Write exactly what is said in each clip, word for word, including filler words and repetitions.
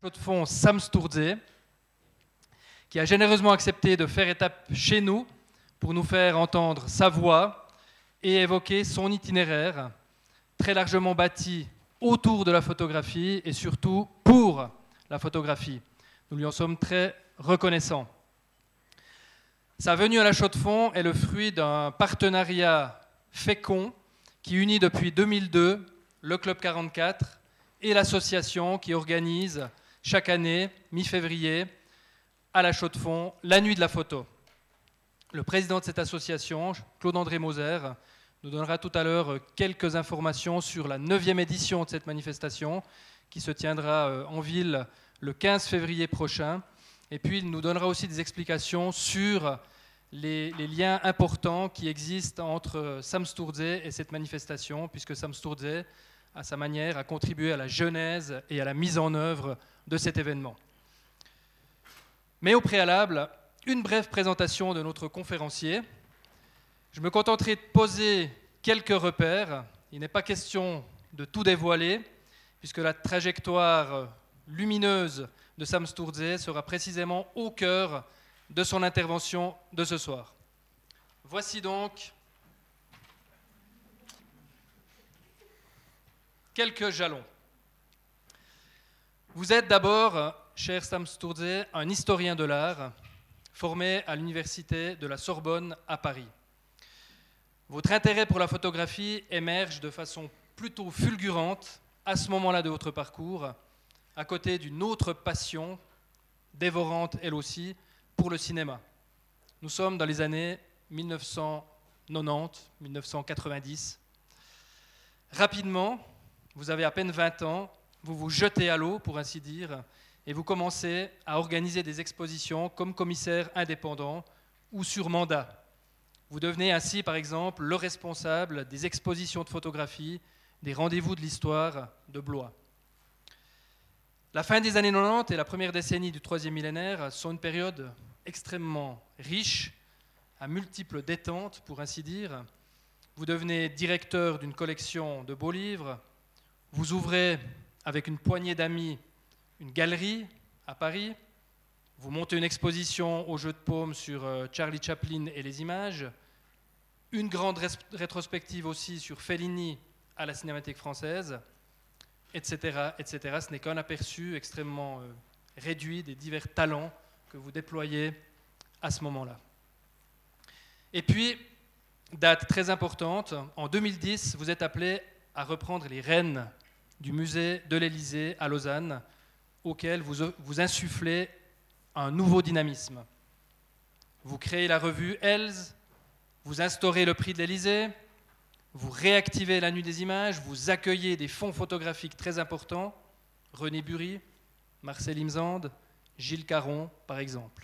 de fond Sam Sturze, qui a généreusement accepté de faire étape chez nous pour nous faire entendre sa voix et évoquer son itinéraire, très largement bâti autour de la photographie et surtout pour la photographie. Nous lui en sommes très reconnaissants. Sa venue à la Chaux-de-Fonds est le fruit d'un partenariat fécond qui unit depuis deux mille deux le Club quarante-quatre et l'association qui organise chaque année, mi-février, à la Chaux-de-Fonds, la nuit de la photo. Le président de cette association, Claude-André Moser, nous donnera tout à l'heure quelques informations sur la neuvième édition de cette manifestation qui se tiendra en ville le quinze février prochain. Et puis il nous donnera aussi des explications sur les, les liens importants qui existent entre Sam Sturze et cette manifestation, puisque Sam Sturze, à sa manière, a contribué à la genèse et à la mise en œuvre de cet événement. Mais au préalable, une brève présentation de notre conférencier. Je me contenterai de poser quelques repères. Il n'est pas question de tout dévoiler, puisque la trajectoire lumineuse de Sam Sturze sera précisément au cœur de son intervention de ce soir. Voici donc quelques jalons. Vous êtes d'abord, cher Sam Sturze, un historien de l'art, formé à l'université de la Sorbonne à Paris. Votre intérêt pour la photographie émerge de façon plutôt fulgurante à ce moment-là de votre parcours, à côté d'une autre passion, dévorante elle aussi, pour le cinéma. Nous sommes dans les années mille neuf cent quatre-vingt-dix à mille neuf cent quatre-vingt-dix. Rapidement, vous avez à peine vingt ans, vous vous jetez à l'eau, pour ainsi dire, et vous commencez à organiser des expositions comme commissaire indépendant ou sur mandat. Vous devenez ainsi, par exemple, le responsable des expositions de photographie des rendez-vous de l'histoire de Blois. La fin des années quatre-vingt-dix et la première décennie du troisième millénaire sont une période extrêmement riche, à multiples détentes, pour ainsi dire. Vous devenez directeur d'une collection de beaux livres, vous ouvrez avec une poignée d'amis une galerie à Paris, vous montez une exposition au jeu de paume sur Charlie Chaplin et les images, une grande rétrospective aussi sur Fellini à la Cinémathèque française, et cetera, et cetera. Ce n'est qu'un aperçu extrêmement euh, réduit des divers talents que vous déployez à ce moment-là. Et puis, date très importante, en deux mille dix, vous êtes appelé à reprendre les rênes du musée de l'Élysée à Lausanne, auquel vous, vous insufflez un nouveau dynamisme. Vous créez la revue Else, vous instaurez le prix de l'Élysée, vous réactivez la Nuit des images, vous accueillez des fonds photographiques très importants, René Bury, Marcel Imsande, Gilles Caron, par exemple.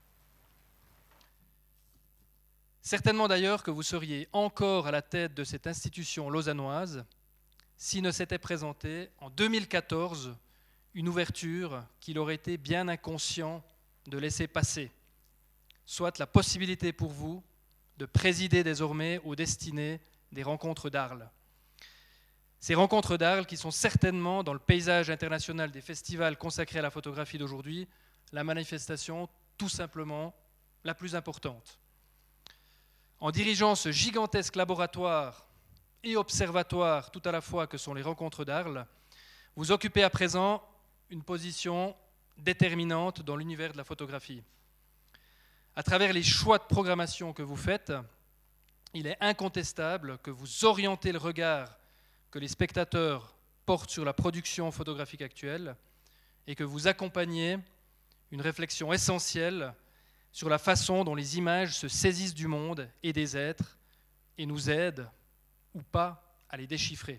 Certainement d'ailleurs que vous seriez encore à la tête de cette institution lausannoise si ne s'était présentée en deux mille quatorze une ouverture qu'il aurait été bien inconscient de laisser passer, soit la possibilité pour vous de présider désormais aux destinées des rencontres d'Arles. Ces rencontres d'Arles qui sont certainement, dans le paysage international des festivals consacrés à la photographie d'aujourd'hui, la manifestation tout simplement la plus importante. En dirigeant ce gigantesque laboratoire et observatoire tout à la fois que sont les rencontres d'Arles, vous occupez à présent une position déterminante dans l'univers de la photographie. À travers les choix de programmation que vous faites, il est incontestable que vous orientez le regard que les spectateurs portent sur la production photographique actuelle et que vous accompagnez une réflexion essentielle sur la façon dont les images se saisissent du monde et des êtres et nous aident, ou pas, à les déchiffrer.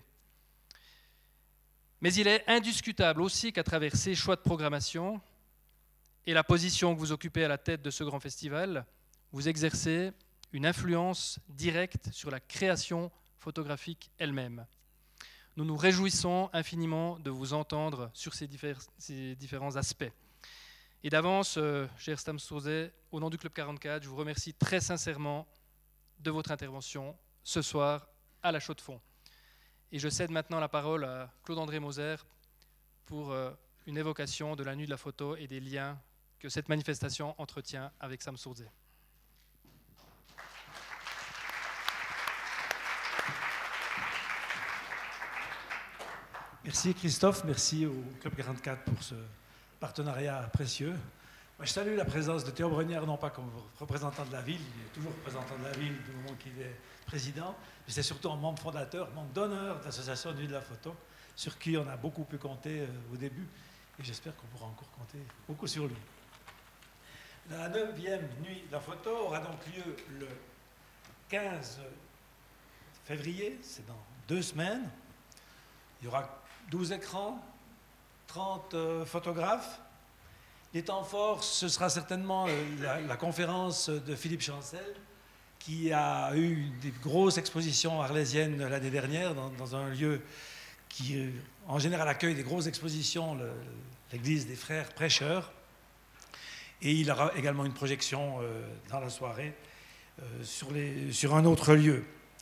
Mais il est indiscutable aussi qu'à travers ces choix de programmation et la position que vous occupez à la tête de ce grand festival, vous exercez une influence directe sur la création photographique elle-même. Nous nous réjouissons infiniment de vous entendre sur ces, diffé- ces différents aspects. Et d'avance, euh, cher Sam Sturze, au nom du Club quarante-quatre, je vous remercie très sincèrement de votre intervention ce soir à la Chaux-de-Fonds. Et je cède maintenant la parole à Claude-André Moser pour euh, une évocation de la nuit de la photo et des liens que cette manifestation entretient avec Samstourdze. Merci Christophe, merci au Club quarante-quatre pour ce partenariat précieux. Moi, je salue la présence de Théo Brenière, non pas comme représentant de la ville, il est toujours représentant de la ville du moment qu'il est président, mais c'est surtout un membre fondateur, membre d'honneur de l'association Nuit de la Photo, sur qui on a beaucoup pu compter euh, au début, et j'espère qu'on pourra encore compter beaucoup sur lui. La neuvième Nuit de la Photo aura donc lieu le quinze février, c'est dans deux semaines. Il y aura douze écrans, trente euh, photographes. Les temps forts, ce sera certainement euh, la, la conférence de Philippe Chancel, qui a eu des grosses expositions arlésiennes l'année dernière dans, dans un lieu qui, euh, en général, accueille des grosses expositions, l'église des frères prêcheurs. Et il aura également une projection euh, dans la soirée euh, sur, les, sur un autre lieu.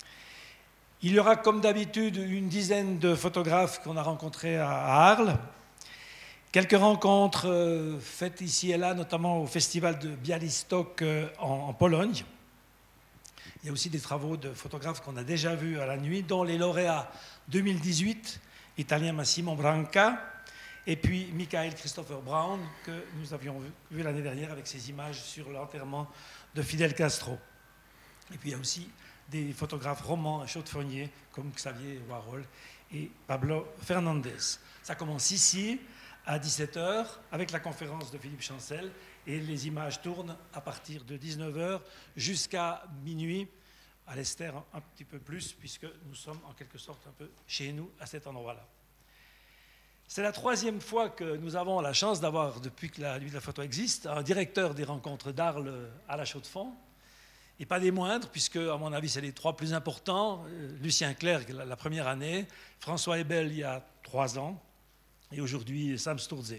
Il y aura, comme d'habitude, une dizaine de photographes qu'on a rencontrés à Arles. Quelques rencontres euh, faites ici et là, notamment au festival de Białystok euh, en, en Pologne. Il y a aussi des travaux de photographes qu'on a déjà vus à la nuit, dont les lauréats deux mille dix-huit, l'italien Massimo Branca, et puis Michael Christopher Brown, que nous avions vu, vu l'année dernière avec ses images sur l'enterrement de Fidel Castro. Et puis il y a aussi des photographes romans chaudefonniers comme Xavier Warhol et Pablo Fernandez. Ça commence ici à dix-sept heures avec la conférence de Philippe Chancel et les images tournent à partir de dix-neuf heures jusqu'à minuit, à l'Esther un petit peu plus puisque nous sommes en quelque sorte un peu chez nous à cet endroit-là. C'est la troisième fois que nous avons la chance d'avoir, depuis que la Nuit de la Photo existe, un directeur des rencontres d'Arles à la Chaux-de-Fonds. Et pas des moindres, puisque, à mon avis, c'est les trois plus importants. Lucien Clerc, la première année, François Ebel, il y a trois ans, et aujourd'hui, Samstourdze.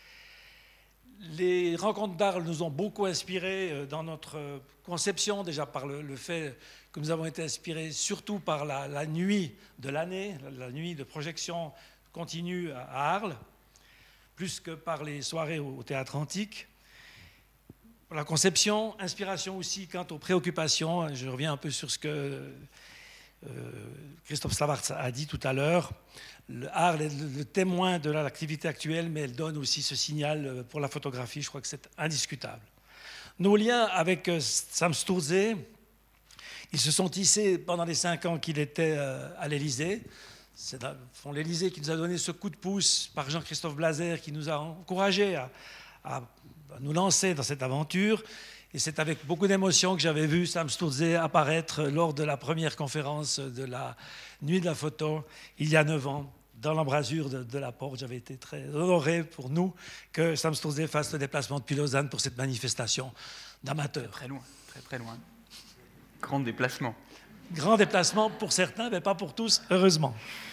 Les rencontres d'Arles nous ont beaucoup inspirés dans notre conception, déjà par le, le fait que nous avons été inspirés surtout par la, la nuit de l'année, la, la nuit de projection continue à Arles, plus que par les soirées au, au théâtre antique. La conception, inspiration aussi quant aux préoccupations. Je reviens un peu sur ce que euh, Christophe Slavartz a dit tout à l'heure. Arles est le témoin de l'activité actuelle, mais elle donne aussi ce signal pour la photographie. Je crois que c'est indiscutable. Nos liens avec Samstourdze, ils se sont tissés pendant les cinq ans qu'il était à l'Élysée. C'est l'Élysée qui nous a donné ce coup de pouce par Jean-Christophe Blazer, qui nous a encouragés à, à nous lancer dans cette aventure. Et c'est avec beaucoup d'émotion que j'avais vu Samstourdze apparaître lors de la première conférence de la Nuit de la Photo, il y a neuf ans, dans l'embrasure de, de la porte. J'avais été très honoré pour nous que Samstourdze fasse le déplacement depuis Lausanne pour cette manifestation d'amateurs. Très loin, très très loin. Grand déplacement. Grand déplacement pour certains, mais pas pour tous, heureusement.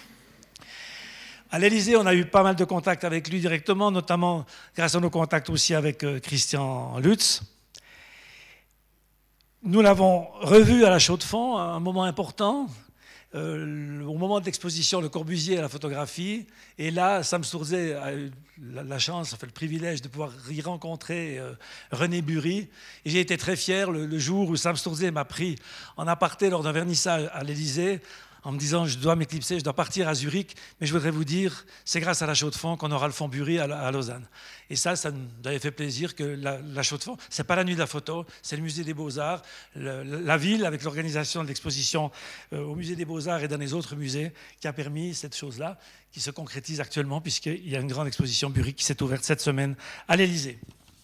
À l'Élysée, on a eu pas mal de contacts avec lui directement, notamment grâce à nos contacts aussi avec Christian Lutz. Nous l'avons revu à la Chaux-de-Fonds, à un moment important, euh, au moment de l'exposition Le Corbusier à la photographie. Et là, Samstourdze a eu la, la chance, a fait le privilège de pouvoir y rencontrer euh, René Bury. Et j'ai été très fier le, le jour où Samstourdze m'a pris en aparté lors d'un vernissage à l'Élysée, en me disant je dois m'éclipser, je dois partir à Zurich, mais je voudrais vous dire, c'est grâce à la Chaux-de-Fonds qu'on aura le Fonds Bury à, à Lausanne. Et ça, ça nous avait fait plaisir que la, la Chaux-de-Fonds, c'est pas la Nuit de la Photo, c'est le Musée des Beaux-Arts, le, la ville avec l'organisation de l'exposition euh, au Musée des Beaux-Arts et dans les autres musées qui a permis cette chose-là, qui se concrétise actuellement puisqu'il y a une grande exposition Bury qui s'est ouverte cette semaine à l'Élysée.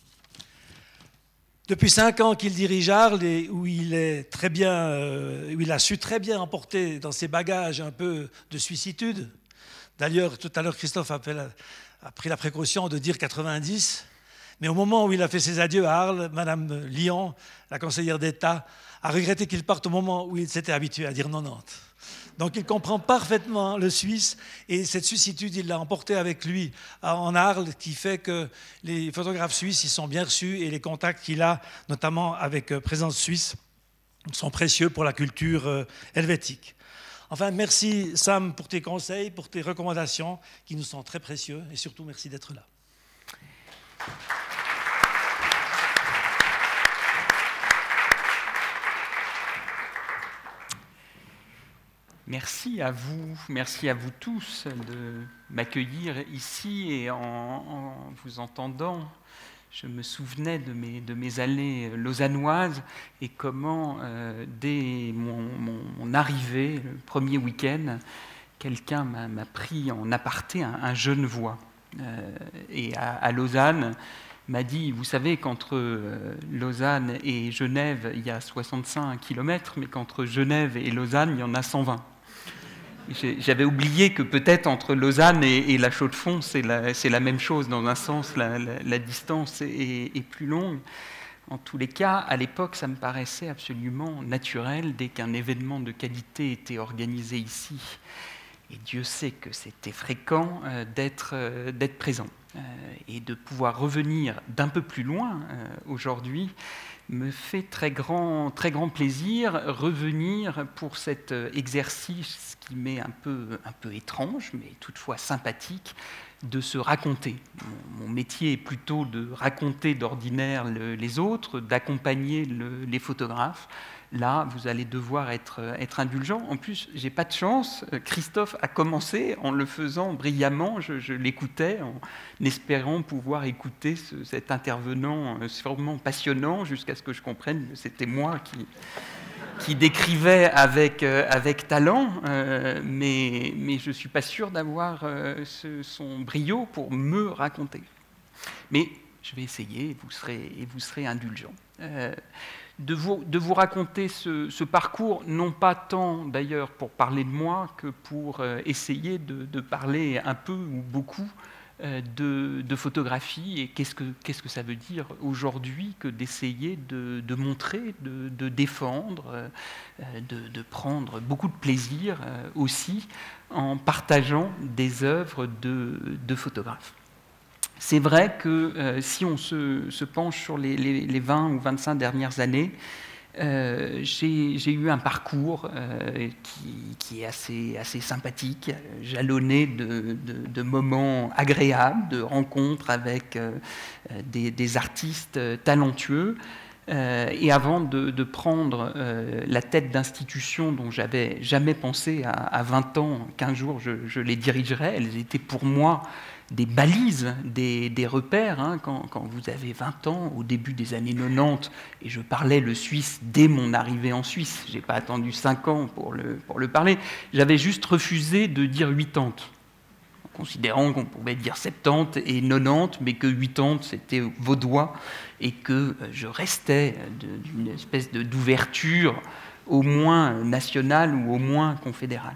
Depuis cinq ans qu'il dirige Arles et où il, est très bien, euh, où il a su très bien emporter dans ses bagages un peu de suissitude. D'ailleurs, tout à l'heure, Christophe a, la, a pris la précaution de dire quatre-vingt-dix. Mais au moment où il a fait ses adieux à Arles, Madame Lyon, la conseillère d'État, a regretté qu'il parte au moment où il s'était habitué à dire quatre-vingt-dix. Donc il comprend parfaitement le Suisse et cette suissitude, il l'a emporté avec lui en Arles, qui fait que les photographes suisses, ils sont bien reçus et les contacts qu'il a, notamment avec Présence Suisse, sont précieux pour la culture helvétique. Enfin, merci Sam pour tes conseils, pour tes recommandations qui nous sont très précieux et surtout merci d'être là. Merci à vous, merci à vous tous de m'accueillir ici et en, en vous entendant. Je me souvenais de mes, de mes allées lausannoises et comment, euh, dès mon, mon, mon arrivée, le premier week-end, quelqu'un m'a, m'a pris en aparté, un, un Genevois. Euh, et à, à Lausanne, m'a dit, vous savez qu'entre euh, Lausanne et Genève, il y a soixante-cinq kilomètres, mais qu'entre Genève et Lausanne, il y en a cent vingt. J'avais oublié que peut-être entre Lausanne et, et la Chaux-de-Fonds, c'est la, c'est la même chose. Dans un sens, la, la, la distance est, est plus longue. En tous les cas, à l'époque, ça me paraissait absolument naturel dès qu'un événement de qualité était organisé ici. Et Dieu sait que c'était fréquent euh, d'être, euh, d'être présent. Euh, et de pouvoir revenir d'un peu plus loin euh, aujourd'hui me fait très grand, très grand plaisir revenir pour cet exercice qui m'est un peu, un peu étrange, mais toutefois sympathique, de se raconter. Mon, mon métier est plutôt de raconter d'ordinaire le, les autres, d'accompagner le, les photographes. Là, vous allez devoir être, être indulgent. En plus, je n'ai pas de chance. Christophe a commencé en le faisant brillamment. Je, je l'écoutais en espérant pouvoir écouter ce, cet intervenant vraiment passionnant jusqu'à ce que je comprenne que c'était moi qui, qui décrivait avec, avec talent. Euh, mais, mais je ne suis pas sûr d'avoir euh, ce, son brio pour me raconter. Mais je vais essayer et vous serez, et vous serez indulgent. Euh, De vous, de vous raconter ce, ce parcours, non pas tant d'ailleurs pour parler de moi que pour euh, essayer de, de parler un peu ou beaucoup euh, de, de photographie et qu'est-ce que, qu'est-ce que ça veut dire aujourd'hui que d'essayer de, de montrer, de, de défendre, euh, de, de prendre beaucoup de plaisir euh, aussi en partageant des œuvres de, de photographes. C'est vrai que euh, si on se, se penche sur les, les, les vingt ou vingt-cinq dernières années, euh, j'ai, j'ai eu un parcours euh, qui, qui est assez, assez sympathique, jalonné de, de, de moments agréables, de rencontres avec euh, des, des artistes talentueux. Euh, et avant de, de prendre euh, la tête d'institutions dont j'avais jamais pensé à, à vingt ans qu'un jour je, je les dirigerais, elles étaient pour moi des balises, des, des repères. Hein, quand, quand vous avez vingt ans, au début des années quatre-vingt-dix, et je parlais le suisse dès mon arrivée en Suisse, je n'ai pas attendu cinq ans pour le, pour le parler, j'avais juste refusé de dire quatre-vingts, considérant qu'on pouvait dire soixante-dix et quatre-vingt-dix, mais que quatre-vingts c'était vaudois, et que je restais d'une espèce de, d'ouverture au moins nationale ou au moins confédérale.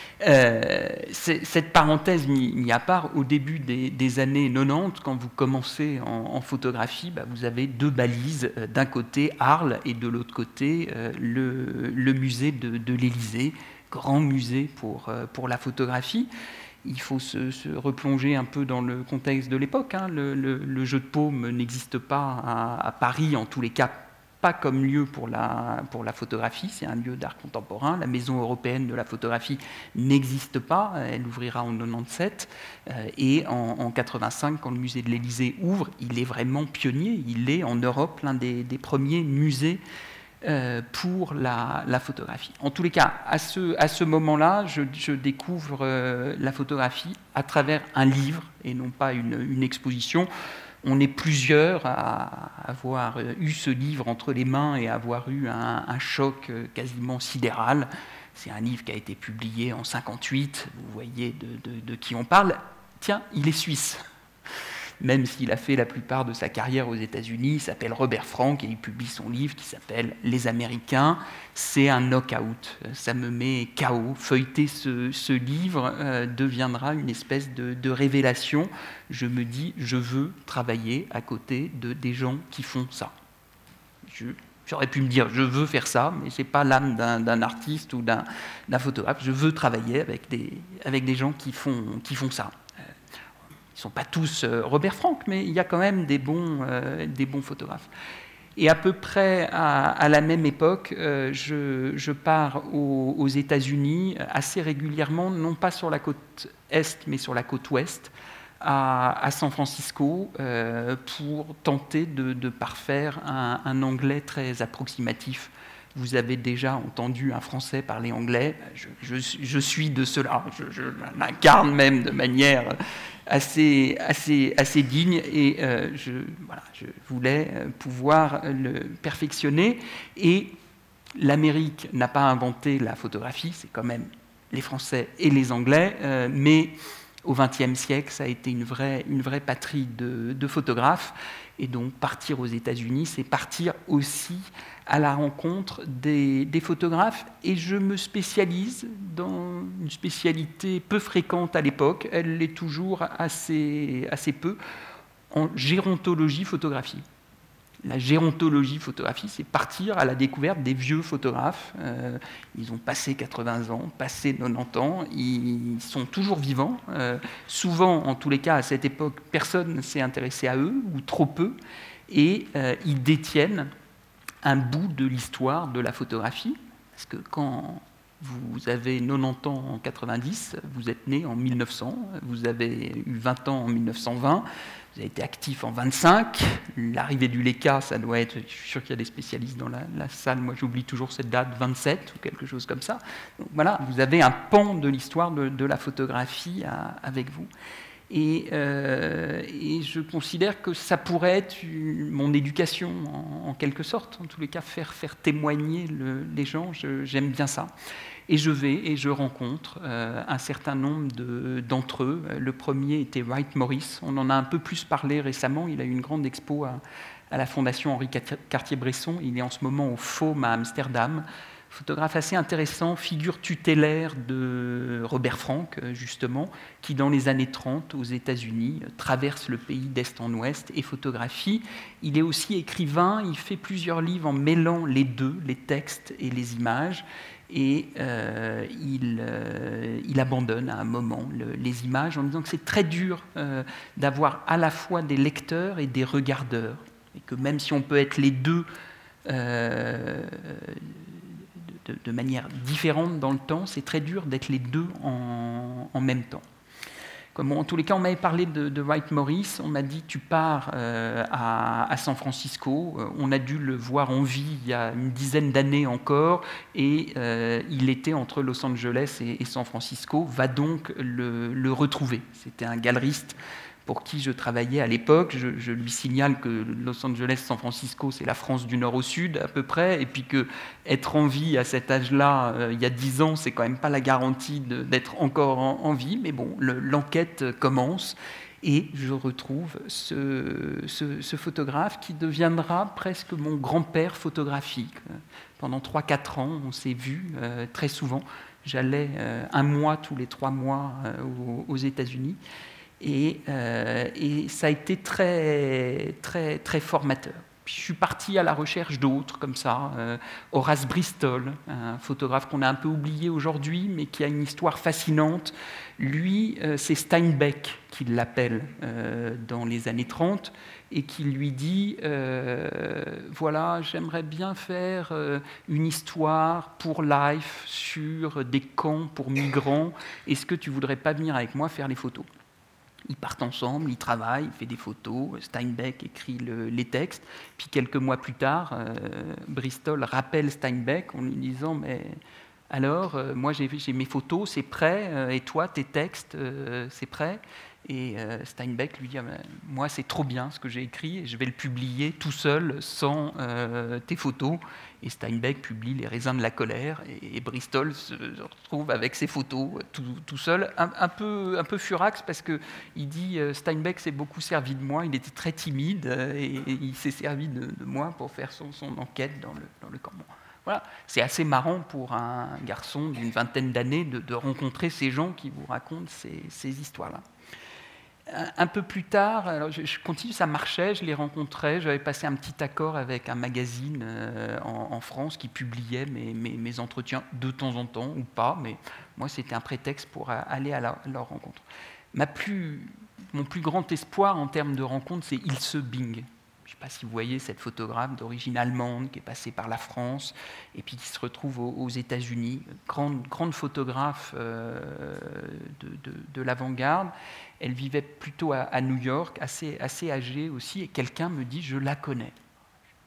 Euh, cette parenthèse mis à part, au début des, des années quatre-vingt-dix, quand vous commencez en, en photographie, bah, vous avez deux balises, euh, d'un côté Arles et de l'autre côté euh, le, le musée de, de l'Élysée, grand musée pour, euh, pour la photographie. Il faut se, se replonger un peu dans le contexte de l'époque. Hein. Le, le, le jeu de paume n'existe pas à, à Paris, en tous les cas pas comme lieu pour la, pour la photographie, c'est un lieu d'art contemporain. La Maison européenne de la photographie n'existe pas, elle ouvrira en quatre-vingt-dix-sept, euh, et en, en quatre-vingt-cinq, quand le musée de l'Élysée ouvre, il est vraiment pionnier, il est en Europe l'un des, des premiers musées euh, pour la, la photographie. En tous les cas, à ce, à ce moment-là, je, je découvre euh, la photographie à travers un livre, et non pas une, une exposition. On est plusieurs à avoir eu ce livre entre les mains et à avoir eu un, un choc quasiment sidéral. C'est un livre qui a été publié en cinquante-huit, vous voyez de, de, de qui on parle. Tiens, il est suisse. Même s'il a fait la plupart de sa carrière aux États-Unis, il s'appelle Robert Frank et il publie son livre qui s'appelle « Les Américains ». C'est un knock-out, ça me met K O. Feuilleter ce, ce livre euh, deviendra une espèce de, de révélation. Je me dis, je veux travailler à côté de des gens qui font ça. Je, j'aurais pu me dire, je veux faire ça, mais ce n'est pas l'âme d'un, d'un artiste ou d'un, d'un photographe. Je veux travailler avec des, avec des gens qui font, qui font ça. Ils ne sont pas tous euh, Robert Frank, mais il y a quand même des bons, euh, des bons photographes. Et à peu près à, à la même époque, euh, je, je pars aux, aux États-Unis assez régulièrement, non pas sur la côte est, mais sur la côte ouest, à, à San Francisco, euh, pour tenter de, de parfaire un, un anglais très approximatif vous avez déjà entendu un Français parler anglais, je, je, je suis de cela, je, je l'incarne même de manière assez, assez, assez digne, et euh, je, voilà, je voulais pouvoir le perfectionner. Et l'Amérique n'a pas inventé la photographie, c'est quand même les Français et les Anglais, euh, mais au vingtième siècle, ça a été une vraie, une vraie patrie de, de photographes. Et donc, partir aux États-Unis, c'est partir aussi à la rencontre des, des photographes. Et je me spécialise dans une spécialité peu fréquente à l'époque, elle l'est toujours assez, assez peu, en gérontologie photographie. La gérontologie photographie, c'est partir à la découverte des vieux photographes. Euh, ils ont passé quatre-vingts ans, passé quatre-vingt-dix ans, ils sont toujours vivants. Euh, souvent, en tous les cas, à cette époque, personne ne s'est intéressé à eux, ou trop peu, et euh, ils détiennent un bout de l'histoire de la photographie. Parce que quand vous avez quatre-vingt-dix ans en quatre-vingt-dix, vous êtes né en mille neuf cents, vous avez eu vingt ans en mille neuf cent vingt, vous avez été actif en vingt-cinq, l'arrivée du Leica, ça doit être, je suis sûr qu'il y a des spécialistes dans la, la salle, moi j'oublie toujours cette date, vingt-sept ou quelque chose comme ça. Donc voilà, vous avez un pan de l'histoire de, de la photographie à, avec vous. Et, euh, et je considère que ça pourrait être une, mon éducation, en, en quelque sorte, en tous les cas, faire, faire témoigner le, les gens, je, j'aime bien ça. Et je vais et je rencontre euh, un certain nombre de, d'entre eux. Le premier était Wright Morris. On en a un peu plus parlé récemment. Il a eu une grande expo à, à la Fondation Henri Cartier-Bresson. Il est en ce moment au F O M à Amsterdam. Photographe assez intéressant, figure tutélaire de Robert Frank, justement, qui dans les années trente, aux États-Unis, traverse le pays d'est en ouest et photographie. Il est aussi écrivain, il fait plusieurs livres en mêlant les deux, les textes et les images. Et euh, il, euh, il abandonne à un moment le, les images en disant que c'est très dur euh, d'avoir à la fois des lecteurs et des regardeurs. Et que même si on peut être les deux euh, de, de manière différente dans le temps, c'est très dur d'être les deux en, en même temps. Comme en tous les cas, on m'avait parlé de, de Wright Morris, on m'a dit tu pars euh, à, à San Francisco, on a dû le voir en vie il y a une dizaine d'années encore, et euh, il était entre Los Angeles et, et San Francisco, va donc le, le retrouver. C'était un galeriste pour qui je travaillais à l'époque. Je, je lui signale que Los Angeles-San Francisco, c'est la France du nord au sud à peu près, et puis qu'être en vie à cet âge-là, euh, il y a dix ans, c'est quand même pas la garantie de, d'être encore en, en vie, mais bon, le, l'enquête commence, et je retrouve ce, ce, ce photographe qui deviendra presque mon grand-père photographique. Pendant trois quatre ans, on s'est vus euh, très souvent. J'allais euh, un mois tous les trois mois euh, aux, aux États-Unis. Et, euh, et ça a été très, très, très formateur. Puis je suis parti à la recherche d'autres, comme ça. Euh, Horace Bristol, un photographe qu'on a un peu oublié aujourd'hui, mais qui a une histoire fascinante. Lui, euh, c'est Steinbeck qui l'appelle euh, dans les années trente, et qui lui dit euh, « Voilà, j'aimerais bien faire euh, une histoire pour Life sur des camps pour migrants. Est-ce que tu ne voudrais pas venir avec moi faire les photos ?» Ils partent ensemble, ils travaillent, il fait des photos, Steinbeck écrit le, les textes. Puis quelques mois plus tard, euh, Bristol rappelle Steinbeck en lui disant « Mais alors, euh, moi j'ai, j'ai mes photos, c'est prêt, euh, et toi, tes textes, euh, c'est prêt ?» Et euh, Steinbeck lui dit ah, « Moi, c'est trop bien ce que j'ai écrit, et je vais le publier tout seul, sans euh, tes photos. » Et Steinbeck publie Les raisins de la colère, et, et Bristol se retrouve avec ses photos tout, tout seul, un, un, peu, un peu furax, parce qu'il dit euh, « Steinbeck s'est beaucoup servi de moi, il était très timide, euh, et, et il s'est servi de, de moi pour faire son, son enquête dans le, dans le camp. » Voilà. C'est assez marrant pour un garçon d'une vingtaine d'années de, de rencontrer ces gens qui vous racontent ces, ces histoires-là. Un peu plus tard, alors je continue, ça marchait, je les rencontrais, j'avais passé un petit accord avec un magazine euh, en, en France qui publiait mes, mes, mes entretiens de temps en temps, ou pas, mais moi c'était un prétexte pour aller à, la, à leur rencontre. Ma plus, mon plus grand espoir en termes de rencontre, c'est Ilse Bing. Je ne sais pas si vous voyez cette photographe d'origine allemande qui est passée par la France et puis qui se retrouve aux, aux États-Unis, grande, grande photographe euh, de, de, de l'avant-garde. Elle vivait plutôt à, à New York, assez, assez âgée aussi, et quelqu'un me dit « je la connais ». Ah ben,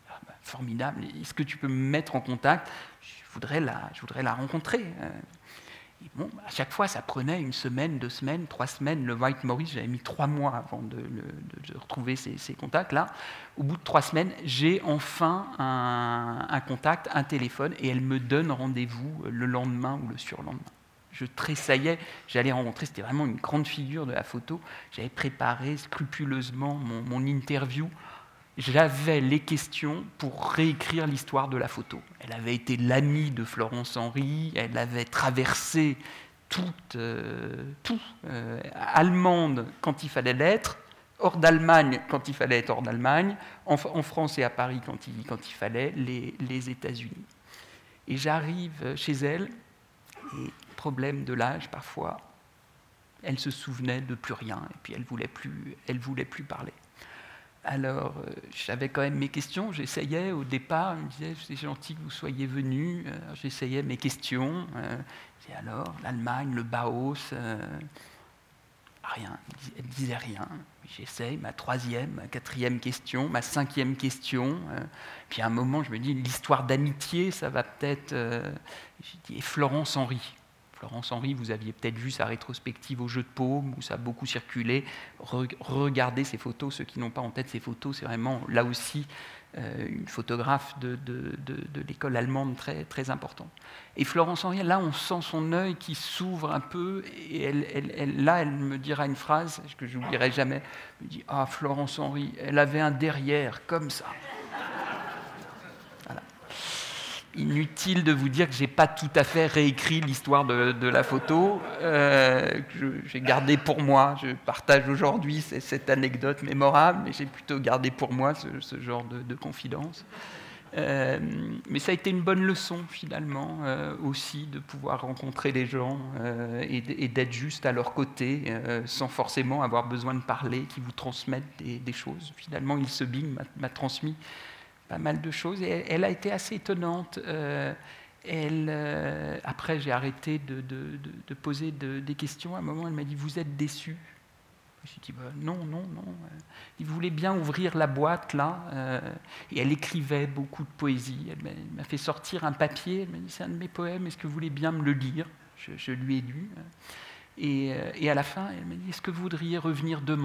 formidable, est-ce que tu peux me mettre en contact ? Je voudrais la, je voudrais la rencontrer. Et bon, à chaque fois, ça prenait une semaine, deux semaines, trois semaines. Le White Maurice, j'avais mis trois mois avant de, de, de retrouver ces, ces contacts-là. Au bout de trois semaines, j'ai enfin un, un contact, un téléphone, et elle me donne rendez-vous le lendemain ou le surlendemain. Je tressaillais, j'allais rencontrer, c'était vraiment une grande figure de la photo. J'avais préparé scrupuleusement mon, mon interview. J'avais les questions pour réécrire l'histoire de la photo. Elle avait été l'amie de Florence Henry, elle avait traversé toute, euh, tout, euh, allemande quand il fallait l'être, hors d'Allemagne quand il fallait être hors d'Allemagne, en, en France et à Paris quand il, quand il fallait, les, les États-Unis. Et j'arrive chez elle, et problème de l'âge parfois, elle se souvenait de plus rien, et puis elle ne voulait plus, elle voulait plus parler. Alors, euh, j'avais quand même mes questions, j'essayais au départ, elle me disait « c'est gentil que vous soyez venu », j'essayais mes questions, euh, et alors, l'Allemagne, le Bauhaus, euh, rien, elle ne disait rien. J'essaye ma troisième, ma quatrième question, ma cinquième question, euh, puis à un moment, je me dis « l'histoire d'amitié, ça va peut-être… Euh, » J'ai dit « et Florence Henry ?» Florence Henry, vous aviez peut-être vu sa rétrospective au Jeu de Paume, où ça a beaucoup circulé. Re- regardez ces photos, ceux qui n'ont pas en tête ces photos, c'est vraiment là aussi euh, une photographe de, de, de, de l'école allemande très, très importante. Et Florence Henry, là on sent son œil qui s'ouvre un peu, et elle, elle, elle, là elle me dira une phrase que je n'oublierai jamais. Elle me dit « Ah, Florence Henry, elle avait un derrière comme ça ». Inutile de vous dire que je n'ai pas tout à fait réécrit l'histoire de, de la photo, euh, que j'ai gardé pour moi. Je partage aujourd'hui cette anecdote mémorable, mais j'ai plutôt gardé pour moi ce, ce genre de, de confidence. Euh, mais ça a été une bonne leçon, finalement, euh, aussi, de pouvoir rencontrer les gens euh, et, et d'être juste à leur côté, euh, sans forcément avoir besoin de parler, qui vous transmettent des, des choses. Finalement, Ilse Bing m'a, m'a transmis pas mal de choses, et elle, elle a été assez étonnante. Euh, elle, euh, après, j'ai arrêté de, de, de, de poser de, des questions. À un moment, elle m'a dit « Vous êtes déçu ?» Je lui ai dit bah, « Non, non, non. » Il voulait bien ouvrir la boîte, là, euh, et elle écrivait beaucoup de poésie. Elle m'a, elle m'a fait sortir un papier. Elle m'a dit « C'est un de mes poèmes, est-ce que vous voulez bien me le lire ?» je, je lui ai lu. Et, et à la fin, elle m'a dit « Est-ce que vous voudriez revenir demain ?»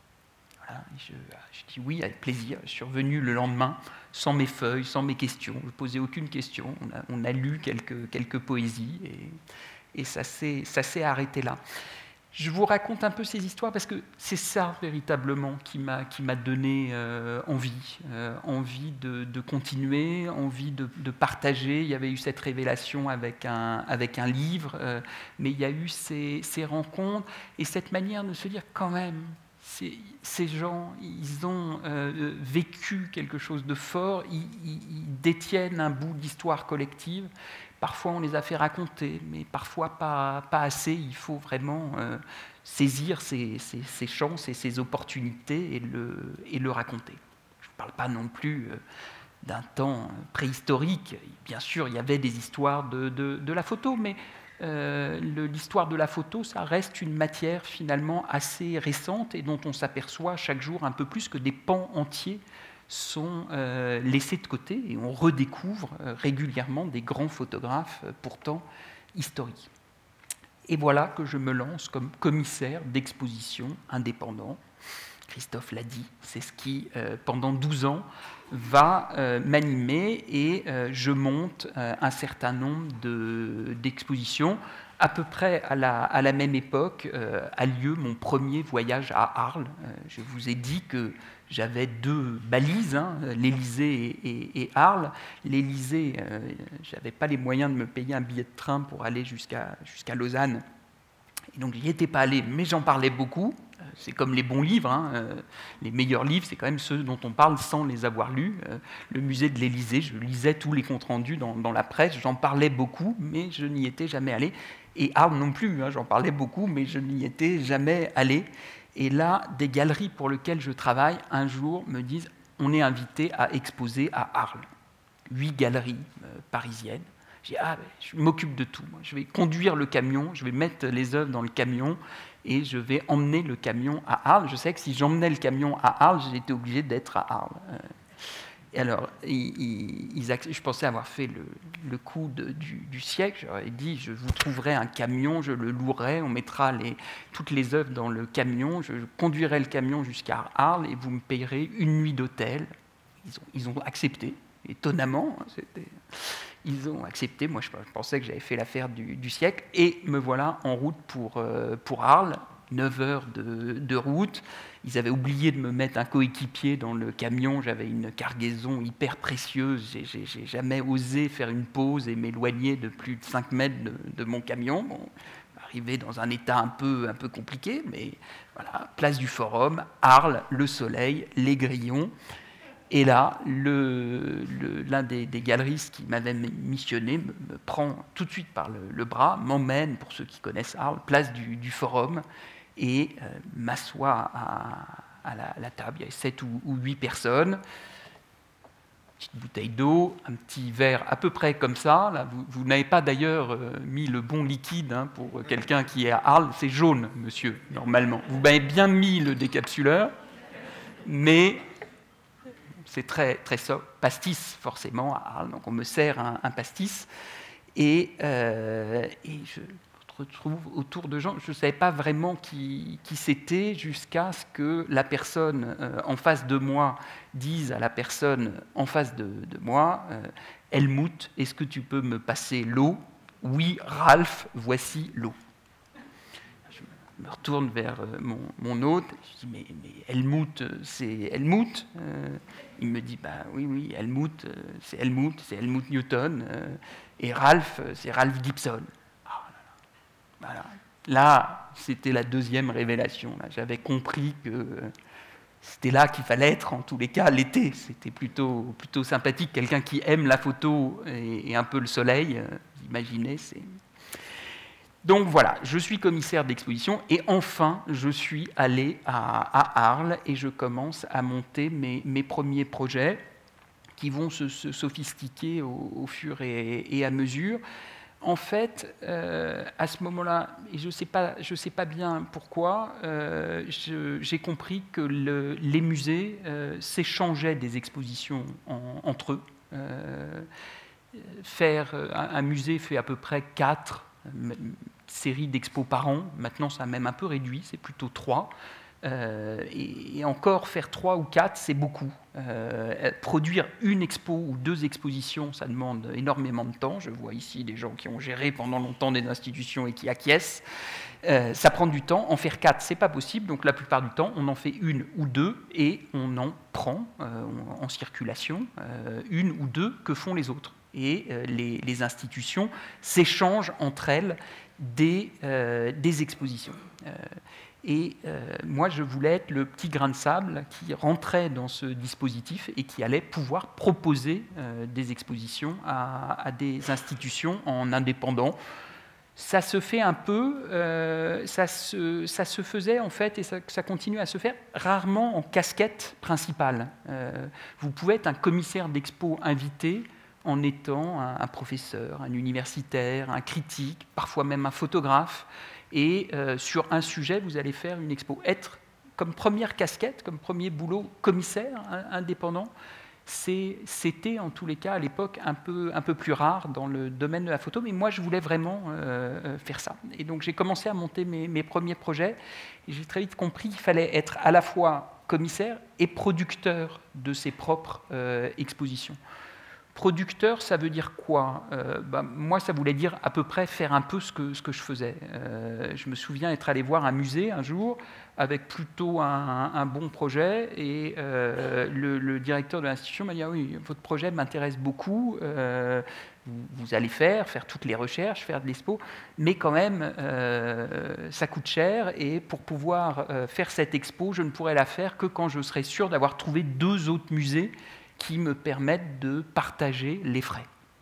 Voilà, je, je dis oui, avec plaisir. Je suis revenu le lendemain, sans mes feuilles, sans mes questions. Je ne posais aucune question. On a, on a lu quelques, quelques poésies et, et ça, s'est, ça s'est arrêté là. Je vous raconte un peu ces histoires parce que c'est ça véritablement qui m'a, qui m'a donné euh, envie, euh, envie de, de continuer, envie de, de partager. Il y avait eu cette révélation avec un, avec un livre, euh, mais il y a eu ces, ces rencontres et cette manière de se dire quand même, Ces, ces gens, ils ont euh, vécu quelque chose de fort, ils, ils, ils détiennent un bout d'histoire collective. Parfois, on les a fait raconter, mais parfois pas, pas assez. Il faut vraiment euh, saisir ces, ces, ces chances et ces opportunités et le, et le raconter. Je ne parle pas non plus euh, d'un temps préhistorique. Bien sûr, il y avait des histoires de, de, de la photo, mais Euh, le, l'histoire de la photo, ça reste une matière finalement assez récente et dont on s'aperçoit chaque jour un peu plus que des pans entiers sont euh, laissés de côté et on redécouvre euh, régulièrement des grands photographes euh, pourtant historiques. Et voilà que je me lance comme commissaire d'exposition indépendant. Christophe l'a dit, c'est ce qui, euh, pendant douze ans, va euh, m'animer et euh, je monte euh, un certain nombre de, d'expositions. À peu près à la, à la même époque euh, a lieu mon premier voyage à Arles. Euh, je vous ai dit que j'avais deux balises, hein, l'Élysée et, et, et Arles. L'Élysée, euh, je n'avais pas les moyens de me payer un billet de train pour aller jusqu'à, jusqu'à Lausanne. Et donc, j'y étais pas allé, mais j'en parlais beaucoup. C'est comme les bons livres. Hein. Les meilleurs livres, c'est quand même ceux dont on parle sans les avoir lus. Le musée de l'Élysée, je lisais tous les comptes rendus dans, dans la presse. J'en parlais beaucoup, mais je n'y étais jamais allé. Et Arles non plus, hein, j'en parlais beaucoup, mais je n'y étais jamais allé. Et là, des galeries pour lesquelles je travaille, un jour, me disent « on est invité à exposer à Arles ». Huit galeries euh, parisiennes. Je dis, ah, ben, je m'occupe de tout. Je vais conduire le camion, je vais mettre les œuvres dans le camion et je vais emmener le camion à Arles. Je sais que si j'emmenais le camion à Arles, j'étais obligé d'être à Arles. Et alors, ils, ils, je pensais avoir fait le, le coup de, du, du siècle. J'aurais dit, je vous trouverai un camion, je le louerai, on mettra les, toutes les œuvres dans le camion, je conduirai le camion jusqu'à Arles et vous me payerez une nuit d'hôtel. Ils ont, ils ont accepté, étonnamment. C'était, ils ont accepté. Moi, je pensais que j'avais fait l'affaire du, du siècle. Et me voilà en route pour, pour Arles. neuf heures de, de route. Ils avaient oublié de me mettre un coéquipier dans le camion. J'avais une cargaison hyper précieuse. J'ai, j'ai, j'ai jamais osé faire une pause et m'éloigner de plus de cinq mètres de, de mon camion. Bon, arrivé dans un état un peu, un peu compliqué, mais voilà, place du Forum, Arles, le soleil, les grillons. Et là, le, le, l'un des, des galeristes qui m'avait missionné me, me prend tout de suite par le, le bras, m'emmène, pour ceux qui connaissent Arles, place du, du Forum, et euh, m'assoit à, à, la, à la table. Il y avait sept ou, ou huit personnes, petite bouteille d'eau, un petit verre à peu près comme ça. Là, vous, vous n'avez pas d'ailleurs euh, mis le bon liquide hein, pour quelqu'un qui est à Arles. C'est jaune, monsieur, normalement. Vous m'avez bien mis le décapsuleur, mais c'est très, très sobre. Pastis, forcément, à Arles. Donc on me sert un, un pastis. Et, euh, et je me retrouve autour de gens. Je ne savais pas vraiment qui, qui c'était jusqu'à ce que la personne euh, en face de moi dise à la personne en face de, de moi euh, « Helmut, est-ce que tu peux me passer l'eau ?»« Oui, Ralph, voici l'eau. » Je me retourne vers mon, mon hôte, je dis mais, mais Helmut, c'est Helmut euh, Il me dit bah oui, oui, Helmut, c'est Helmut, c'est Helmut Newton, euh, et Ralph, c'est Ralph Gibson. Oh là, là. Voilà. Là, c'était la deuxième révélation. Là, j'avais compris que c'était là qu'il fallait être, en tous les cas, l'été. C'était plutôt, plutôt sympathique. Quelqu'un qui aime la photo et, et un peu le soleil, euh, imaginez, c'est... Donc voilà, je suis commissaire d'exposition et enfin, je suis allé à, à Arles et je commence à monter mes, mes premiers projets qui vont se, se sophistiquer au, au fur et, et à mesure. En fait, euh, à ce moment-là, et je ne sais pas, je sais pas bien pourquoi, euh, je, j'ai compris que le, les musées euh, s'échangeaient des expositions en, entre eux. Euh, faire un, un musée fait à peu près quatre séries d'expos par an. Maintenant, ça a même un peu réduit, c'est plutôt trois. Euh, et, et encore, faire trois ou quatre, c'est beaucoup. Euh, produire une expo ou deux expositions, ça demande énormément de temps. Je vois ici des gens qui ont géré pendant longtemps des institutions et qui acquiescent. Euh, ça prend du temps. En faire quatre, c'est pas possible. Donc la plupart du temps, on en fait une ou deux et on en prend euh, en circulation euh, une ou deux que font les autres. Et euh, les, les institutions s'échangent entre elles des, euh, des expositions. Euh, et euh, moi, je voulais être le petit grain de sable qui rentrait dans ce dispositif et qui allait pouvoir proposer euh, des expositions à, à des institutions en indépendant. Ça se fait un peu, euh, ça, se, ça se faisait en fait, et ça, ça continue à se faire, rarement en casquette principale. Euh, vous pouvez être un commissaire d'expo invité en étant un, un professeur, un universitaire, un critique, parfois même un photographe, et euh, sur un sujet, vous allez faire une expo. Être comme première casquette, comme premier boulot, commissaire hein, indépendant, c'est, c'était en tous les cas à l'époque un peu, un peu plus rare dans le domaine de la photo, mais moi je voulais vraiment euh, faire ça. Et donc j'ai commencé à monter mes, mes premiers projets, et j'ai très vite compris qu'il fallait être à la fois commissaire et producteur de ses propres euh, expositions. Producteur, ça veut dire quoi ? euh, bah, Moi, ça voulait dire à peu près faire un peu ce que, ce que je faisais. Euh, je me souviens être allé voir un musée un jour avec plutôt un, un bon projet et euh, le, le directeur de l'institution m'a dit ah, « oui, votre projet m'intéresse beaucoup, euh, vous, vous allez faire, faire toutes les recherches, faire de l'expo, mais quand même, euh, ça coûte cher et pour pouvoir euh, faire cette expo, je ne pourrai la faire que quand je serai sûr d'avoir trouvé deux autres musées qui me permettent de partager les frais.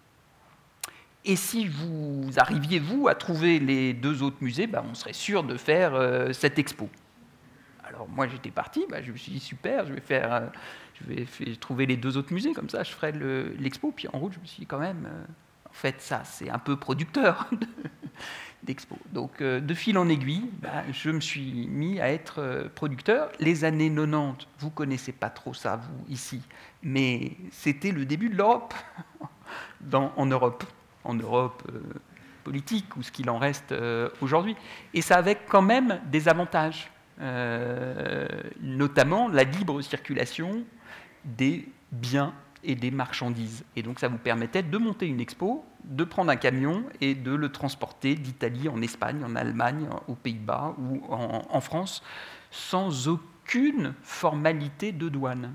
Et si vous arriviez, vous, à trouver les deux autres musées, ben, on serait sûr de faire euh, cette expo. » Alors moi, j'étais parti, ben, je me suis dit, super, je vais, faire, euh, je vais faire, trouver les deux autres musées, comme ça, je ferai le, l'expo. Puis en route, je me suis dit, quand même, euh, fait, ça, c'est un peu producteur d'expo. Donc, euh, de fil en aiguille, bah, je me suis mis à être euh, producteur. Les années quatre-vingt-dix, vous ne connaissez pas trop ça, vous, ici, mais c'était le début de l'Europe, dans, en Europe, en Europe euh, politique, ou ce qu'il en reste euh, aujourd'hui. Et ça avait quand même des avantages, euh, notamment la libre circulation des biens et des marchandises. Et donc ça vous permettait de monter une expo, de prendre un camion et de le transporter d'Italie en Espagne, en Allemagne, aux Pays-Bas ou en, en France, sans aucune formalité de douane.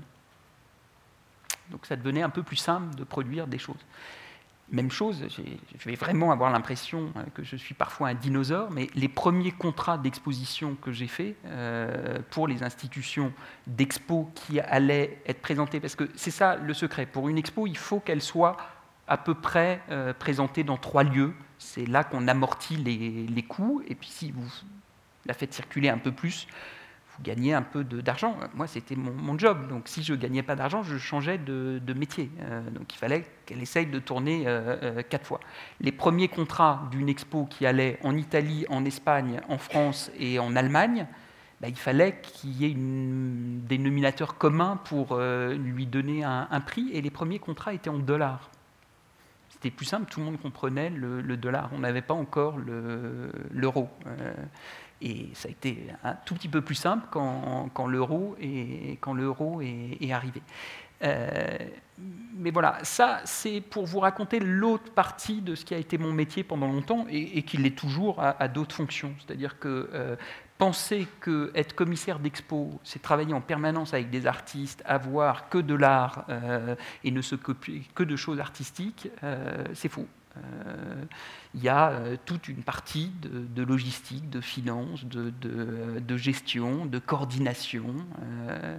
Donc ça devenait un peu plus simple de produire des choses. Même chose, je vais vraiment avoir l'impression que je suis parfois un dinosaure, mais les premiers contrats d'exposition que j'ai faits euh, pour les institutions d'expo qui allaient être présentées, parce que c'est ça le secret, pour une expo, il faut qu'elle soit à peu près euh, présentée dans trois lieux. C'est là qu'on amortit les, les coûts, et puis si vous la faites circuler un peu plus, vous gagnez un peu de, d'argent. Moi, c'était mon, mon job. Donc, si je ne gagnais pas d'argent, je changeais de, de métier. Euh, donc, il fallait qu'elle essaye de tourner euh, euh, quatre fois. Les premiers contrats d'une expo qui allait en Italie, en Espagne, en France et en Allemagne, bah, il fallait qu'il y ait une dénominateur commun pour euh, lui donner un, un prix. Et les premiers contrats étaient en dollars. C'était plus simple, tout le monde comprenait le, le dollar. On n'avait pas encore le, l'euro. Euh, Et ça a été un tout petit peu plus simple quand, quand l'euro est, quand l'euro est, est arrivé. Euh, mais voilà, ça, c'est pour vous raconter l'autre partie de ce qui a été mon métier pendant longtemps et, et qui l'est toujours à, à d'autres fonctions. C'est-à-dire que euh, penser qu'être commissaire d'expo, c'est travailler en permanence avec des artistes, avoir que de l'art euh, et ne s'occuper que de choses artistiques, euh, c'est faux. Euh, il y a euh, toute une partie de, de logistique, de finance, de, de, de gestion, de coordination. Euh,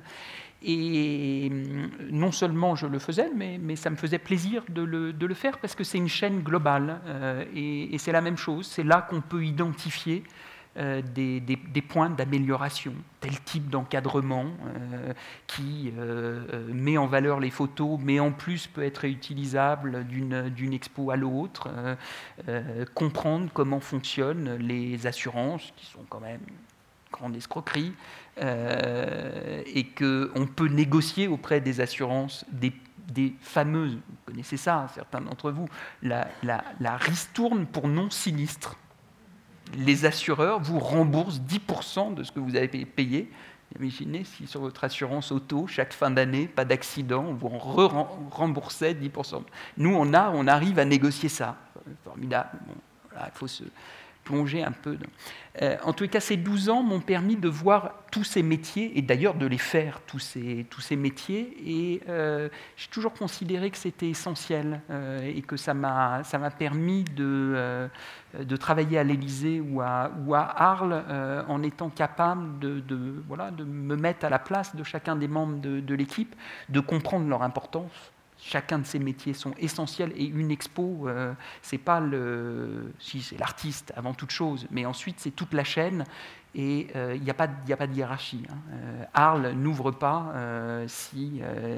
et non seulement je le faisais, mais, mais ça me faisait plaisir de le, de le faire parce que c'est une chaîne globale. Euh, et, et c'est la même chose, c'est là qu'on peut identifier Euh, des, des, des points d'amélioration, tel type d'encadrement euh, qui euh, met en valeur les photos, mais en plus peut être réutilisable d'une, d'une expo à l'autre, euh, euh, comprendre comment fonctionnent les assurances, qui sont quand même une grande escroquerie, euh, et qu'on peut négocier auprès des assurances des des fameuses, vous connaissez ça, certains d'entre vous, la, la, la ristourne pour non-sinistre. Les assureurs vous remboursent dix pour cent de ce que vous avez payé. Imaginez si sur votre assurance auto, chaque fin d'année, pas d'accident, on vous remboursait dix pour cent. Nous, on, a, on arrive à négocier ça. Formidable. Bon, voilà, il faut se plonger un peu. Euh, en tout cas, ces douze ans m'ont permis de voir tous ces métiers, et d'ailleurs de les faire, tous ces, tous ces métiers, et euh, j'ai toujours considéré que c'était essentiel, euh, et que ça m'a, ça m'a permis de, euh, de travailler à l'Élysée ou à, ou à Arles, euh, en étant capable de, de, voilà, de me mettre à la place de chacun des membres de, de l'équipe, de comprendre leur importance. Chacun de ces métiers sont essentiels et une expo, euh, c'est pas le, si c'est l'artiste avant toute chose, mais ensuite c'est toute la chaîne et il euh, n'y a pas, y a pas de hiérarchie. Hein. Euh, Arles n'ouvre pas euh, si euh,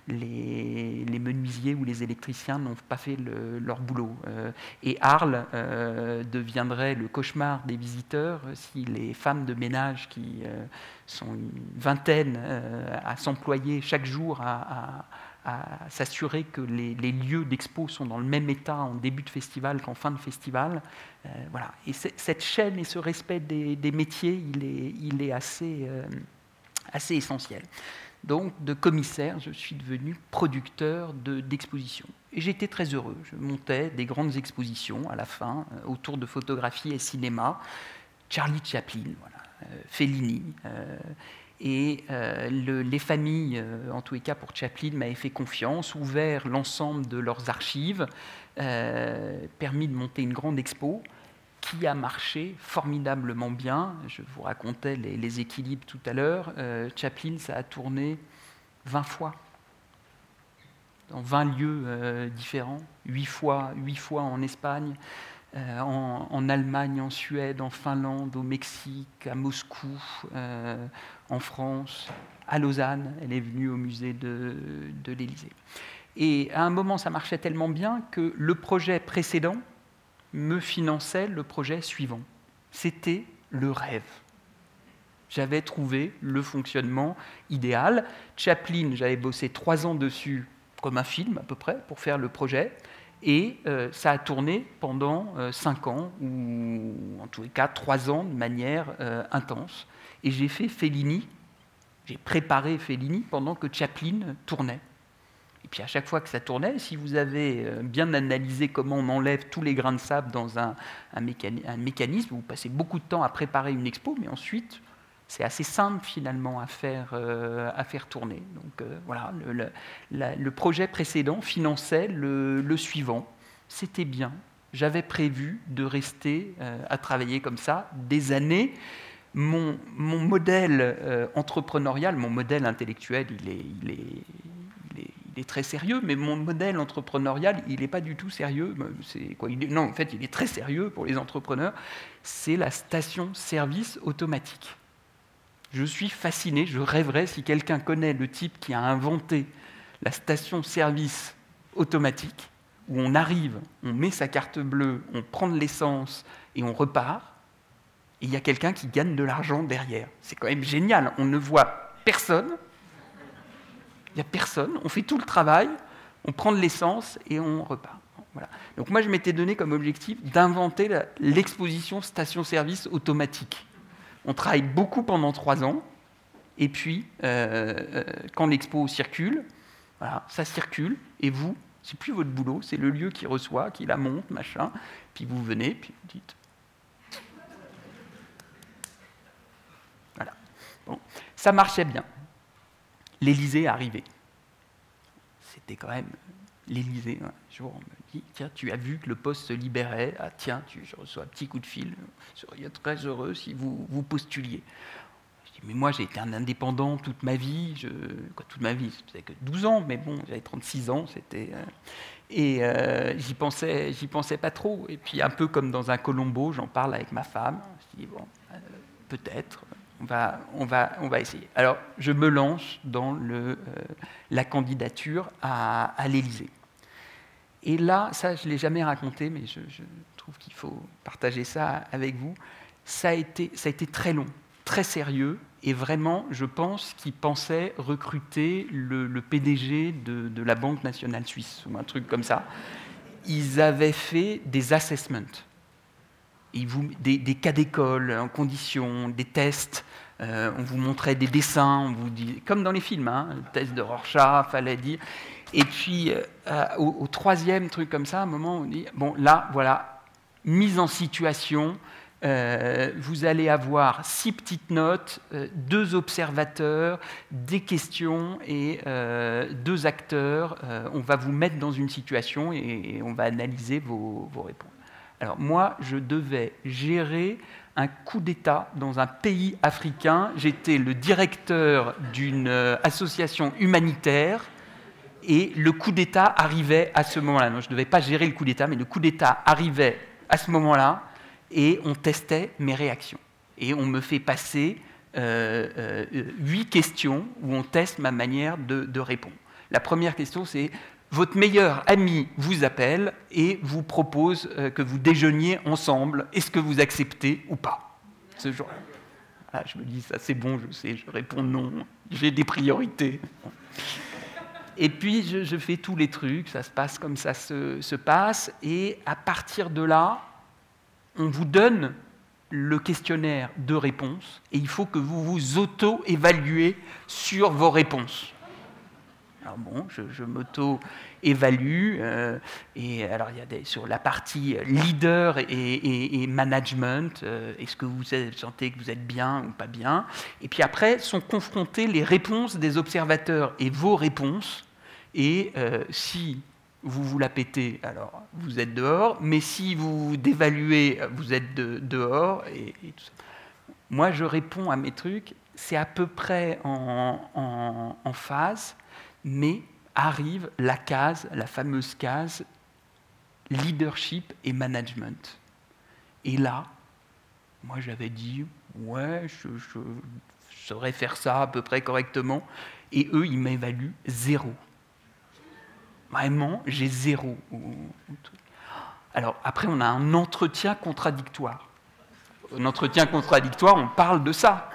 les, les menuisiers ou les électriciens n'ont pas fait le, leur boulot. Euh, et Arles euh, deviendrait le cauchemar des visiteurs si les femmes de ménage qui euh, sont une vingtaine euh, à s'employer chaque jour à, à à s'assurer que les, les lieux d'expo sont dans le même état en début de festival qu'en fin de festival. Euh, voilà. Et cette chaîne et ce respect des, des métiers, il est, il est assez, euh, assez essentiel. Donc, de commissaire, je suis devenu producteur de, d'expositions. Et j'étais très heureux. Je montais des grandes expositions à la fin, euh, autour de photographie et cinéma. Charlie Chaplin, voilà, euh, Fellini. Euh, Et euh, le, les familles, euh, en tous les cas pour Chaplin, m'avaient fait confiance, ouvert l'ensemble de leurs archives, euh, permis de monter une grande expo qui a marché formidablement bien. Je vous racontais les, les équilibres tout à l'heure. Euh, Chaplin, ça a tourné vingt fois, dans vingt lieux euh, différents, huit fois, huit fois en Espagne. euh, en, en Allemagne, en Suède, en Finlande, au Mexique, à Moscou, euh, en France, à Lausanne. Elle est venue au musée de, de l'Élysée. Et à un moment, ça marchait tellement bien que le projet précédent me finançait le projet suivant. C'était le rêve. J'avais trouvé le fonctionnement idéal. Chaplin, j'avais bossé trois ans dessus, comme un film à peu près, pour faire le projet. Et euh, ça a tourné pendant euh, cinq ans, ou en tous les cas trois ans de manière euh, intense. Et j'ai fait Fellini, j'ai préparé Fellini pendant que Chaplin tournait. Et puis à chaque fois que ça tournait, si vous avez bien analysé comment on enlève tous les grains de sable dans un, un, mécani- un mécanisme, vous passez beaucoup de temps à préparer une expo, mais ensuite, c'est assez simple finalement à faire, euh, à faire tourner. Donc euh, voilà, le, le, la, le projet précédent finançait le, le suivant. C'était bien. J'avais prévu de rester euh, à travailler comme ça des années. Mon, mon modèle euh, entrepreneurial, mon modèle intellectuel, il est, il est, il est, il est très sérieux, mais mon modèle entrepreneurial, il n'est pas du tout sérieux. C'est quoi, il est, non, en fait, il est très sérieux pour les entrepreneurs. C'est la station-service automatique. Je suis fasciné, je rêverais, si quelqu'un connaît le type qui a inventé la station-service automatique, où on arrive, on met sa carte bleue, on prend de l'essence et on repart, et il y a quelqu'un qui gagne de l'argent derrière. C'est quand même génial, on ne voit personne, il n'y a personne, on fait tout le travail, on prend de l'essence et on repart. Voilà. Donc moi, je m'étais donné comme objectif d'inventer la, l'exposition station-service automatique. On travaille beaucoup pendant trois ans, et puis, euh, euh, quand l'expo circule, voilà, ça circule, et vous, c'est plus votre boulot, c'est le lieu qui reçoit, qui la monte, machin, puis vous venez, puis vous dites... Voilà. Bon. Ça marchait bien. L'Élysée arrivait. C'était quand même l'Élysée. Un jour, on me dit, tiens, tu as vu que le poste se libérait. Ah tiens, tu, je reçois un petit coup de fil. Je serais très heureux si vous, vous postuliez. Je dis, mais moi, j'ai été un indépendant toute ma vie. Je, quoi, toute ma vie, c'était que douze ans, mais bon, j'avais trente-six ans. C'était, euh, et euh, j'y pensais, j'y pensais pas trop. Et puis, un peu comme dans un Colombo, j'en parle avec ma femme. Je dis, bon, euh, peut-être... On va, on, va, on va essayer. Alors, je me lance dans le, euh, la candidature à, à l'Élysée. Et là, ça, je ne l'ai jamais raconté, mais je, je trouve qu'il faut partager ça avec vous. Ça a été, ça a été très long, très sérieux, et vraiment, je pense qu'ils pensaient recruter le, le P D G de, de la Banque nationale suisse, ou un truc comme ça. Ils avaient fait des assessments. Ils vous, des, des cas d'école en conditions, des tests, euh, on vous montrait des dessins, on vous dit, comme dans les films, hein, test de Rorschach, fallait dire. Et puis, euh, au, au troisième truc comme ça, à un moment, on dit, bon, là, voilà, mise en situation, euh, vous allez avoir six petites notes, euh, deux observateurs, des questions et euh, deux acteurs. Euh, on va vous mettre dans une situation et, et on va analyser vos, vos réponses. Alors moi, je devais gérer un coup d'État dans un pays africain. J'étais le directeur d'une association humanitaire et le coup d'État arrivait à ce moment-là. Non, je ne devais pas gérer le coup d'État, mais le coup d'État arrivait à ce moment-là et on testait mes réactions. Et on me fait passer euh, euh, huit questions où on teste ma manière de, de répondre. La première question, c'est... Votre meilleur ami vous appelle et vous propose que vous déjeuniez ensemble. Est-ce que vous acceptez ou pas ce jour-là? Ah, je me dis, ça c'est bon, je sais, je réponds non, j'ai des priorités. Et puis je, je fais tous les trucs, ça se passe comme ça se, se passe, et à partir de là, on vous donne le questionnaire de réponse, et il faut que vous vous auto-évaluez sur vos réponses. Alors bon, je, je m'auto-évalue, euh, et alors il y a des, sur la partie leader et, et, et management, euh, est-ce que vous sentez que vous êtes bien ou pas bien? Et puis après sont confrontées les réponses des observateurs et vos réponses, et euh, si vous vous la pétez, alors vous êtes dehors, mais si vous vous dévaluez, vous êtes de, dehors, et, et tout ça. Moi, je réponds à mes trucs, c'est à peu près en, en, en phase, mais arrive la case, la fameuse case leadership et management. Et là, moi j'avais dit, ouais, je, je, je saurais faire ça à peu près correctement. Et eux, ils m'évaluent zéro. Vraiment, j'ai zéro. Alors après, on a un entretien contradictoire. Un entretien contradictoire, on parle de ça.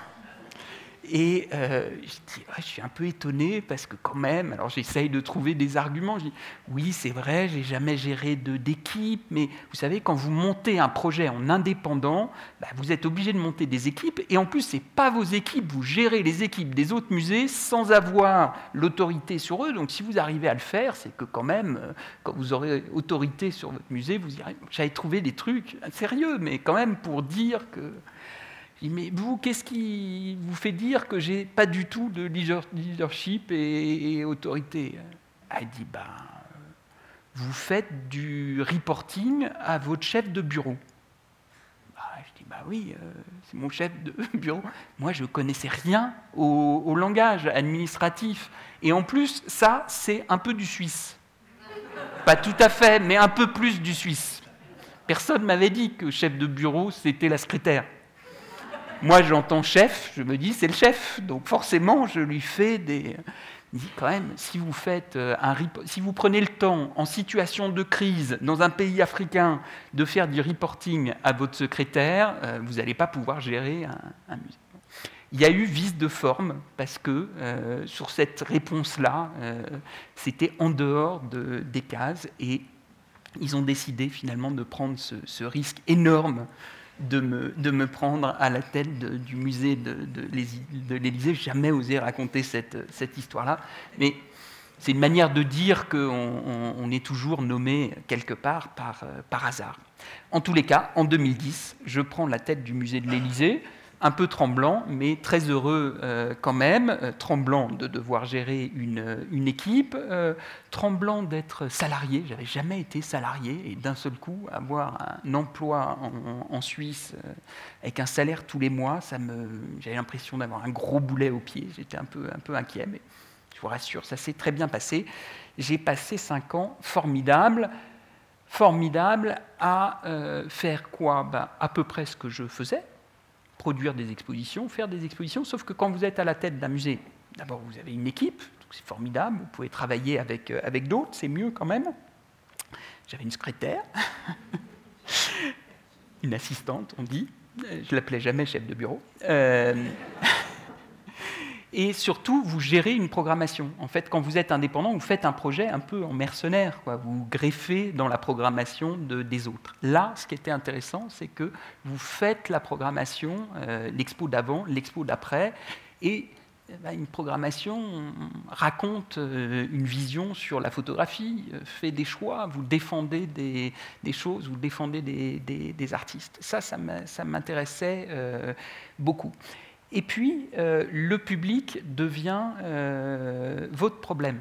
Et euh, je dis, ouais, je suis un peu étonné parce que quand même, alors j'essaye de trouver des arguments. Je dis, oui, c'est vrai, j'ai jamais géré de, d'équipe, mais vous savez, quand vous montez un projet en indépendant, bah, vous êtes obligé de monter des équipes. Et en plus, c'est pas vos équipes, vous gérez les équipes des autres musées sans avoir l'autorité sur eux. Donc si vous arrivez à le faire, c'est que quand même, quand vous aurez autorité sur votre musée, vous irez. J'avais trouvé des trucs sérieux, mais quand même pour dire que. Je dis, mais vous, qu'est-ce qui vous fait dire que j'ai pas du tout de leadership et, et autorité? Elle dit, ben, vous faites du reporting à votre chef de bureau. Bah, je dis, bah oui, euh, c'est mon chef de bureau. Moi, je connaissais rien au, au langage administratif. Et en plus, ça, c'est un peu du suisse. Pas tout à fait, mais un peu plus du suisse. Personne m'avait dit que chef de bureau, c'était la secrétaire. Moi, j'entends chef, je me dis, c'est le chef. Donc forcément, je lui fais des... Je dis quand même, si vous faites un rep... si vous prenez le temps, en situation de crise, dans un pays africain, de faire du reporting à votre secrétaire, euh, vous n'allez pas pouvoir gérer un, un musée. Il y a eu vice de forme, parce que euh, sur cette réponse-là, euh, c'était en dehors de, des cases, et ils ont décidé finalement de prendre ce, ce risque énorme De me, de me prendre à la tête de, du musée de, de, de l'Élysée. Je n'ai jamais osé raconter cette, cette histoire-là. Mais c'est une manière de dire qu'on on, on est toujours nommé quelque part par, par hasard. En tous les cas, en deux mille dix, je prends la tête du musée de l'Élysée, un peu tremblant, mais très heureux euh, quand même, euh, tremblant de devoir gérer une, une équipe, euh, tremblant d'être salarié. Je n'avais jamais été salarié, et d'un seul coup, avoir un emploi en, en Suisse euh, avec un salaire tous les mois, ça me, j'avais l'impression d'avoir un gros boulet au pied. J'étais un peu, un peu inquiet, mais je vous rassure, ça s'est très bien passé. J'ai passé cinq ans formidables, formidables à euh, faire quoi? Ben, à peu près ce que je faisais. Produire des expositions, faire des expositions, sauf que quand vous êtes à la tête d'un musée, d'abord vous avez une équipe, donc c'est formidable, vous pouvez travailler avec, euh, avec d'autres, c'est mieux quand même. J'avais une secrétaire, une assistante, on dit, je l'appelais jamais chef de bureau. Euh... Et surtout, vous gérez une programmation. En fait, quand vous êtes indépendant, vous faites un projet un peu en mercenaire, quoi. Vous greffez dans la programmation de, des autres. Là, ce qui était intéressant, c'est que vous faites la programmation, euh, l'expo d'avant, l'expo d'après, et eh ben, une programmation raconte euh, une vision sur la photographie, euh, fait des choix, vous défendez des, des choses, vous défendez des, des, des artistes. Ça, ça m'intéressait euh, beaucoup. Et puis, euh, le public devient euh, votre problème.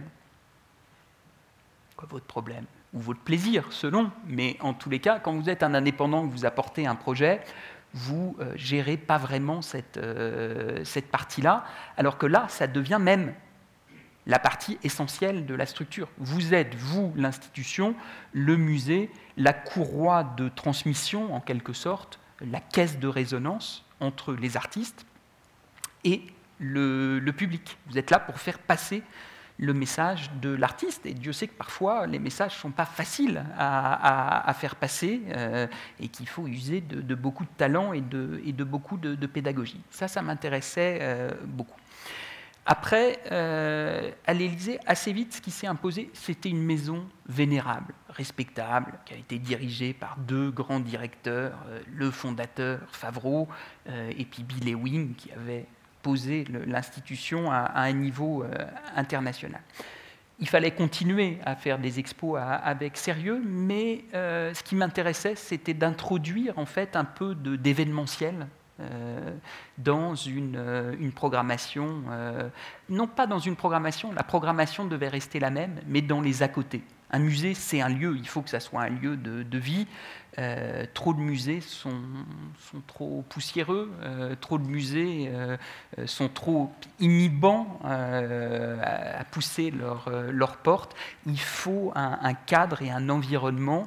Quoi, votre problème? Ou votre plaisir, selon. Mais en tous les cas, quand vous êtes un indépendant, que vous apportez un projet, vous ne euh, gérez pas vraiment cette, euh, cette partie-là, alors que là, ça devient même la partie essentielle de la structure. Vous êtes, vous, l'institution, le musée, la courroie de transmission, en quelque sorte, la caisse de résonance entre les artistes et le, le public. Vous êtes là pour faire passer le message de l'artiste. Et Dieu sait que parfois, les messages ne sont pas faciles à, à, à faire passer euh, et qu'il faut user de, de beaucoup de talent et de, et de beaucoup de, de pédagogie. Ça, ça m'intéressait euh, beaucoup. Après, euh, à l'Élysée, assez vite, ce qui s'est imposé, c'était une maison vénérable, respectable, qui a été dirigée par deux grands directeurs, euh, le fondateur Favreau euh, et puis Bill Ewing, qui avait posé l'institution à, à un niveau euh, international. Il fallait continuer à faire des expos à, avec sérieux, mais euh, ce qui m'intéressait, c'était d'introduire en fait un peu d'événementiel euh, dans une, euh, une programmation, euh, non pas dans une programmation, la programmation devait rester la même, mais dans les à-côté. Un musée, c'est un lieu, il faut que ça soit un lieu de, de vie. Euh, trop de musées sont, sont trop poussiéreux, euh, trop de musées euh, sont trop inhibants euh, à, à pousser leurs leur portes. Il faut un, un cadre et un environnement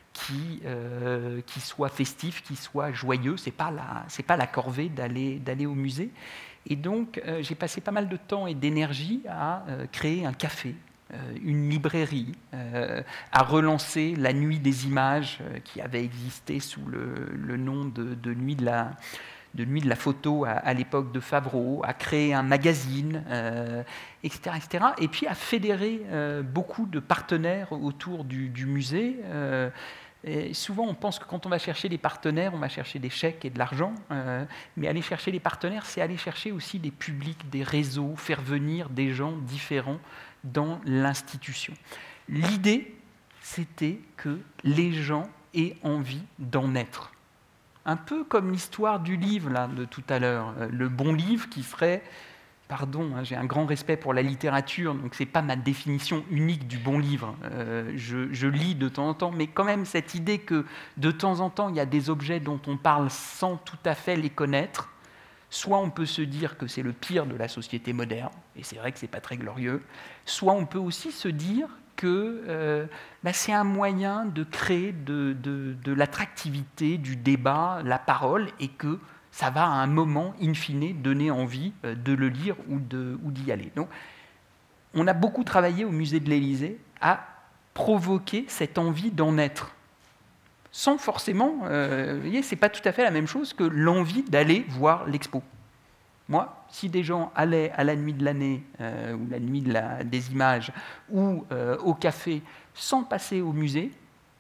qui, euh, qui soit festif, qui soit joyeux. Ce n'est pas la, c'est pas la corvée d'aller, d'aller au musée. Et donc, euh, j'ai passé pas mal de temps et d'énergie à euh, créer un café, euh, une librairie, euh, à relancer la Nuit des images euh, qui avait existé sous le, le nom de, de, Nuit de la, de Nuit de la photo à, à l'époque de Favreau, à créer un magazine, euh, et cetera, et cetera. Et puis à fédérer euh, beaucoup de partenaires autour du, du musée. Euh, Et souvent, on pense que quand on va chercher des partenaires, on va chercher des chèques et de l'argent. Euh, mais aller chercher les partenaires, c'est aller chercher aussi des publics, des réseaux, faire venir des gens différents dans l'institution. L'idée, c'était que les gens aient envie d'en être. Un peu comme l'histoire du livre là, de tout à l'heure. Le bon livre qui serait... Pardon, hein, j'ai un grand respect pour la littérature, donc ce n'est pas ma définition unique du bon livre. Euh, je, je lis de temps en temps, mais quand même cette idée que de temps en temps, il y a des objets dont on parle sans tout à fait les connaître. Soit on peut se dire que c'est le pire de la société moderne, et c'est vrai que ce n'est pas très glorieux. Soit on peut aussi se dire que euh, bah, c'est un moyen de créer de, de, de l'attractivité, du débat, la parole, et que ça va à un moment, in fine, donner envie de le lire ou, de, ou d'y aller. Donc, on a beaucoup travaillé au musée de l'Élysée à provoquer cette envie d'en être. Sans forcément, euh, vous voyez, c'est pas tout à fait la même chose que l'envie d'aller voir l'expo. Moi, si des gens allaient à la nuit de l'année, euh, ou la nuit de la, des images, ou euh, au café, sans passer au musée,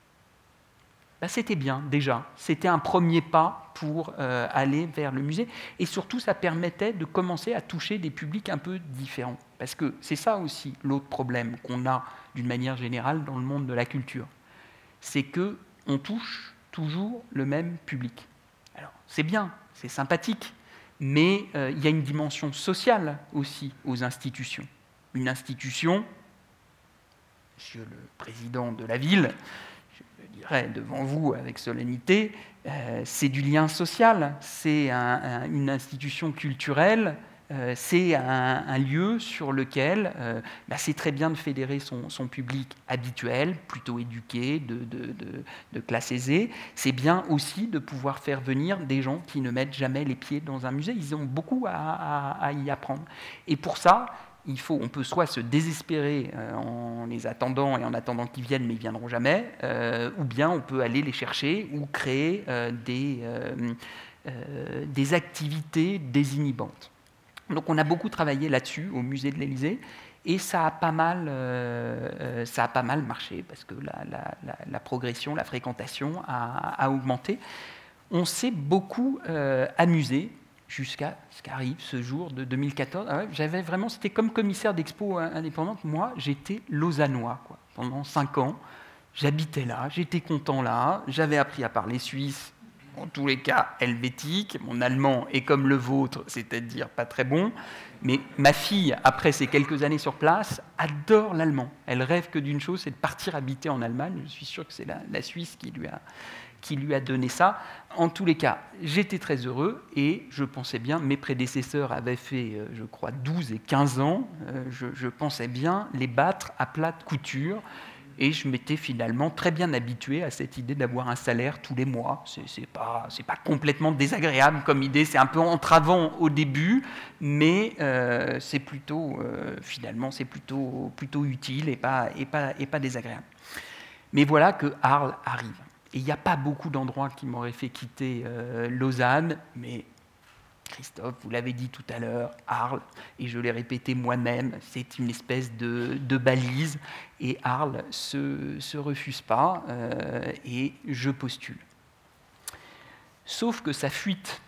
ben, c'était bien déjà. C'était un premier pas pour euh, aller vers le musée. Et surtout, ça permettait de commencer à toucher des publics un peu différents. Parce que c'est ça aussi l'autre problème qu'on a d'une manière générale dans le monde de la culture. C'est qu'on touche toujours le même public. Alors, c'est bien, c'est sympathique, mais euh, il y a une dimension sociale aussi aux institutions. Une institution, monsieur le président de la ville, je dirais devant vous avec solennité, euh, c'est du lien social, c'est un, un, une institution culturelle, euh, c'est un, un lieu sur lequel euh, bah, c'est très bien de fédérer son, son public habituel, plutôt éduqué, de, de, de, de classe aisée. C'est bien aussi de pouvoir faire venir des gens qui ne mettent jamais les pieds dans un musée. Ils ont beaucoup à, à, à y apprendre. Et pour ça, il faut, on peut soit se désespérer euh, en les attendant et en attendant qu'ils viennent, mais ils ne viendront jamais, euh, ou bien on peut aller les chercher ou créer euh, des, euh, euh, des activités désinhibantes. Donc on a beaucoup travaillé là-dessus au musée de l'Élysée, et ça a pas mal, euh, ça a pas mal marché, parce que la, la, la, la progression, la fréquentation a, a augmenté. On s'est beaucoup euh, amusé, jusqu'à ce qu'arrive ce jour de deux mille quatorze. Ah ouais, j'avais vraiment, c'était comme commissaire d'expo indépendante. Moi, j'étais lausannois quoi. Pendant cinq ans. J'habitais là, j'étais content là. J'avais appris à parler suisse, en tous les cas helvétique. Mon allemand est comme le vôtre, c'est-à-dire pas très bon. Mais ma fille, après ces quelques années sur place, adore l'allemand. Elle rêve que d'une chose, c'est de partir habiter en Allemagne. Je suis sûr que c'est la, la Suisse qui lui a... qui lui a donné ça. En tous les cas, j'étais très heureux et je pensais bien, mes prédécesseurs avaient fait, je crois, douze et quinze ans, je, je pensais bien les battre à plate couture et je m'étais finalement très bien habitué à cette idée d'avoir un salaire tous les mois. C'est, c'est pas, c'est pas complètement désagréable comme idée, c'est un peu entravant au début, mais euh, c'est plutôt, euh, finalement, c'est plutôt, plutôt utile et pas, et, pas, et pas désagréable. Mais voilà que Arles arrive. Et il n'y a pas beaucoup d'endroits qui m'auraient fait quitter euh, Lausanne, mais Christophe, vous l'avez dit tout à l'heure, Arles, et je l'ai répété moi-même, c'est une espèce de, de balise, et Arles ne se, se refuse pas, euh, et je postule. Sauf que ça fuite.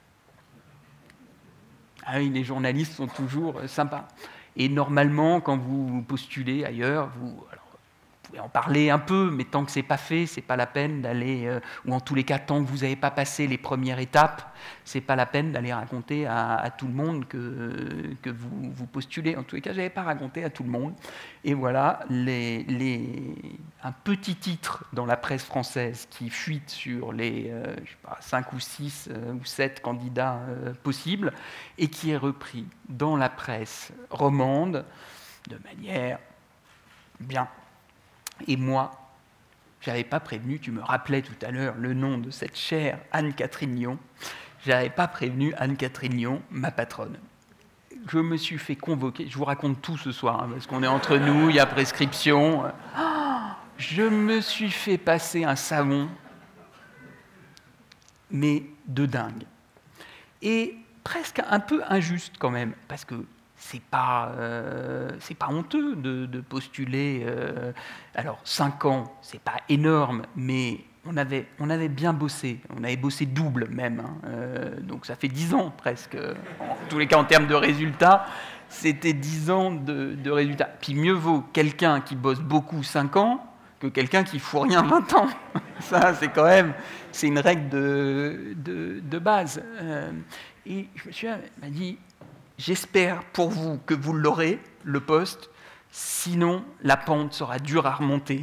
Ah oui, les journalistes sont toujours sympas. Et normalement, quand vous postulez ailleurs, vous... Alors, vous pouvez en parler un peu, mais tant que ce n'est pas fait, ce n'est pas la peine d'aller, euh, ou en tous les cas, tant que vous n'avez pas passé les premières étapes, ce n'est pas la peine d'aller raconter à, à tout le monde que, que vous, vous postulez. En tous les cas, je n'avais pas raconté à tout le monde. Et voilà, les, les, un petit titre dans la presse française qui fuite sur les euh, je sais pas, cinq ou six euh, ou sept candidats euh, possibles, et qui est repris dans la presse romande de manière bien. Et moi, Je n'avais pas prévenu, tu me rappelais tout à l'heure le nom de cette chère Anne-Catherine Lyon. Je n'avais pas prévenu Anne-Catherine Lyon, ma patronne. Je me suis fait convoquer, je vous raconte tout ce soir, hein, parce qu'on est entre nous, il y a prescription. Oh, je me suis fait passer un savon, mais de dingue. Et presque un peu injuste quand même, parce que c'est pas, euh, c'est pas honteux de, de postuler. Euh, alors, cinq ans, c'est pas énorme, mais on avait, on avait bien bossé. On avait bossé double même. Hein, euh, donc, ça fait dix ans presque. En tous les cas, en termes de résultats, c'était dix ans de, de résultats. Puis mieux vaut quelqu'un qui bosse beaucoup cinq ans que quelqu'un qui fout rien vingt ans. Ça, c'est quand même, c'est une règle de, de, de base. Euh, et je me suis m'a dit, j'espère pour vous que vous l'aurez, le poste, sinon la pente sera dure à remonter.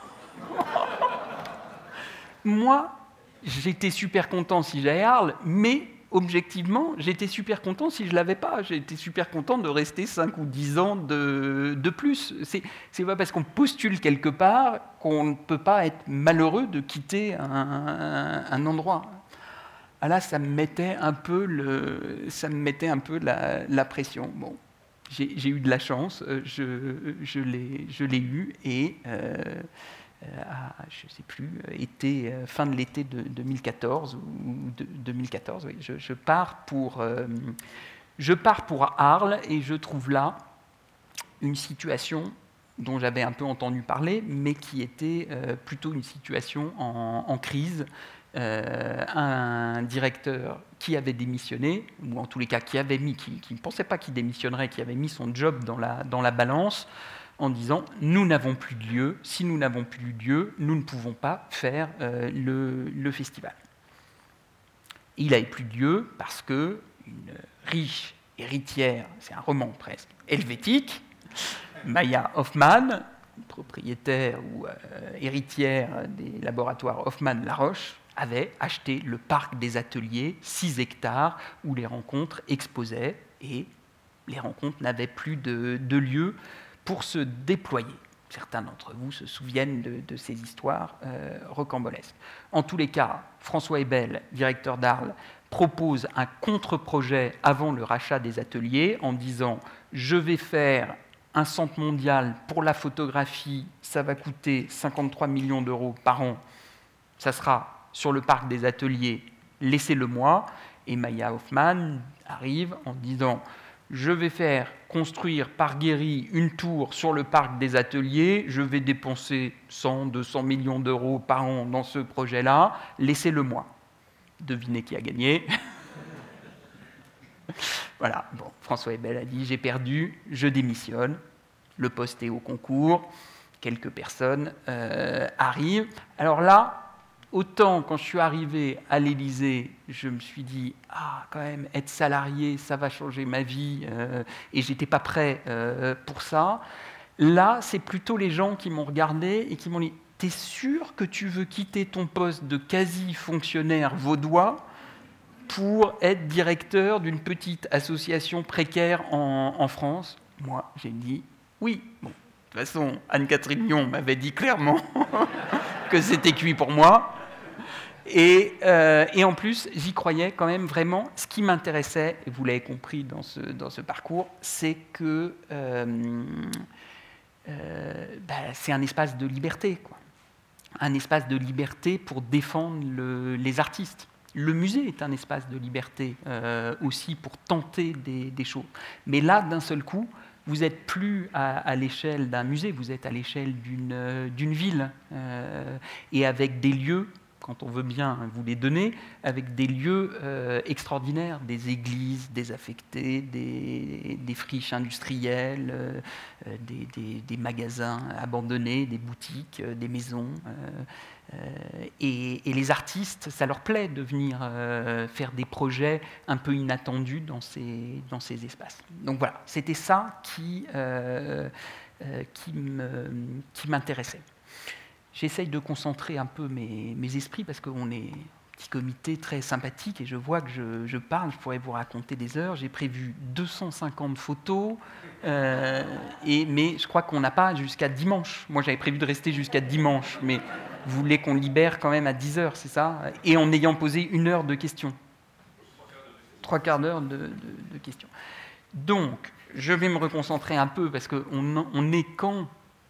Moi, j'étais super content si j'avais Arles, mais objectivement, j'étais super content si je ne l'avais pas. J'étais super content de rester cinq ou dix ans de, de plus. C'est, c'est pas parce qu'on postule quelque part qu'on ne peut pas être malheureux de quitter un, un, un endroit. Ah là, ça me mettait un peu, le, ça me mettait un peu la, la pression. Bon, j'ai, j'ai eu de la chance, je, je, l'ai, je l'ai eu, et euh, à, je ne sais plus, été, fin de l'été de deux mille quatorze, ou de, deux mille quatorze, oui, je, je, pars pour, euh, je pars pour Arles, et je trouve là une situation dont j'avais un peu entendu parler, mais qui était euh, plutôt une situation en, en crise. Euh, un directeur qui avait démissionné, ou en tous les cas qui avait mis, qui, qui ne pensait pas qu'il démissionnerait, qui avait mis son job dans la, dans la balance en disant « nous n'avons plus de lieu, si nous n'avons plus de lieu, nous ne pouvons pas faire euh, le, le festival ». Il n'avait plus de lieu parce qu'une riche héritière, c'est un roman presque, helvétique, Maya Hoffmann, propriétaire ou euh, héritière des laboratoires Hoffmann-Laroche, avait acheté le parc des ateliers, six hectares, où les rencontres exposaient, et les rencontres n'avaient plus de, de lieu pour se déployer. Certains d'entre vous se souviennent de, de ces histoires euh, rocambolesques. En tous les cas, François Ebel, directeur d'Arles, propose un contre-projet avant le rachat des ateliers en disant « je vais faire un centre mondial pour la photographie, ça va coûter cinquante-trois millions d'euros par an, ça sera sur le parc des ateliers, laissez-le-moi ». Et Maya Hoffmann arrive en disant « je vais faire construire par Guéry une tour sur le parc des ateliers, je vais dépenser cent, deux cents millions d'euros par an dans ce projet-là, laissez-le-moi ». Devinez qui a gagné. Voilà, bon, François Ebel a dit « j'ai perdu, je démissionne ». Le poste est au concours, quelques personnes euh, arrivent. Alors là, autant quand je suis arrivé à l'Élysée, je me suis dit « ah, quand même, être salarié, ça va changer ma vie euh, », et je n'étais pas prêt euh, pour ça. Là, c'est plutôt les gens qui m'ont regardé et qui m'ont dit « t'es sûr que tu veux quitter ton poste de quasi-fonctionnaire vaudois pour être directeur d'une petite association précaire en, en France ?» Moi, j'ai dit « oui ». Bon, de toute façon, Anne-Catherine Lyon m'avait dit clairement que c'était cuit pour moi. Et, euh, et en plus, j'y croyais quand même vraiment. Ce qui m'intéressait, et vous l'avez compris dans ce, dans ce parcours, c'est que euh, euh, bah, c'est un espace de liberté, quoi. Un espace de liberté pour défendre le, les artistes. Le musée est un espace de liberté euh, aussi pour tenter des, des choses. Mais là, d'un seul coup, vous n'êtes plus à, à l'échelle d'un musée, vous êtes à l'échelle d'une, euh, d'une ville, euh, et avec des lieux, quand on veut bien vous les donner, avec des lieux euh, extraordinaires, des églises désaffectées, des, des friches industrielles, euh, des, des, des magasins abandonnés, des boutiques, euh, des maisons. Euh, euh, et, et les artistes, ça leur plaît de venir euh, faire des projets un peu inattendus dans ces, dans ces espaces. Donc voilà, c'était ça qui, euh, euh, qui, me, qui m'intéressait. J'essaye de concentrer un peu mes, mes esprits parce qu'on est un petit comité très sympathique et je vois que je, je parle, je pourrais vous raconter des heures. J'ai prévu deux cent cinquante photos, euh, et, mais je crois qu'on n'a pas jusqu'à dimanche. Moi, j'avais prévu de rester jusqu'à dimanche, mais Vous voulez qu'on libère quand même à dix heures, c'est ça? Et en ayant posé une heure de questions. Trois quarts d'heure de, de, de questions. Donc, je vais me reconcentrer un peu, parce qu'on on est quand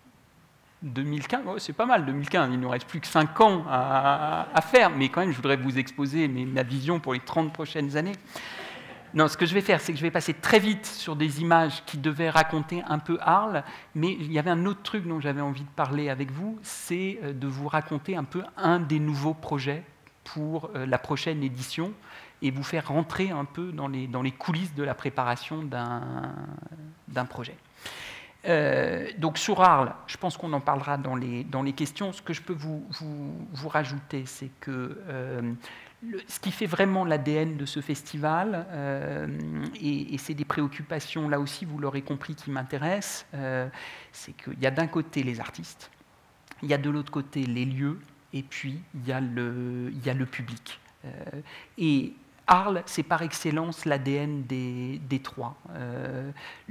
deux mille quinze, oh, c'est pas mal, deux mille quinze, il ne nous reste plus que cinq ans à, à faire, mais quand même, je voudrais vous exposer mes, ma vision pour les trente prochaines années. Non, ce que je vais faire, c'est que je vais passer très vite sur des images qui devaient raconter un peu Arles, mais il y avait un autre truc dont j'avais envie de parler avec vous, c'est de vous raconter un peu un des nouveaux projets pour la prochaine édition et vous faire rentrer un peu dans les, dans les coulisses de la préparation d'un, d'un projet. Euh, donc sur Arles, je pense qu'on en parlera dans les, dans les questions. Ce que je peux vous, vous, vous rajouter, c'est que euh, le, ce qui fait vraiment l'A D N de ce festival, euh, et, et c'est des préoccupations, là aussi, vous l'aurez compris, qui m'intéressent, euh, c'est qu'il y a d'un côté les artistes, il y a de l'autre côté les lieux, et puis il y a le, il y a le public. Euh, et Arles, c'est par excellence l'A D N des, des trois. Euh,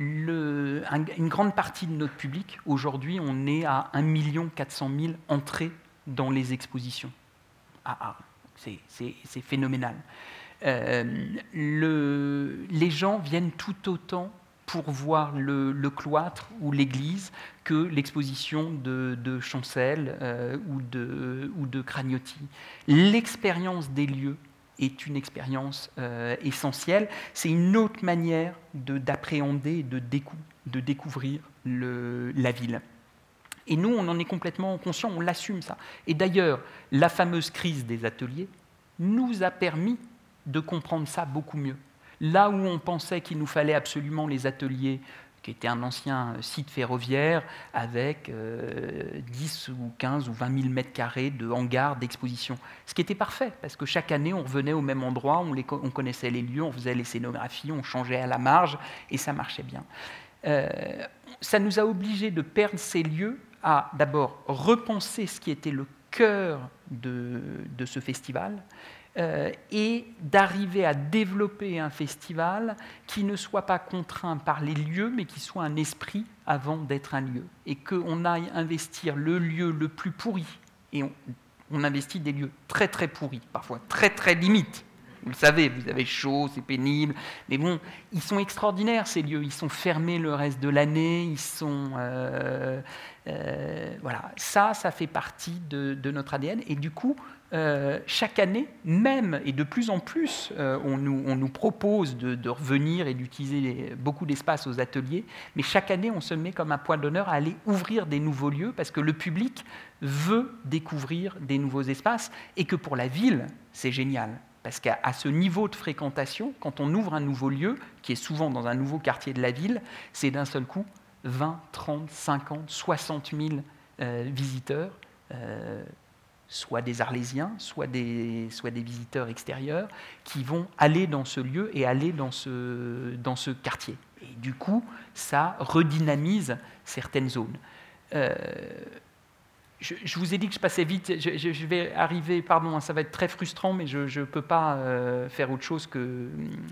le, un, une grande partie de notre public, aujourd'hui, on est à un million quatre cent mille entrées dans les expositions à Arles. C'est, c'est, c'est phénoménal. Euh, le, les gens viennent tout autant pour voir le, le cloître ou l'église que l'exposition de, de Chancel euh, ou, de, ou de Cragnotti. L'expérience des lieux est une expérience euh, essentielle. C'est une autre manière de, d'appréhender et de, décou- de découvrir le, la ville. Et nous, on en est complètement conscient, on l'assume ça. Et d'ailleurs, la fameuse crise des ateliers nous a permis de comprendre ça beaucoup mieux. Là où on pensait qu'il nous fallait absolument les ateliers, qui était un ancien site ferroviaire avec euh, dix ou quinze ou vingt mille mètres carrés de hangars d'exposition. Ce qui était parfait, parce que chaque année, on revenait au même endroit, on, les, on connaissait les lieux, on faisait les scénographies, on changeait à la marge, et ça marchait bien. Euh, ça nous a obligés de perdre ces lieux à d'abord repenser ce qui était le cœur de, de ce festival, Euh, et d'arriver à développer un festival qui ne soit pas contraint par les lieux, mais qui soit un esprit avant d'être un lieu. Et qu'on aille investir le lieu le plus pourri, et on, on investit des lieux très très pourris, parfois très très limites. Vous le savez, vous avez chaud, c'est pénible, mais bon, ils sont extraordinaires ces lieux, ils sont fermés le reste de l'année, ils sont... Euh, euh, voilà, ça, ça fait partie de, de notre A D N, et du coup, Euh, chaque année, même, et de plus en plus, euh, on, nous, on nous propose de, de revenir et d'utiliser les, beaucoup d'espace aux ateliers, mais chaque année, on se met comme un point d'honneur à aller ouvrir des nouveaux lieux, parce que le public veut découvrir des nouveaux espaces, et que pour la ville, c'est génial. Parce qu'à à ce niveau de fréquentation, quand on ouvre un nouveau lieu, qui est souvent dans un nouveau quartier de la ville, c'est d'un seul coup vingt, trente, cinquante, soixante mille euh, visiteurs, euh, soit des Arlésiens, soit des, soit des visiteurs extérieurs, qui vont aller dans ce lieu et aller dans ce, dans ce quartier. Et du coup, ça redynamise certaines zones. Euh, je, je vous ai dit que je passais vite, je, je, je vais arriver, pardon, ça va être très frustrant, mais je ne peux pas euh, faire autre chose que...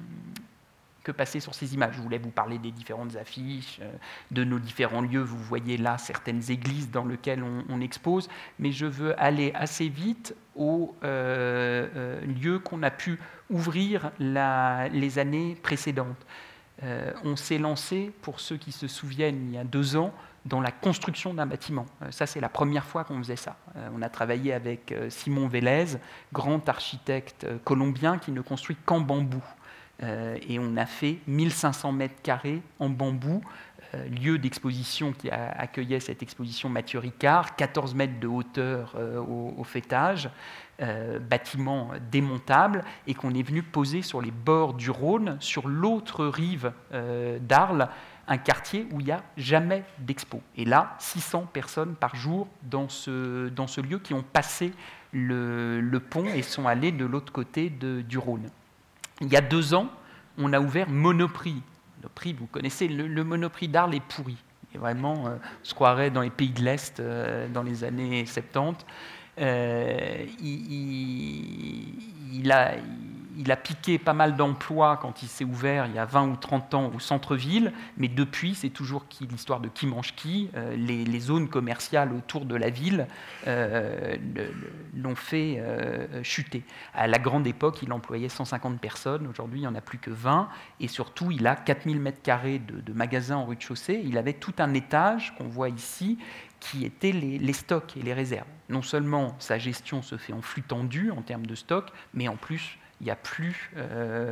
que passer sur ces images. Je voulais vous parler des différentes affiches, de nos différents lieux. Vous voyez là certaines églises dans lesquelles on, on expose, mais je veux aller assez vite aux euh, euh, lieux qu'on a pu ouvrir la, les années précédentes. Euh, on s'est lancé, pour ceux qui se souviennent, il y a deux ans, dans la construction d'un bâtiment. Euh, ça, c'est la première fois qu'on faisait ça. Euh, on a travaillé avec euh, Simon Vélez, grand architecte euh, colombien qui ne construit qu'en bambou. Euh, et on a fait mille cinq cents mètres carrés en bambou, euh, lieu d'exposition qui a, accueillait cette exposition Mathieu Ricard, quatorze mètres de hauteur euh, au, au faîtage, euh, bâtiment démontable, et qu'on est venu poser sur les bords du Rhône, sur l'autre rive euh, d'Arles, un quartier où il n'y a jamais d'expo. Et là, six cents personnes par jour dans ce, dans ce lieu qui ont passé le, le pont et sont allées de l'autre côté de, du Rhône. Il y a deux ans, on a ouvert Monoprix. Monoprix, vous connaissez, le, le Monoprix d'Arles est pourri. Et vraiment, euh, on se croirait dans les pays de l'Est euh, dans les années soixante-dix. Euh, il, il, il, a, il a piqué pas mal d'emplois quand il s'est ouvert il y a vingt ou trente ans au centre-ville, mais depuis, c'est toujours qui, l'histoire de qui mange qui. Euh, les, les zones commerciales autour de la ville euh, l'ont fait euh, chuter. À la grande époque, il employait cent cinquante personnes. Aujourd'hui, il n'y en a plus que vingt. Et surtout, il a quatre mille mètres carrés de, de magasins en rez-de-chaussée. Il avait tout un étage qu'on voit ici, qui étaient les, les stocks et les réserves. Non seulement sa gestion se fait en flux tendu en termes de stock, mais en plus, il n'y a plus euh,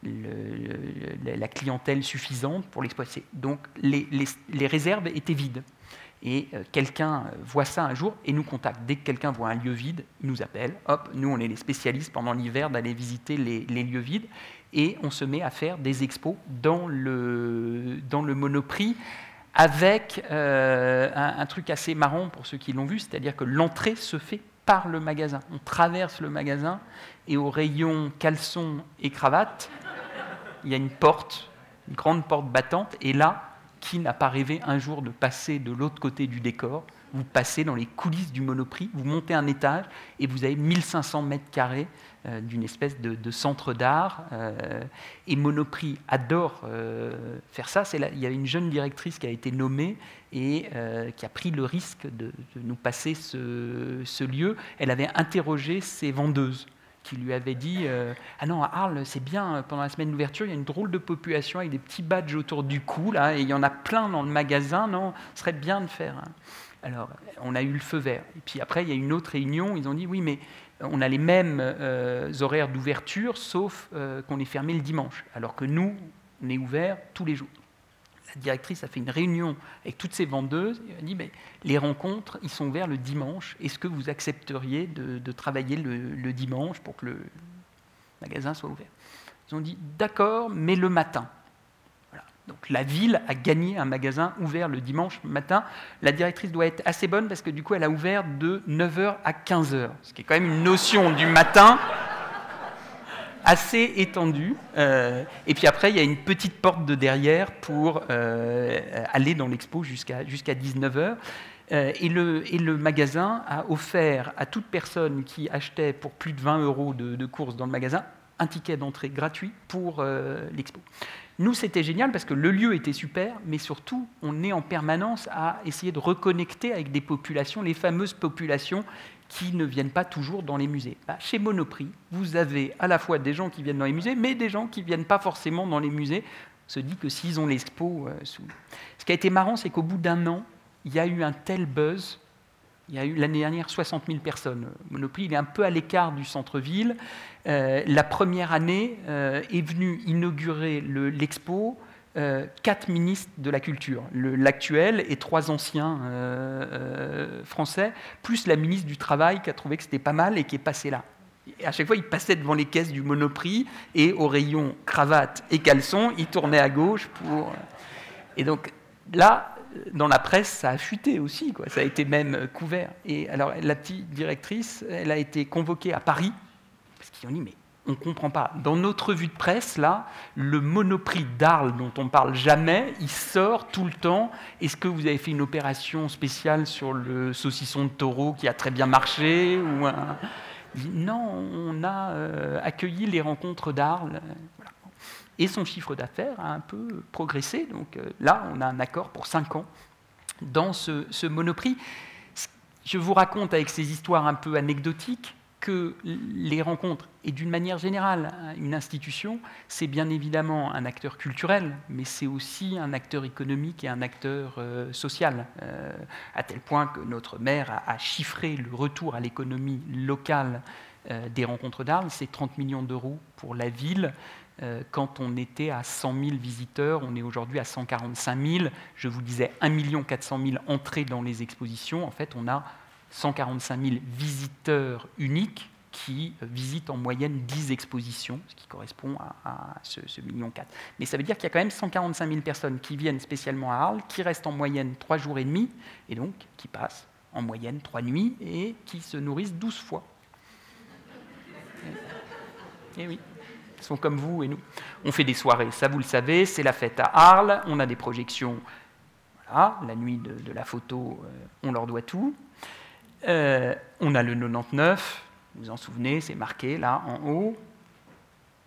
le, la clientèle suffisante pour l'exploiter. Donc, les, les, les réserves étaient vides. Et euh, quelqu'un voit ça un jour et nous contacte. Dès que quelqu'un voit un lieu vide, il nous appelle. Hop, nous, on est les spécialistes pendant l'hiver d'aller visiter les, les lieux vides. Et on se met à faire des expos dans le, dans le Monoprix, avec euh, un, un truc assez marrant pour ceux qui l'ont vu, c'est-à-dire que l'entrée se fait par le magasin. On traverse le magasin et au rayon caleçon et cravate, il y a une porte, une grande porte battante, et là, qui n'a pas rêvé un jour de passer de l'autre côté du décor? Vous passez dans les coulisses du Monoprix, vous montez un étage et vous avez mille cinq cents mètres carrés euh, d'une espèce de, de centre d'art. Euh, et Monoprix adore euh, faire ça. C'est là, il y a une jeune directrice qui a été nommée et euh, qui a pris le risque de, de nous passer ce, ce lieu. Elle avait interrogé ses vendeuses, qui lui avait dit euh, « Ah non, à Arles, c'est bien, pendant la semaine d'ouverture, il y a une drôle de population avec des petits badges autour du cou, là, et il y en a plein dans le magasin, non, ce serait bien de faire... Hein. » Alors, on a eu le feu vert. Et puis après, il y a une autre réunion, ils ont dit « Oui, mais on a les mêmes euh, horaires d'ouverture, sauf euh, qu'on est fermé le dimanche, alors que nous, on est ouvert tous les jours. » La directrice a fait une réunion avec toutes ses vendeuses et a dit mais les rencontres, ils sont ouverts le dimanche. Est-ce que vous accepteriez de, de travailler le, le dimanche pour que le magasin soit ouvert? Ils ont dit d'accord, mais le matin. Voilà. Donc la ville a gagné un magasin ouvert le dimanche matin. La directrice doit être assez bonne parce que du coup, elle a ouvert de neuf heures à quinze heures, ce qui est quand même une notion du matin assez étendue. Euh, et puis après, il y a une petite porte de derrière pour euh, aller dans l'expo jusqu'à jusqu'à dix-neuf heures. Euh, et, le, et le magasin a offert à toute personne qui achetait pour plus de vingt euros de, de courses dans le magasin un ticket d'entrée gratuit pour euh, l'expo. Nous, c'était génial parce que le lieu était super, mais surtout, on est en permanence à essayer de reconnecter avec des populations, les fameuses populations qui ne viennent pas toujours dans les musées. Bah, chez Monoprix, vous avez à la fois des gens qui viennent dans les musées, mais des gens qui ne viennent pas forcément dans les musées. On se dit que s'ils ont l'expo euh, sous... Ce qui a été marrant, c'est qu'au bout d'un an, il y a eu un tel buzz. Il y a eu l'année dernière soixante mille personnes. Monoprix, il est un peu à l'écart du centre-ville. Euh, la première année euh, est venue inaugurer le, l'expo euh, quatre ministres de la culture, le, l'actuel et trois anciens euh, euh, français, plus la ministre du Travail qui a trouvé que c'était pas mal et qui est passée là. Et à chaque fois, il passait devant les caisses du Monoprix et au rayon cravate et caleçon, il tournait à gauche pour... Et donc là, dans la presse, ça a fuité aussi, quoi. Ça a été même couvert. Et alors, la petite directrice, elle a été convoquée à Paris, parce qu'ils ont dit, mais on ne comprend pas. Dans notre revue de presse, là, le Monoprix d'Arles, dont on ne parle jamais, il sort tout le temps. Est-ce que vous avez fait une opération spéciale sur le saucisson de taureau qui a très bien marché ou un... Non, on a euh, accueilli les rencontres d'Arles. Voilà. Et son chiffre d'affaires a un peu progressé. Donc euh, là, on a un accord pour cinq ans dans ce, ce Monoprix. Je vous raconte avec ces histoires un peu anecdotiques que les rencontres, et d'une manière générale, une institution, c'est bien évidemment un acteur culturel, mais c'est aussi un acteur économique et un acteur euh, social, euh, à tel point que notre maire a, a chiffré le retour à l'économie locale euh, des rencontres d'Arles, c'est trente millions d'euros pour la ville. Euh, quand on était à cent mille visiteurs, on est aujourd'hui à cent quarante-cinq mille. Je vous disais un million quatre cent mille entrées dans les expositions. En fait, on a cent quarante-cinq mille visiteurs uniques qui visitent en moyenne dix expositions, ce qui correspond à, à ce, ce million quatre. Mais ça veut dire qu'il y a quand même cent quarante-cinq mille personnes qui viennent spécialement à Arles, qui restent en moyenne trois jours et demi, et donc qui passent en moyenne trois nuits, et qui se nourrissent douze fois. Et, et oui, ils sont comme vous et nous. On fait des soirées, ça vous le savez, c'est la fête à Arles, on a des projections, voilà, la nuit de, de la photo, euh, on leur doit tout. Euh, on a le quatre-vingt-dix-neuf, vous vous en souvenez, c'est marqué là en haut.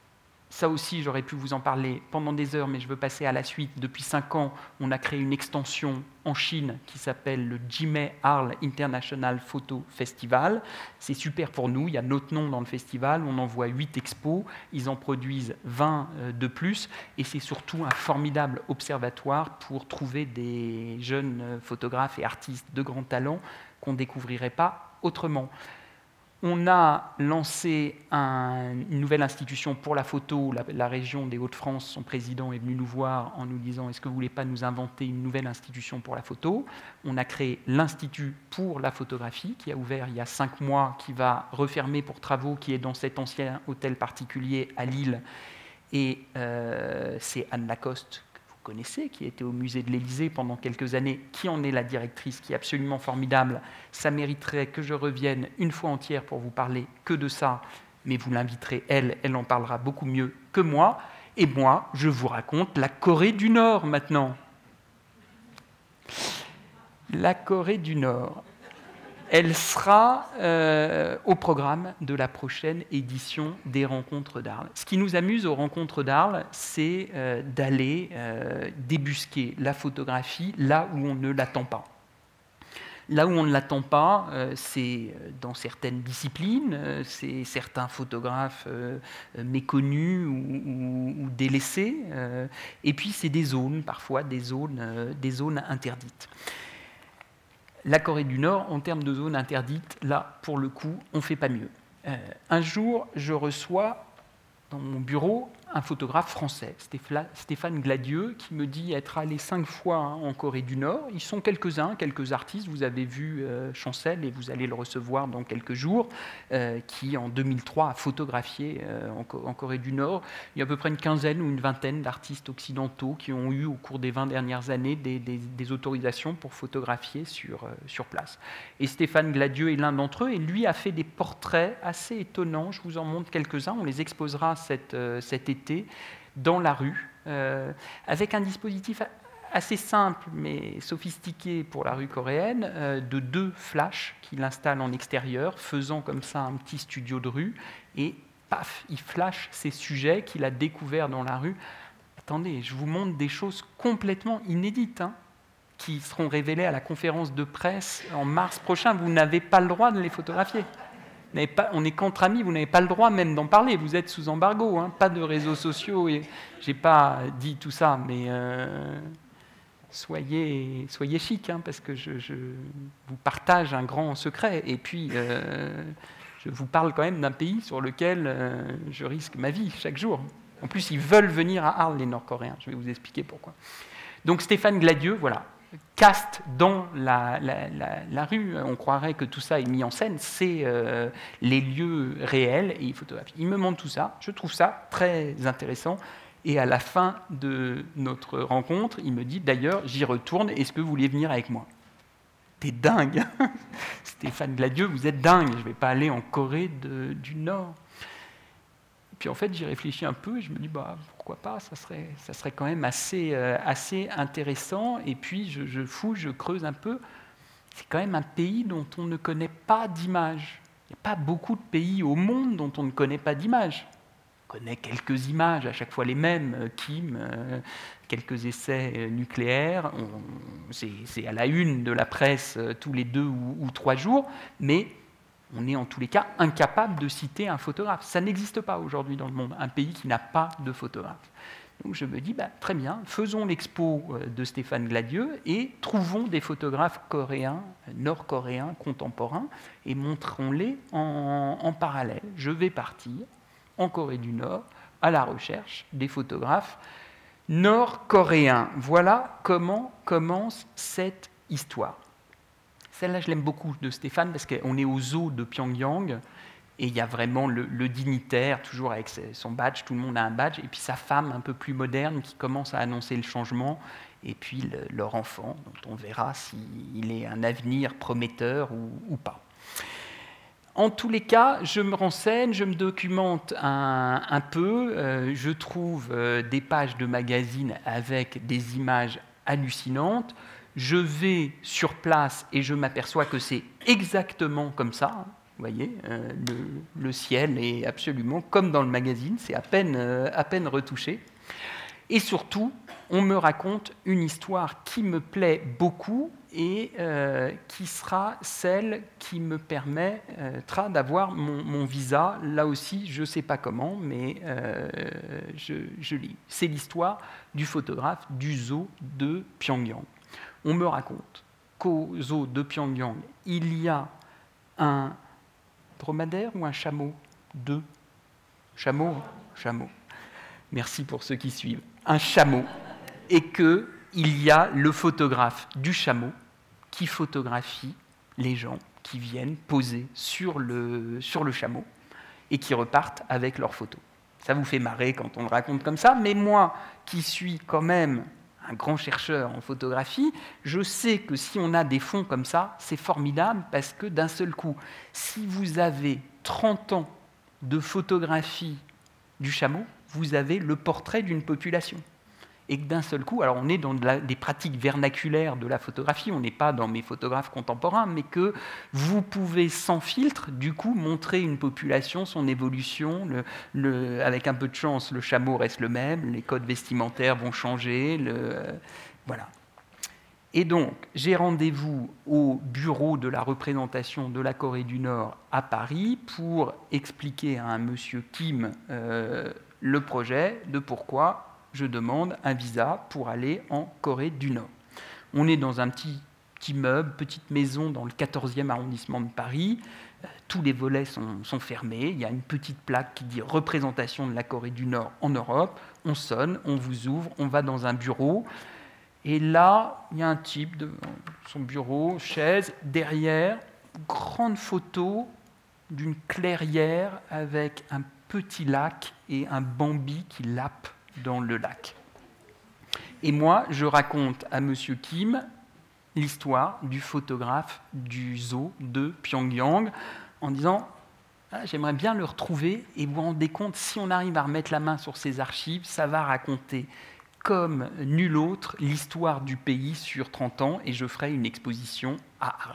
Ça aussi, j'aurais pu vous en parler pendant des heures, mais je veux passer à la suite. Depuis cinq ans, on a créé une extension en Chine qui s'appelle le Jimei Arles International Photo Festival. C'est super pour nous, il y a notre nom dans le festival, on envoie huit expos, ils en produisent vingt de plus, et c'est surtout un formidable observatoire pour trouver des jeunes photographes et artistes de grand talent qu'on ne découvrirait pas autrement. On a lancé un, une nouvelle institution pour la photo. La, la région des Hauts-de-France, son président est venu nous voir en nous disant « Est-ce que vous ne voulez pas nous inventer une nouvelle institution pour la photo ?» On a créé l'Institut pour la photographie, qui a ouvert il y a cinq mois, qui va refermer pour travaux, qui est dans cet ancien hôtel particulier à Lille. Et euh, c'est Anne Lacoste, connaissez, qui était au musée de l'Élysée pendant quelques années, qui en est la directrice, qui est absolument formidable. Ça mériterait que je revienne une fois entière pour vous parler que de ça, mais vous l'inviterez, elle, elle en parlera beaucoup mieux que moi. Et moi, je vous raconte la Corée du Nord maintenant. La Corée du Nord. Elle sera euh, au programme de la prochaine édition des Rencontres d'Arles. Ce qui nous amuse aux Rencontres d'Arles, c'est euh, d'aller euh, débusquer la photographie là où on ne l'attend pas. Là où on ne l'attend pas, euh, c'est dans certaines disciplines, euh, c'est certains photographes euh, méconnus ou, ou, ou délaissés, euh, et puis c'est des zones, parfois des zones, euh, des zones interdites. La Corée du Nord, en termes de zones interdites, là, pour le coup, on ne fait pas mieux. Euh, un jour, je reçois dans mon bureau un photographe français, Stéphane Gladieux, qui me dit être allé cinq fois hein, en Corée du Nord. Ils sont quelques-uns, quelques artistes. Vous avez vu euh, Chancel, et vous allez le recevoir dans quelques jours, euh, qui en deux mille trois a photographié euh, en, en Corée du Nord. Il y a à peu près une quinzaine ou une vingtaine d'artistes occidentaux qui ont eu au cours des vingt dernières années des, des, des autorisations pour photographier sur, euh, sur place. Et Stéphane Gladieux est l'un d'entre eux, et lui a fait des portraits assez étonnants. Je vous en montre quelques-uns, on les exposera cet, euh, cet été dans la rue, euh, avec un dispositif assez simple mais sophistiqué pour la rue coréenne, euh, de deux flashs qu'il installe en extérieur, faisant comme ça un petit studio de rue, et paf, il flash ces sujets qu'il a découverts dans la rue. Attendez, je vous montre des choses complètement inédites, hein, qui seront révélées à la conférence de presse en mars prochain. Vous n'avez pas le droit de les photographier. Pas, on est qu'entre amis, vous n'avez pas le droit même d'en parler, vous êtes sous embargo, hein, pas de réseaux sociaux, et j'ai pas dit tout ça, mais euh, soyez, soyez chic, hein, parce que je, je vous partage un grand secret, et puis euh, je vous parle quand même d'un pays sur lequel euh, je risque ma vie chaque jour. En plus, ils veulent venir à Arles, les Nord-Coréens, je vais vous expliquer pourquoi. Donc Stéphane Gladieux, voilà, caste dans la, la, la, la rue, on croirait que tout ça est mis en scène, c'est euh, les lieux réels et il photographie. Il me montre tout ça, je trouve ça très intéressant, et à la fin de notre rencontre, il me dit d'ailleurs, j'y retourne, est-ce que vous voulez venir avec moi ? T'es dingue, Stéphane Gladieux, vous êtes dingue, je ne vais pas aller en Corée de, du Nord. Puis en fait, j'y réfléchis un peu et je me dis, bah, pourquoi pas, ça serait, ça serait quand même assez, euh, assez intéressant. Et puis, je, je fouille, je creuse un peu. C'est quand même un pays dont on ne connaît pas d'image. Il n'y a pas beaucoup de pays au monde dont on ne connaît pas d'image. On connaît quelques images, à chaque fois les mêmes, Kim, euh, quelques essais nucléaires. On, c'est, c'est à la une de la presse euh, tous les deux ou, ou trois jours, mais on est en tous les cas incapable de citer un photographe. Ça n'existe pas aujourd'hui dans le monde, un pays qui n'a pas de photographe. Donc je me dis, bah, très bien, faisons l'expo de Stéphane Gladieux et trouvons des photographes coréens, nord-coréens, contemporains, et montrons-les en, en parallèle. Je vais partir en Corée du Nord à la recherche des photographes nord-coréens. Voilà comment commence cette histoire. Celle-là, je l'aime beaucoup, de Stéphane, parce qu'on est au zoo de Pyongyang, et il y a vraiment le, le dignitaire, toujours avec son badge, tout le monde a un badge, et puis sa femme, un peu plus moderne, qui commence à annoncer le changement, et puis le, leur enfant, dont on verra s'il est un avenir prometteur ou, ou pas. En tous les cas, je me renseigne, je me documente un, un peu, euh, je trouve euh, des pages de magazines avec des images hallucinantes. Je vais sur place et je m'aperçois que c'est exactement comme ça. Vous voyez, euh, le, le ciel est absolument comme dans le magazine, c'est à peine, euh, à peine retouché. Et surtout, on me raconte une histoire qui me plaît beaucoup et euh, qui sera celle qui me permettra d'avoir mon, mon visa. Là aussi, je ne sais pas comment, mais euh, je, je lis. C'est l'histoire du photographe du zoo de Pyongyang. On me raconte qu'au zoo de Pyongyang, il y a un dromadaire ou un chameau? Deux. Chameau? Chameau. Merci pour ceux qui suivent. Un chameau. Et qu'il y a le photographe du chameau qui photographie les gens qui viennent poser sur le, sur le chameau et qui repartent avec leurs photos. Ça vous fait marrer quand on le raconte comme ça, mais moi, qui suis quand même un grand chercheur en photographie, je sais que si on a des fonds comme ça, c'est formidable parce que d'un seul coup, si vous avez trente ans de photographie du chameau, vous avez le portrait d'une population. Et que d'un seul coup, alors on est dans de la, des pratiques vernaculaires de la photographie, on n'est pas dans mes photographes contemporains, mais que vous pouvez sans filtre, du coup, montrer une population, son évolution, le, le, avec un peu de chance, le chameau reste le même, les codes vestimentaires vont changer, le, euh, voilà. Et donc, j'ai rendez-vous au bureau de la représentation de la Corée du Nord à Paris pour expliquer à un monsieur Kim euh, le projet de pourquoi je demande un visa pour aller en Corée du Nord. On est dans un petit immeuble, petite maison dans le quatorzième arrondissement de Paris. Euh, tous les volets sont, sont fermés. Il y a une petite plaque qui dit « Représentation de la Corée du Nord en Europe ». On sonne, on vous ouvre, on va dans un bureau. Et là, il y a un type de son bureau, chaise, derrière, grande photo d'une clairière avec un petit lac et un bambi qui lappe dans le lac. Et moi, je raconte à monsieur Kim l'histoire du photographe du zoo de Pyongyang en disant ah, « J'aimerais bien le retrouver et vous vous rendez compte, si on arrive à remettre la main sur ces archives, ça va raconter comme nul autre l'histoire du pays sur trente ans et je ferai une exposition à Arles. »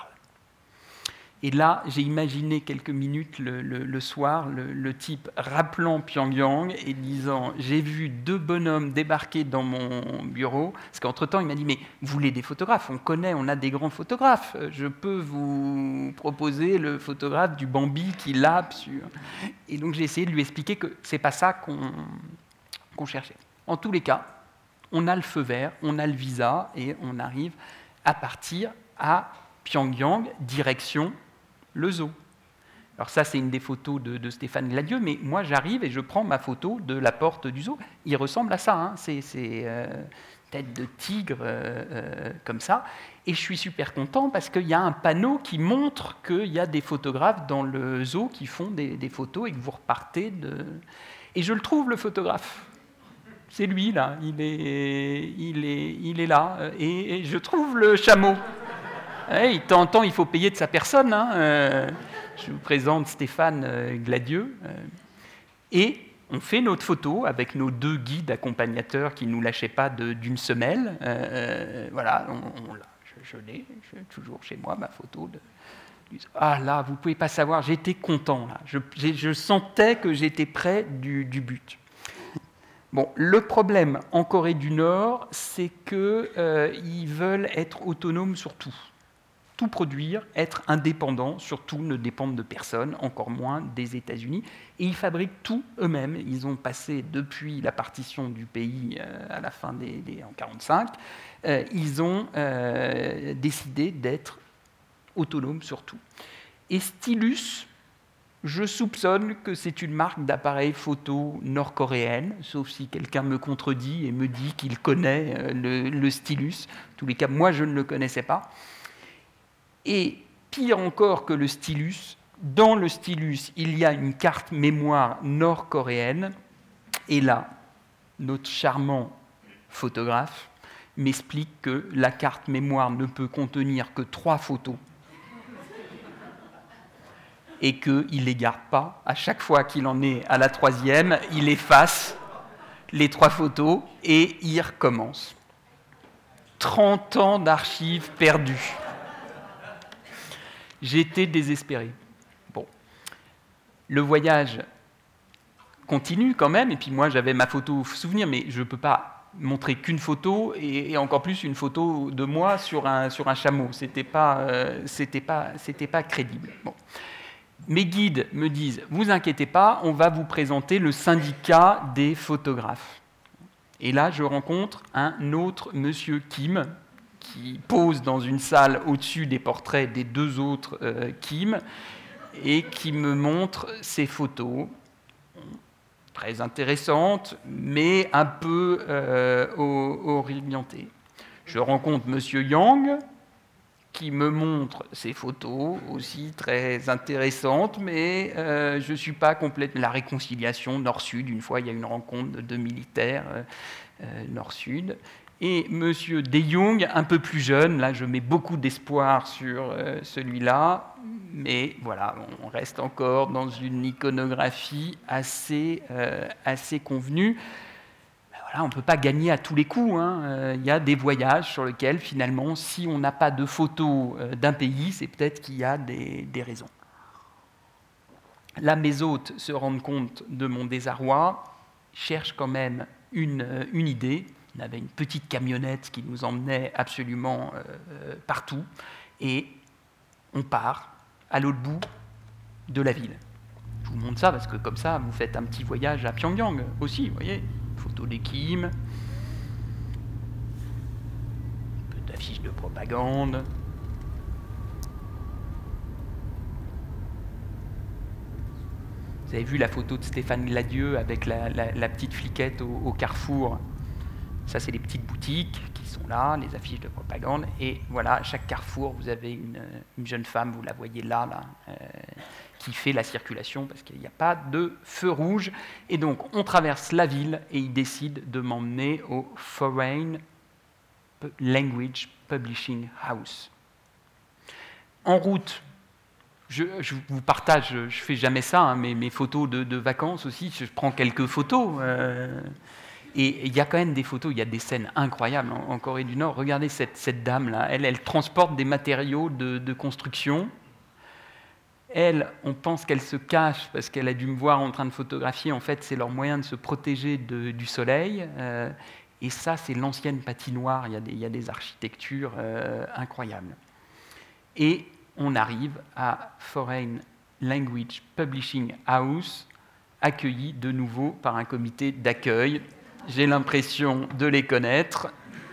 Et là, j'ai imaginé quelques minutes le, le, le soir, le, le type rappelant Pyongyang et disant « J'ai vu deux bonhommes débarquer dans mon bureau. » Parce qu'entre-temps, il m'a dit « Mais vous voulez des photographes? On connaît, on a des grands photographes. Je peux vous proposer le photographe du Bambi qui lappe sur... » Et donc, j'ai essayé de lui expliquer que ce n'est pas ça qu'on, qu'on cherchait. En tous les cas, on a le feu vert, on a le visa et on arrive à partir à Pyongyang, direction le zoo. Alors ça, c'est une des photos de, de Stéphane Gladieux, mais moi, j'arrive et je prends ma photo de la porte du zoo. Il ressemble à ça, hein. c'est, c'est euh, tête de tigre, euh, euh, comme ça. Et je suis super content parce qu'il y a un panneau qui montre qu'il y a des photographes dans le zoo qui font des, des photos et que vous repartez de... Et je le trouve, le photographe. C'est lui, là. Il est, il est, il est là. Et, et je trouve le chameau. Hey, de temps en temps, il faut payer de sa personne. Hein. Euh, je vous présente Stéphane euh, Gladieux. Euh, et on fait notre photo avec nos deux guides accompagnateurs qui ne nous lâchaient pas de, d'une semelle. Euh, voilà, on, on, je, je l'ai, je, toujours chez moi, ma photo. De, ah là, vous ne pouvez pas savoir, j'étais content. Là. Je, je sentais que j'étais près du, du but. Bon, le problème en Corée du Nord, c'est qu'ils euh, veulent être autonomes sur tout. Tout produire, être indépendant, surtout ne dépendre de personne, encore moins des États-Unis. Et ils fabriquent tout eux-mêmes. Ils ont passé, depuis la partition du pays euh, à la fin des, des en quarante-cinq, euh, ils ont euh, décidé d'être autonomes sur tout. Et Stylus, je soupçonne que c'est une marque d'appareil photo nord-coréenne, sauf si quelqu'un me contredit et me dit qu'il connaît euh, le, le Stylus. En tous les cas, moi, je ne le connaissais pas. Et pire encore que le stylus, dans le stylus, il y a une carte mémoire nord-coréenne. Et là, notre charmant photographe m'explique que la carte mémoire ne peut contenir que trois photos et qu'il ne les garde pas. À chaque fois qu'il en est à la troisième, il efface les trois photos et il recommence. trente ans d'archives perdues. J'étais désespéré. Bon, le voyage continue quand même, et puis moi j'avais ma photo souvenir, mais je ne peux pas montrer qu'une photo, et, et encore plus une photo de moi sur un, sur un chameau. Ce n'était pas, euh, c'était pas, c'était pas crédible. Bon. Mes guides me disent, vous inquiétez pas, on va vous présenter le syndicat des photographes. Et là, je rencontre un autre monsieur Kim, qui pose dans une salle au-dessus des portraits des deux autres euh, Kim, et qui me montre ses photos, très intéressantes, mais un peu euh, orientées. Je rencontre monsieur Yang, qui me montre ses photos, aussi très intéressantes, mais euh, je ne suis pas complètement... La réconciliation nord-sud, une fois il y a une rencontre de deux militaires euh, nord-sud, et monsieur De Jong, un peu plus jeune, là je mets beaucoup d'espoir sur euh, celui-là, mais voilà, on reste encore dans une iconographie assez, euh, assez convenue. Voilà, on ne peut pas gagner à tous les coups. Hein. Euh, il y a des voyages sur lesquels, finalement, si on n'a pas de photos euh, d'un pays, c'est peut-être qu'il y a des, des raisons. Là, mes hôtes se rendent compte de mon désarroi, cherchent quand même une, une idée. On avait une petite camionnette qui nous emmenait absolument euh, partout, et on part à l'autre bout de la ville. Je vous montre ça parce que comme ça, vous faites un petit voyage à Pyongyang aussi, vous voyez. Photo des Kim, un peu d'affiches de propagande. Vous avez vu la photo de Stéphane Gladieux avec la, la, la petite fliquette au, au carrefour. Ça, c'est les petites boutiques qui sont là, les affiches de propagande. Et voilà, à chaque carrefour, vous avez une, une jeune femme, vous la voyez là, là euh, qui fait la circulation parce qu'il n'y a pas de feu rouge. Et donc, on traverse la ville et ils décident de m'emmener au Foreign Language Publishing House. En route, je, je vous partage, je ne fais jamais ça, hein, mais mes photos de, de vacances aussi, je prends quelques photos. Euh, Et il y a quand même des photos, il y a des scènes incroyables en, en Corée du Nord. Regardez cette, cette dame-là, elle, elle transporte des matériaux de, de construction. Elle, on pense qu'elle se cache parce qu'elle a dû me voir en train de photographier. En fait, c'est leur moyen de se protéger de, du soleil. Euh, et ça, c'est l'ancienne patinoire. Il y a des, il y a des architectures euh, incroyables. Et on arrive à Foreign Language Publishing House, accueilli de nouveau par un comité d'accueil. J'ai l'impression de les connaître.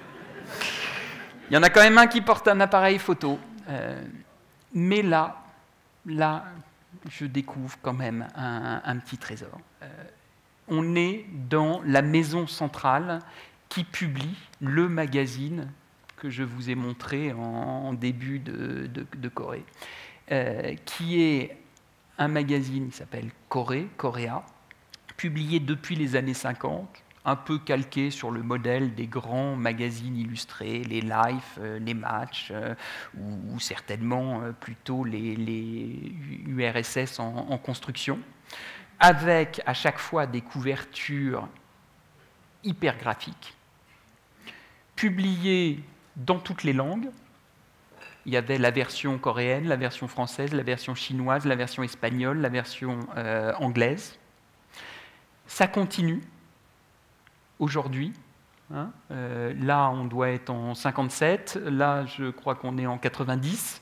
Il y en a quand même un qui porte un appareil photo. Euh, mais là, là, je découvre quand même un, un petit trésor. Euh, on est dans la maison centrale qui publie le magazine que je vous ai montré en, en début de, de, de Corée, euh, qui est un magazine qui s'appelle Corée, Korea, publié depuis les années cinquante, un peu calqué sur le modèle des grands magazines illustrés, les Life, euh, les Match, euh, ou, ou certainement euh, plutôt les, les U R S S en, en construction, avec à chaque fois des couvertures hyper graphiques, publiées dans toutes les langues. Il y avait la version coréenne, la version française, la version chinoise, la version espagnole, la version euh, anglaise. Ça continue aujourd'hui. Hein. Euh, là, on doit être en cinquante-sept. Là, je crois qu'on est en quatre-vingt-dix.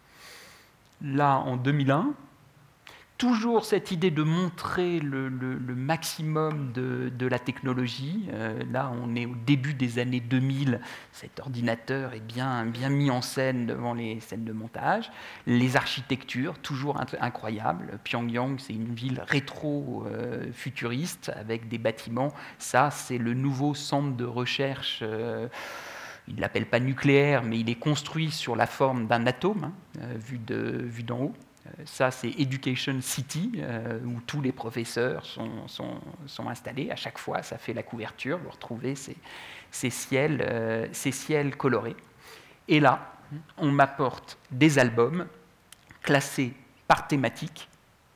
Là, en deux mille un. Toujours cette idée de montrer le, le, le maximum de, de la technologie. Euh, là, on est au début des années deux mille. Cet ordinateur est bien, bien mis en scène devant les scènes de montage. Les architectures, toujours incroyables. Pyongyang, c'est une ville rétro-futuriste avec des bâtiments. Ça, c'est le nouveau centre de recherche. Euh, il ne l'appelle pas nucléaire, mais il est construit sur la forme d'un atome, hein, vu, de, vu d'en haut. Ça, c'est Education City, euh, où tous les professeurs sont, sont, sont installés. À chaque fois, ça fait la couverture. Vous retrouvez ces, ces, ciels, euh, ces ciels colorés. Et là, on m'apporte des albums classés par thématique.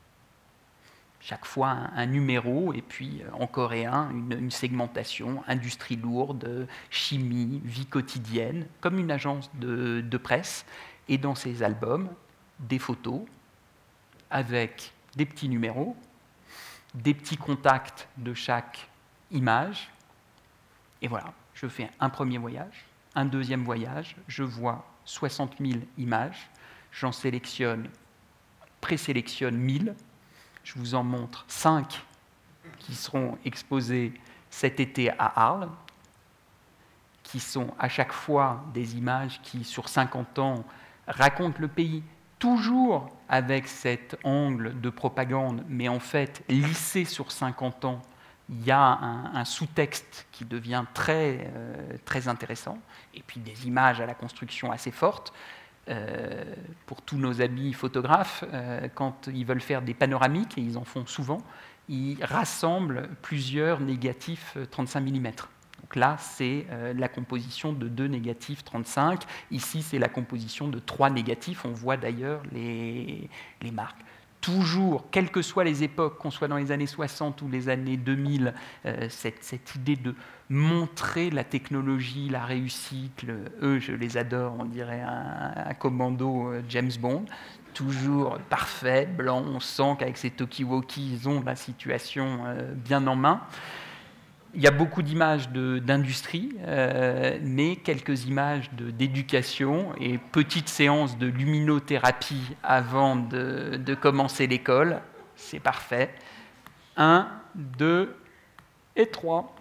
Chaque fois, un, un numéro, et puis en coréen, une, une segmentation, industrie lourde, chimie, vie quotidienne, comme une agence de, de presse. Et dans ces albums, des photos avec des petits numéros, des petits contacts de chaque image. Et voilà, je fais un premier voyage, un deuxième voyage, je vois soixante mille images, j'en sélectionne, présélectionne mille, je vous en montre cinq qui seront exposées cet été à Arles, qui sont à chaque fois des images qui, sur cinquante ans, racontent le pays, toujours avec cet angle de propagande, mais en fait, lissé sur cinquante ans, il y a un, un sous-texte qui devient très, euh, très intéressant, et puis des images à la construction assez fortes. Euh, pour tous nos amis photographes, euh, quand ils veulent faire des panoramiques, et ils en font souvent, ils rassemblent plusieurs négatifs trente-cinq millimètres. Donc là, c'est euh, la composition de deux négatifs trente-cinq. Ici, c'est la composition de trois négatifs. On voit d'ailleurs les, les marques. Toujours, quelles que soient les époques, qu'on soit dans les années soixante ou les années deux mille, euh, cette, cette idée de montrer la technologie, la réussite, le, eux, je les adore, on dirait un, un commando euh, James Bond, toujours parfait, blanc, on sent qu'avec ces talkie-walkie, ils ont la situation euh, bien en main. Il y a beaucoup d'images de, d'industrie, euh, mais quelques images de, d'éducation et petite séance de luminothérapie avant de, de commencer l'école. C'est parfait. Un, deux et trois.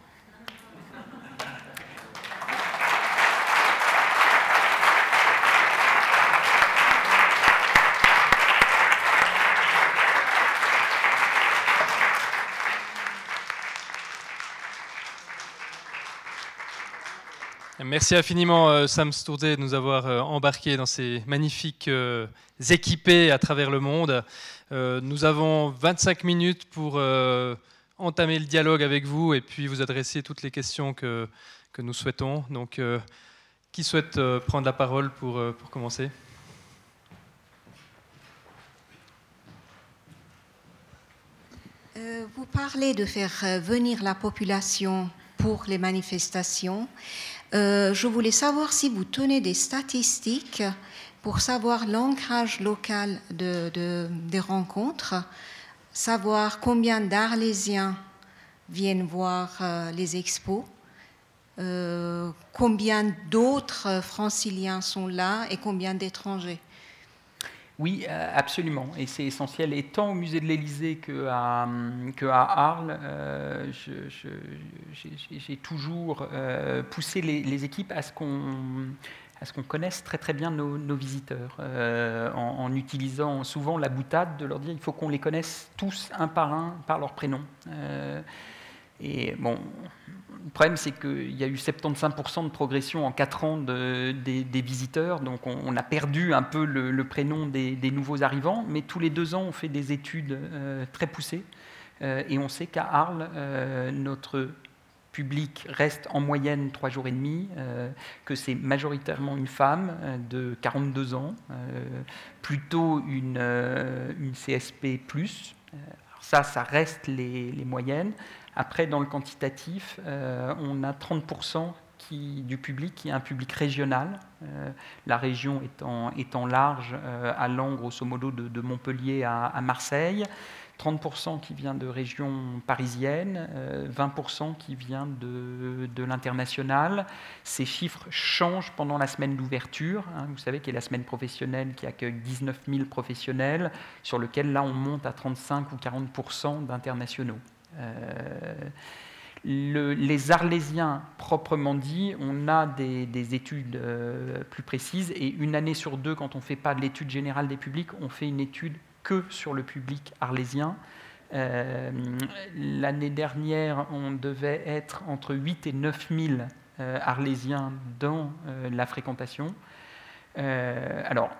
Merci infiniment euh, Sam Stourdze de nous avoir euh, embarqués dans ces magnifiques euh, équipés à travers le monde. Euh, nous avons vingt-cinq minutes pour euh, entamer le dialogue avec vous et puis vous adresser toutes les questions que, que nous souhaitons. Donc, euh, qui souhaite euh, prendre la parole pour, euh, pour commencer ? euh, Vous parlez de faire venir la population pour les manifestations. Euh, je voulais savoir si vous tenez des statistiques pour savoir l'ancrage local de, de, des rencontres, savoir combien d'Arlésiens viennent voir euh, les expos, euh, combien d'autres franciliens sont là et combien d'étrangers. Oui, absolument. Et c'est essentiel. Et tant au musée de l'Élysée qu'à, qu'à Arles, euh, je, je, j'ai, j'ai toujours euh, poussé les, les équipes à ce qu'on, à ce qu'on connaisse très très bien nos, nos visiteurs, euh, en, en utilisant souvent la boutade de leur dire il faut qu'on les connaisse tous un par un par leur prénom. Euh, et bon, le problème, c'est qu'il y a eu soixante-quinze pour cent de progression en quatre ans de, des, des visiteurs, donc on, on a perdu un peu le, le prénom des, des nouveaux arrivants, mais tous les deux ans, on fait des études euh, très poussées, euh, et on sait qu'à Arles, euh, notre public reste en moyenne trois jours et demi, euh, que c'est majoritairement une femme euh, de quarante-deux ans, euh, plutôt une, euh, une C S P plus. Euh, alors ça, ça reste les, les moyennes. Après, dans le quantitatif, euh, on a trente pour cent qui, du public qui est un public régional, euh, la région étant, étant large, euh, allant grosso modo de, de Montpellier à, à Marseille, trente pour cent qui vient de région parisienne, euh, vingt pour cent qui vient de, de l'international. Ces chiffres changent pendant la semaine d'ouverture, hein, vous savez qu'il y a la semaine professionnelle qui accueille dix-neuf mille professionnels, sur lequel là on monte à trente-cinq ou quarante pour cent d'internationaux. Euh, le, les Arlésiens proprement dit, on a des, des études euh, plus précises et une année sur deux, quand on ne fait pas de l'étude générale des publics, on fait une étude que sur le public arlésien. Euh, l'année dernière, on devait être entre huit et neuf mille euh, Arlésiens dans euh, la fréquentation. Euh, alors,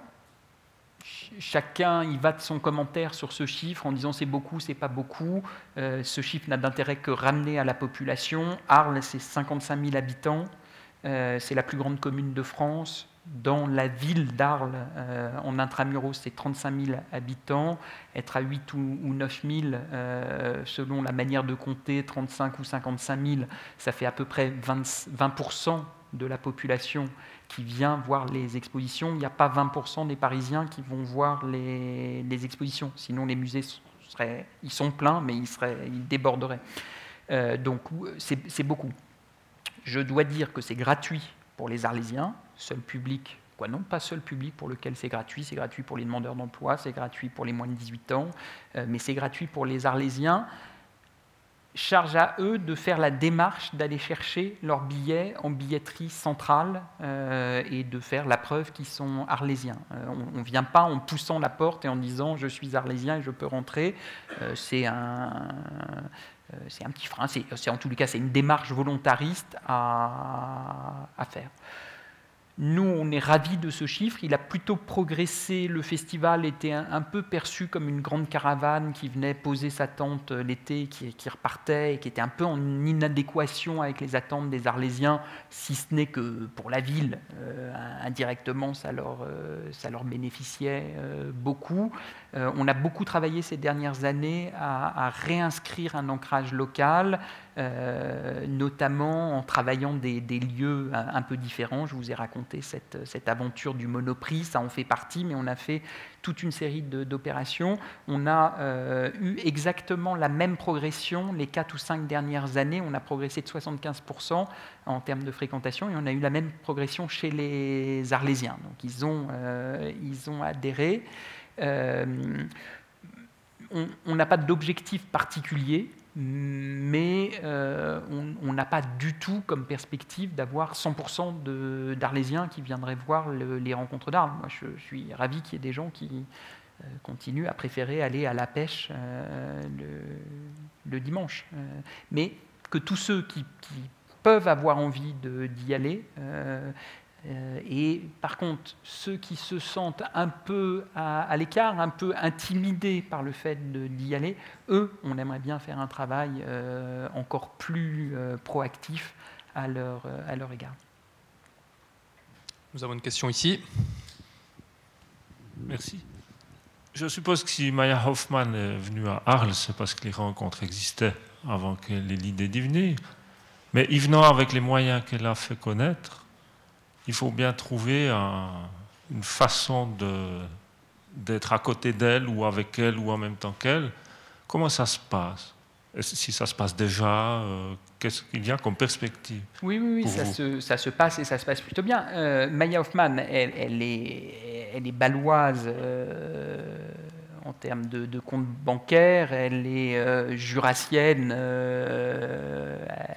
chacun y va de son commentaire sur ce chiffre en disant c'est beaucoup, c'est pas beaucoup. Euh, ce chiffre n'a d'intérêt que ramener à la population. Arles, c'est cinquante-cinq mille habitants. Euh, c'est la plus grande commune de France. Dans la ville d'Arles, euh, en intramuros, c'est trente-cinq mille habitants. Être à huit ou, ou neuf mille, euh, selon la manière de compter, trente-cinq ou cinquante-cinq mille, ça fait à peu près vingt pour cent de la population qui vient voir les expositions. Il n'y a pas vingt pour cent des Parisiens qui vont voir les, les expositions. Sinon, les musées serait, ils sont pleins, mais ils, seraient, ils déborderaient. Euh, donc c'est, c'est beaucoup. Je dois dire que c'est gratuit pour les Arlésiens, seul public, quoi non, pas seul public pour lequel c'est gratuit, c'est gratuit pour les demandeurs d'emploi, c'est gratuit pour les moins de dix-huit ans, euh, mais c'est gratuit pour les Arlésiens. Charge à eux de faire la démarche d'aller chercher leurs billets en billetterie centrale euh, et de faire la preuve qu'ils sont arlésiens. Euh, on ne vient pas en poussant la porte et en disant « je suis arlésien et je peux rentrer euh, ». C'est un, euh, c'est un petit frein, c'est, c'est en tous les cas c'est une démarche volontariste à, à faire. Nous, on est ravis de ce chiffre. Il a plutôt progressé. Le festival était un, un peu perçu comme une grande caravane qui venait poser sa tente l'été, qui, qui repartait et qui était un peu en inadéquation avec les attentes des Arlésiens, si ce n'est que pour la ville, euh, indirectement, ça leur, euh, ça leur bénéficiait euh, beaucoup. Euh, on a beaucoup travaillé ces dernières années à, à réinscrire un ancrage local, euh, notamment en travaillant des, des lieux un, un peu différents. Je vous ai raconté cette, cette aventure du Monoprix, ça en fait partie, mais on a fait toute une série de, d'opérations. On a euh, eu exactement la même progression les quatre ou cinq dernières années. On a progressé de soixante-quinze pour cent en termes de fréquentation et on a eu la même progression chez les Arlésiens. Donc ils ont, euh, ils ont adhéré. Euh, on n'a pas d'objectif particulier, mais euh, on n'a pas du tout comme perspective d'avoir cent pour cent de, d'Arlésiens qui viendraient voir le, les rencontres d'Arles. Moi, je, je suis ravi qu'il y ait des gens qui euh, continuent à préférer aller à la pêche euh, le, le dimanche. Euh, mais que tous ceux qui, qui peuvent avoir envie de, d'y aller, euh, Euh, et par contre, ceux qui se sentent un peu à, à l'écart, un peu intimidés par le fait de, d'y aller, eux, on aimerait bien faire un travail euh, encore plus euh, proactif à leur, à leur égard. Nous avons une question ici. Merci. Je suppose que si Maya Hoffman est venue à Arles, c'est parce que les rencontres existaient avant qu'elle ait l'idée d'y venir. Mais y venant avec les moyens qu'elle a fait connaître, il faut bien trouver un, une façon de, d'être à côté d'elle ou avec elle ou en même temps qu'elle. Comment ça se passe ? Si ça se passe déjà, euh, qu'est-ce qu'il y a comme perspective ? Oui, oui, oui ça, se, ça se passe et ça se passe plutôt bien. Euh, Maya Hoffman, elle, elle, est, elle est bâloise euh, en termes de, de compte bancaire, elle est euh, jurassienne euh,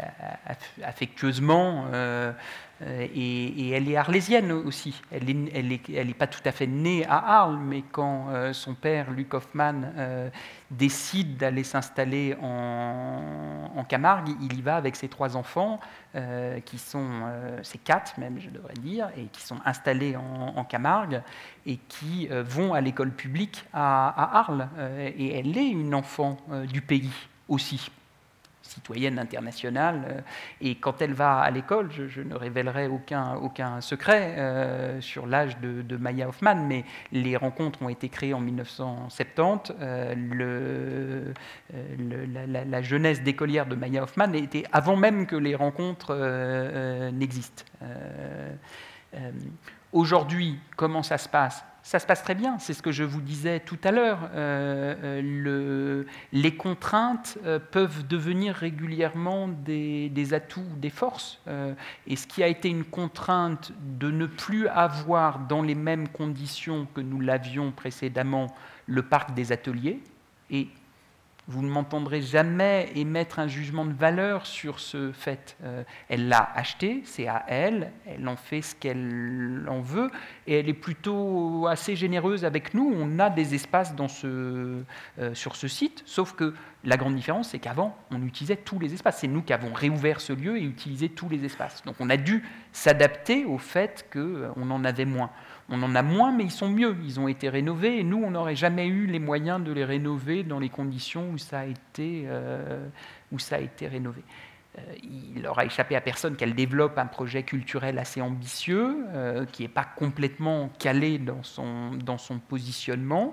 affectueusement. Euh, Et, et elle est arlésienne aussi. Elle n'est elle est, elle est pas tout à fait née à Arles, mais quand euh, son père, Luc Hoffman, euh, décide d'aller s'installer en, en Camargue, il y va avec ses trois enfants, euh, qui sont, euh, ses quatre même, je devrais dire, et qui sont installés en, en Camargue et qui euh, vont à l'école publique à, à Arles. Euh, et elle est une enfant euh, du pays aussi, citoyenne internationale, et quand elle va à l'école, je, je ne révélerai aucun, aucun secret euh, sur l'âge de, de Maya Hoffman, mais les rencontres ont été créées en mille neuf cent soixante-dix. Euh, le, le, la, la, la jeunesse d'écolière de Maya Hoffman était avant même que les rencontres euh, euh, n'existent. Euh, euh, aujourd'hui, comment ça se passe ? Ça se passe très bien, c'est ce que je vous disais tout à l'heure. Euh, le, les contraintes euh, peuvent devenir régulièrement des, des atouts, des forces. Euh, et ce qui a été une contrainte de ne plus avoir dans les mêmes conditions que nous l'avions précédemment le parc des ateliers, et vous ne m'entendrez jamais émettre un jugement de valeur sur ce fait. Euh, elle l'a acheté, c'est à elle, elle en fait ce qu'elle en veut, et elle est plutôt assez généreuse avec nous. On a des espaces dans ce, euh, sur ce site, sauf que la grande différence, c'est qu'avant, on utilisait tous les espaces. C'est nous qui avons réouvert ce lieu et utilisé tous les espaces. Donc on a dû s'adapter au fait qu'on en avait moins. On en a moins, mais ils sont mieux. Ils ont été rénovés, et nous, on n'aurait jamais eu les moyens de les rénover dans les conditions où ça a été, euh, où ça a été rénové. Euh, il aura échappé à personne qu'elle développe un projet culturel assez ambitieux, euh, qui n'est pas complètement calé dans son, dans son positionnement.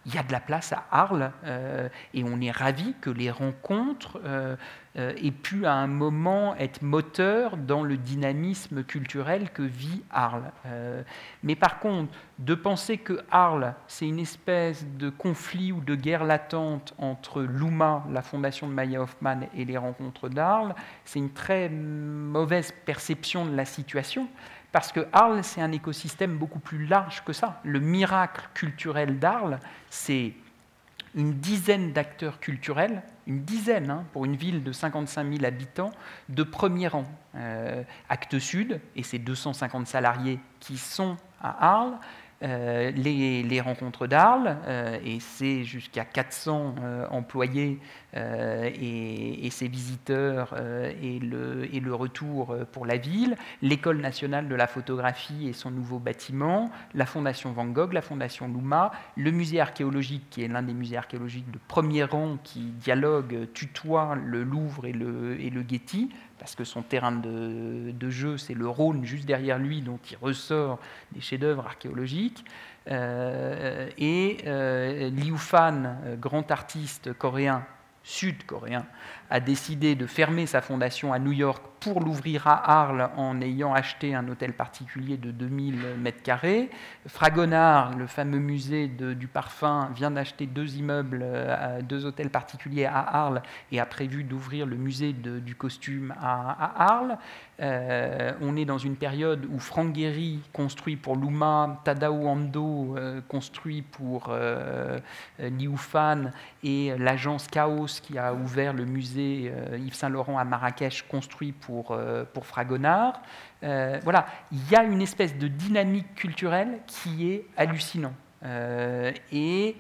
il y a de la place à Arles euh, et on est ravis que les rencontres euh, euh, aient pu à un moment être moteurs dans le dynamisme culturel que vit Arles. Euh, mais par contre, de penser que Arles, c'est une espèce de conflit ou de guerre latente entre l'U M A, la fondation de Maya Hoffman, et les rencontres d'Arles, c'est une très mauvaise perception de la situation. Parce que Arles, c'est un écosystème beaucoup plus large que ça. Le miracle culturel d'Arles, c'est une dizaine d'acteurs culturels, une dizaine hein, pour une ville de cinquante-cinq mille habitants, de premier rang. Euh, Actes Sud et ses deux cent cinquante salariés qui sont à Arles, euh, les, les rencontres d'Arles, euh, et c'est jusqu'à quatre cents euh, employés euh, et, et ses visiteurs euh, et, le, et le retour pour la ville, l'École nationale de la photographie et son nouveau bâtiment, la Fondation Van Gogh, la Fondation L'U M A, le musée archéologique qui est l'un des musées archéologiques de premier rang qui dialogue, tutoie le Louvre et le, et le Getty, parce que son terrain de, de jeu, c'est le Rhône juste derrière lui, dont il ressort des chefs-d'œuvre archéologiques. Euh, et euh, Liu Fan, grand artiste coréen, sud-coréen, a décidé de fermer sa fondation à New York pour l'ouvrir à Arles en ayant acheté un hôtel particulier de deux mille mètres carrés. Fragonard, le fameux musée de, du parfum, vient d'acheter deux immeubles, euh, deux hôtels particuliers à Arles et a prévu d'ouvrir le musée de, du costume à, à Arles. Euh, on est dans une période où Franck Gehry construit pour l'U M A, Tadao Ando euh, construit pour euh, Liu Fan et l'agence Chaos qui a ouvert le musée euh, Yves Saint-Laurent à Marrakech construit pour, euh, pour Fragonard. Euh, voilà, il y a une espèce de dynamique culturelle qui est hallucinant euh, et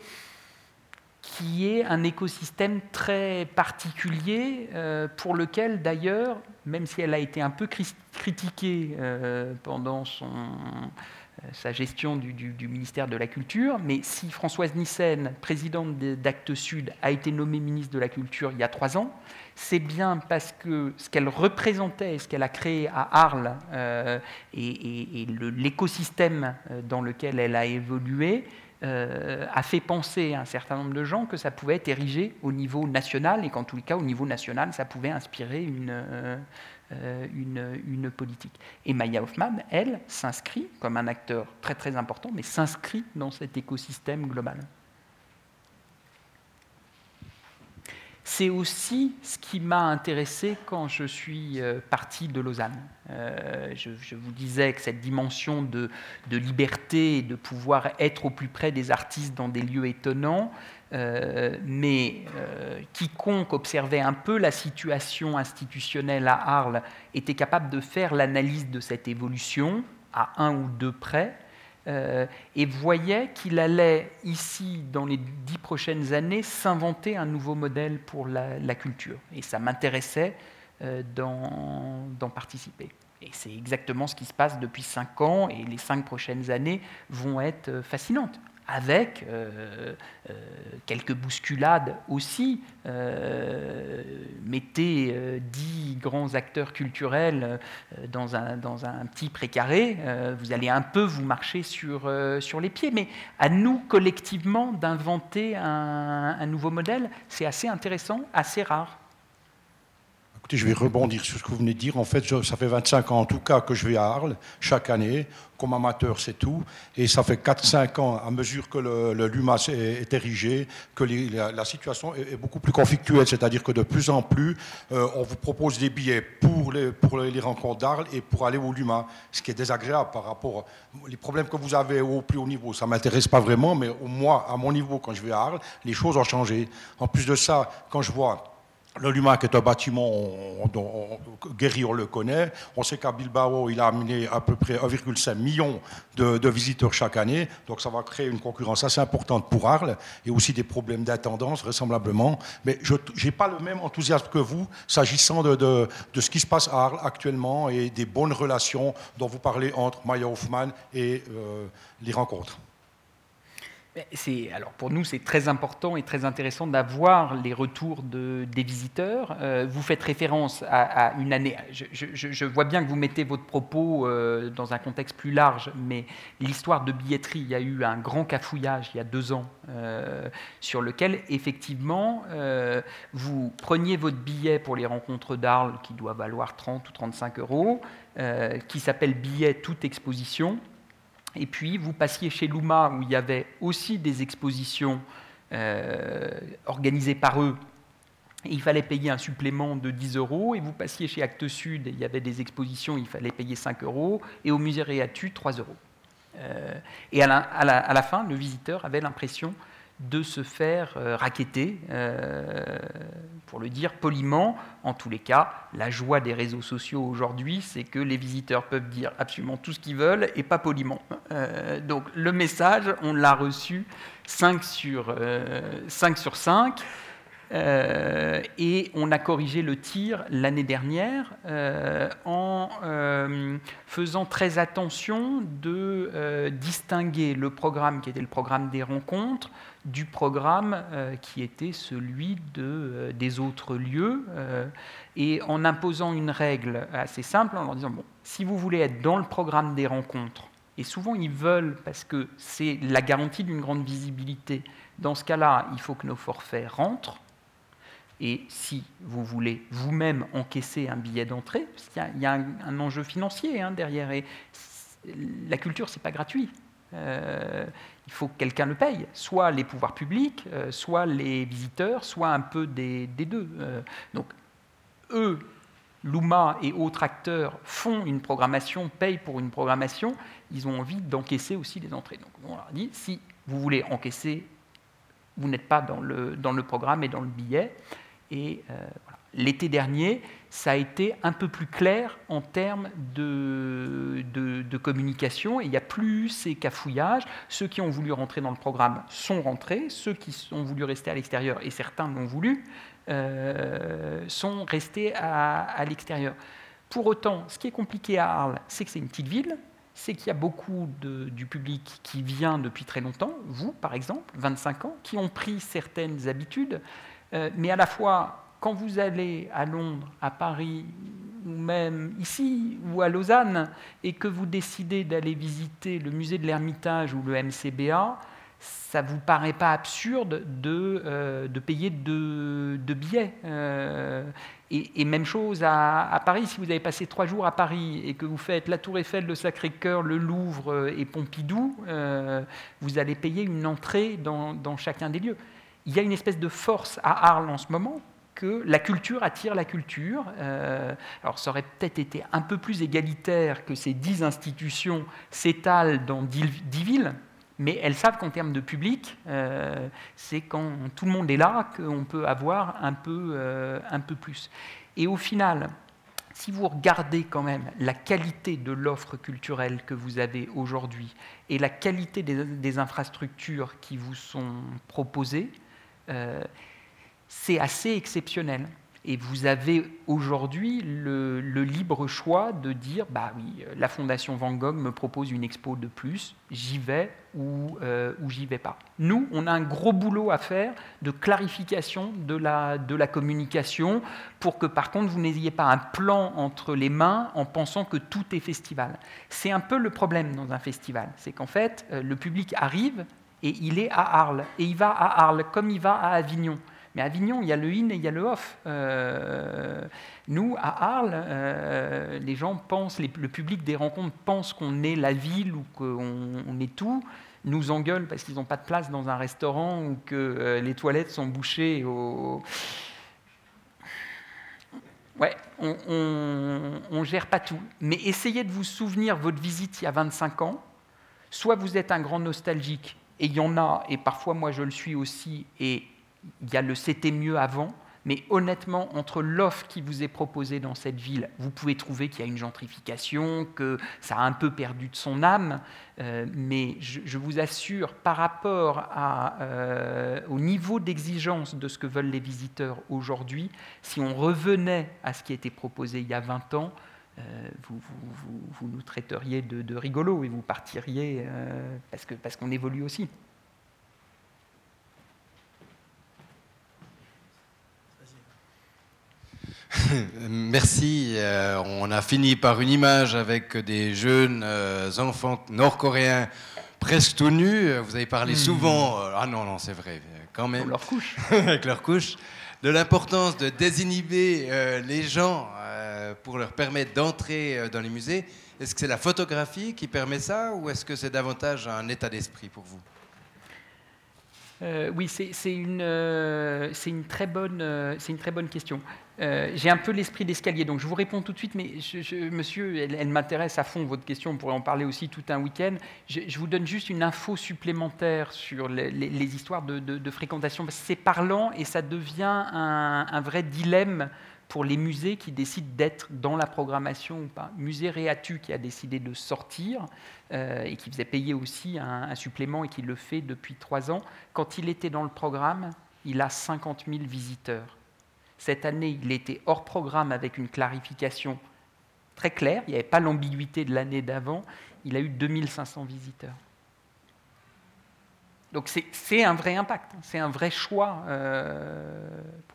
qui est un écosystème très particulier euh, pour lequel d'ailleurs, même si elle a été un peu critiquée euh, pendant son, euh, sa gestion du, du, du ministère de la Culture, mais si Françoise Nyssen, présidente d'Actes Sud, a été nommée ministre de la Culture il y a trois ans, c'est bien parce que ce qu'elle représentait, ce qu'elle a créé à Arles euh, et, et, et le, l'écosystème dans lequel elle a évolué euh, a fait penser à un certain nombre de gens que ça pouvait être érigé au niveau national et qu'en tous les cas, au niveau national, ça pouvait inspirer une, euh, une, une politique. Et Maya Hoffman, elle, s'inscrit comme un acteur très très important, mais s'inscrit dans cet écosystème global. C'est aussi ce qui m'a intéressé quand je suis parti de Lausanne. Euh, je, je vous disais que cette dimension de, de liberté et de pouvoir être au plus près des artistes dans des lieux étonnants, euh, mais euh, quiconque observait un peu la situation institutionnelle à Arles était capable de faire l'analyse de cette évolution à un ou deux près. Euh, et voyait qu'il allait ici, dans les dix prochaines années, s'inventer un nouveau modèle pour la, la culture. Et ça m'intéressait euh, d'en, d'en participer. Et c'est exactement ce qui se passe depuis cinq ans, et les cinq prochaines années vont être fascinantes, avec euh, euh, quelques bousculades aussi. Euh, mettez euh, dix grands acteurs culturels euh, dans, un, dans un petit précaré, euh, vous allez un peu vous marcher sur, euh, sur les pieds. Mais à nous, collectivement, d'inventer un, un nouveau modèle, c'est assez intéressant, assez rare. Écoutez, je vais rebondir sur ce que vous venez de dire. En fait, je, ça fait vingt-cinq ans en tout cas que je vais à Arles, chaque année. Comme amateur, c'est tout. Et ça fait quatre cinq ans, à mesure que le, le L'U M A est, est érigé, que les, la, la situation est, est beaucoup plus conflictuelle. C'est-à-dire que de plus en plus, euh, on vous propose des billets pour les, pour les rencontres d'Arles et pour aller au L'U M A, ce qui est désagréable par rapport aux problèmes que vous avez au plus haut niveau. Ça ne m'intéresse pas vraiment, mais au moins, à mon niveau, quand je vais à Arles, les choses ont changé. En plus de ça, quand je vois le L'U M A, qui est un bâtiment dont Gehry, on le connaît. On sait qu'à Bilbao, il a amené à peu près un virgule cinq million de, de visiteurs chaque année. Donc ça va créer une concurrence assez importante pour Arles et aussi des problèmes d'intendance, vraisemblablement. Mais je n'ai pas le même enthousiasme que vous s'agissant de, de, de ce qui se passe à Arles actuellement et des bonnes relations dont vous parlez entre Maya Hoffman et euh, les rencontres. C'est, alors pour nous, c'est très important et très intéressant d'avoir les retours de, des visiteurs. Euh, vous faites référence à, à une année. Je, je, je vois bien que vous mettez votre propos euh, dans un contexte plus large, mais l'histoire de billetterie, il y a eu un grand cafouillage il y a deux ans euh, sur lequel, effectivement, euh, vous preniez votre billet pour les rencontres d'Arles qui doit valoir trente ou trente-cinq euros, euh, qui s'appelle billet toute exposition. Et puis, vous passiez chez Luma, où il y avait aussi des expositions euh, organisées par eux. Et il fallait payer un supplément de dix euros. Et vous passiez chez Actes Sud, et il y avait des expositions, il fallait payer cinq euros. Et au musée Réatu, trois euros. Euh, et à la, à, la, à la fin, le visiteur avait l'impression de se faire euh, racketter, euh, pour le dire poliment. En tous les cas, la joie des réseaux sociaux aujourd'hui, c'est que les visiteurs peuvent dire absolument tout ce qu'ils veulent et pas poliment. Euh, donc le message, on l'a reçu cinq sur cinq. Euh, et on a corrigé le tir l'année dernière euh, en euh, faisant très attention de euh, distinguer le programme qui était le programme des rencontres du programme euh, qui était celui de, euh, des autres lieux, euh, et en imposant une règle assez simple, en leur disant, bon, si vous voulez être dans le programme des rencontres, et souvent ils veulent, parce que c'est la garantie d'une grande visibilité, dans ce cas-là, il faut que nos forfaits rentrent. Et si vous voulez vous-même encaisser un billet d'entrée, parce qu'il y a, il y a un, un enjeu financier hein, derrière, et la culture, ce n'est pas gratuit. Euh, il faut que quelqu'un le paye, soit les pouvoirs publics, euh, soit les visiteurs, soit un peu des, des deux. Euh, donc, eux, Luma et autres acteurs font une programmation, payent pour une programmation, ils ont envie d'encaisser aussi les entrées. Donc, on leur dit, si vous voulez encaisser, vous n'êtes pas dans le, dans le programme et dans le billet. Et euh, voilà. L'été dernier, ça a été un peu plus clair en termes de, de, de communication. Et il n'y a plus ces cafouillages. Ceux qui ont voulu rentrer dans le programme sont rentrés. Ceux qui ont voulu rester à l'extérieur, et certains l'ont voulu, euh, sont restés à, à l'extérieur. Pour autant, ce qui est compliqué à Arles, c'est que c'est une petite ville, c'est qu'il y a beaucoup de, du public qui vient depuis très longtemps, vous par exemple, vingt-cinq ans, qui ont pris certaines habitudes. Euh, mais à la fois, quand vous allez à Londres, à Paris, ou même ici, ou à Lausanne, et que vous décidez d'aller visiter le musée de l'Ermitage ou le M C B A, ça ne vous paraît pas absurde de, euh, de payer de, de billets. Euh, et, et même chose à, à Paris, si vous avez passé trois jours à Paris et que vous faites la Tour Eiffel, le Sacré-Cœur, le Louvre et Pompidou, euh, vous allez payer une entrée dans, dans chacun des lieux. Il y a une espèce de force à Arles en ce moment, que la culture attire la culture. Euh, alors ça aurait peut-être été un peu plus égalitaire que ces dix institutions s'étalent dans dix, dix villes, mais elles savent qu'en termes de public, euh, c'est quand tout le monde est là qu'on peut avoir un peu, euh, un peu plus. Et au final, si vous regardez quand même la qualité de l'offre culturelle que vous avez aujourd'hui et la qualité des, des infrastructures qui vous sont proposées, Euh, c'est assez exceptionnel. Et vous avez aujourd'hui le, le libre choix de dire, bah oui, la Fondation Van Gogh me propose une expo de plus, j'y vais ou, euh, ou j'y vais pas. Nous, on a un gros boulot à faire de clarification de la, de la communication pour que, par contre, vous n'ayez pas un plan entre les mains en pensant que tout est festival. C'est un peu le problème dans un festival. C'est qu'en fait, le public arrive et il est à Arles. Et il va à Arles comme il va à Avignon. Mais à Avignon, il y a le in et il y a le off. Euh, nous, à Arles, euh, les gens pensent, les, le public des rencontres pense qu'on est la ville ou qu'on on est tout, nous engueulent parce qu'ils n'ont pas de place dans un restaurant ou que euh, les toilettes sont bouchées au... Ouais, on ne gère pas tout. Mais essayez de vous souvenir votre visite il y a vingt-cinq ans. Soit vous êtes un grand nostalgique, et il y en a, et parfois moi je le suis aussi, et il y a le « c'était mieux avant », mais honnêtement, entre l'offre qui vous est proposée dans cette ville, vous pouvez trouver qu'il y a une gentrification, que ça a un peu perdu de son âme, euh, mais je, je vous assure, par rapport à, euh, au niveau d'exigence de ce que veulent les visiteurs aujourd'hui, si on revenait à ce qui était proposé il y a vingt ans, euh, vous, vous, vous, vous nous traiteriez de, de rigolos et vous partiriez euh, parce que, parce qu'on évolue aussi. Merci. Euh, on a fini par une image avec des jeunes euh, enfants nord-coréens presque tout nus. Vous avez parlé mmh. souvent, euh, ah non, non, c'est vrai, quand même. Pour leur couche. Avec leur couche. De l'importance de désinhiber euh, les gens euh, pour leur permettre d'entrer euh, dans les musées. Est-ce que c'est la photographie qui permet ça ou est-ce que c'est davantage un état d'esprit pour vous ? Euh, oui, c'est, c'est, une, euh, c'est, une très bonne, euh, c'est une très bonne question. Euh, j'ai un peu l'esprit d'escalier, donc je vous réponds tout de suite, mais je, je, monsieur, elle, elle m'intéresse à fond, votre question, on pourrait en parler aussi tout un week-end. Je, je vous donne juste une info supplémentaire sur les, les, les histoires de, de, de fréquentation. C'est parlant et ça devient un, un vrai dilemme pour les musées qui décident d'être dans la programmation ou pas. Musée Réatu qui a décidé de sortir euh, et qui faisait payer aussi un, un supplément et qui le fait depuis trois ans. Quand il était dans le programme, il a cinquante mille visiteurs. Cette année, il était hors programme avec une clarification très claire. Il n'y avait pas l'ambiguïté de l'année d'avant. Il a eu deux mille cinq cents visiteurs. Donc c'est, c'est un vrai impact, c'est un vrai choix. Euh,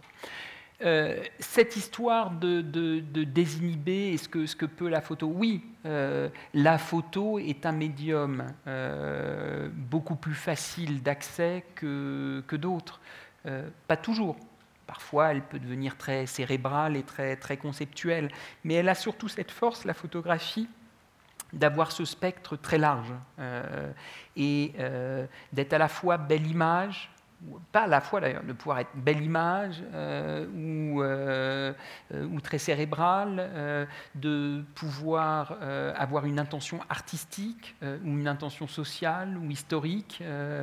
Euh, cette histoire de, de, de désinhiber ce que, ce que peut la photo, oui, euh, la photo est un médium euh, beaucoup plus facile d'accès que, que d'autres. Euh, pas toujours. Parfois, elle peut devenir très cérébrale et très, très conceptuelle, mais elle a surtout cette force, la photographie, d'avoir ce spectre très large euh, et euh, d'être à la fois belle image, pas à la fois d'ailleurs, de pouvoir être belle image euh, ou, euh, ou très cérébrale, euh, de pouvoir euh, avoir une intention artistique euh, ou une intention sociale ou historique, euh,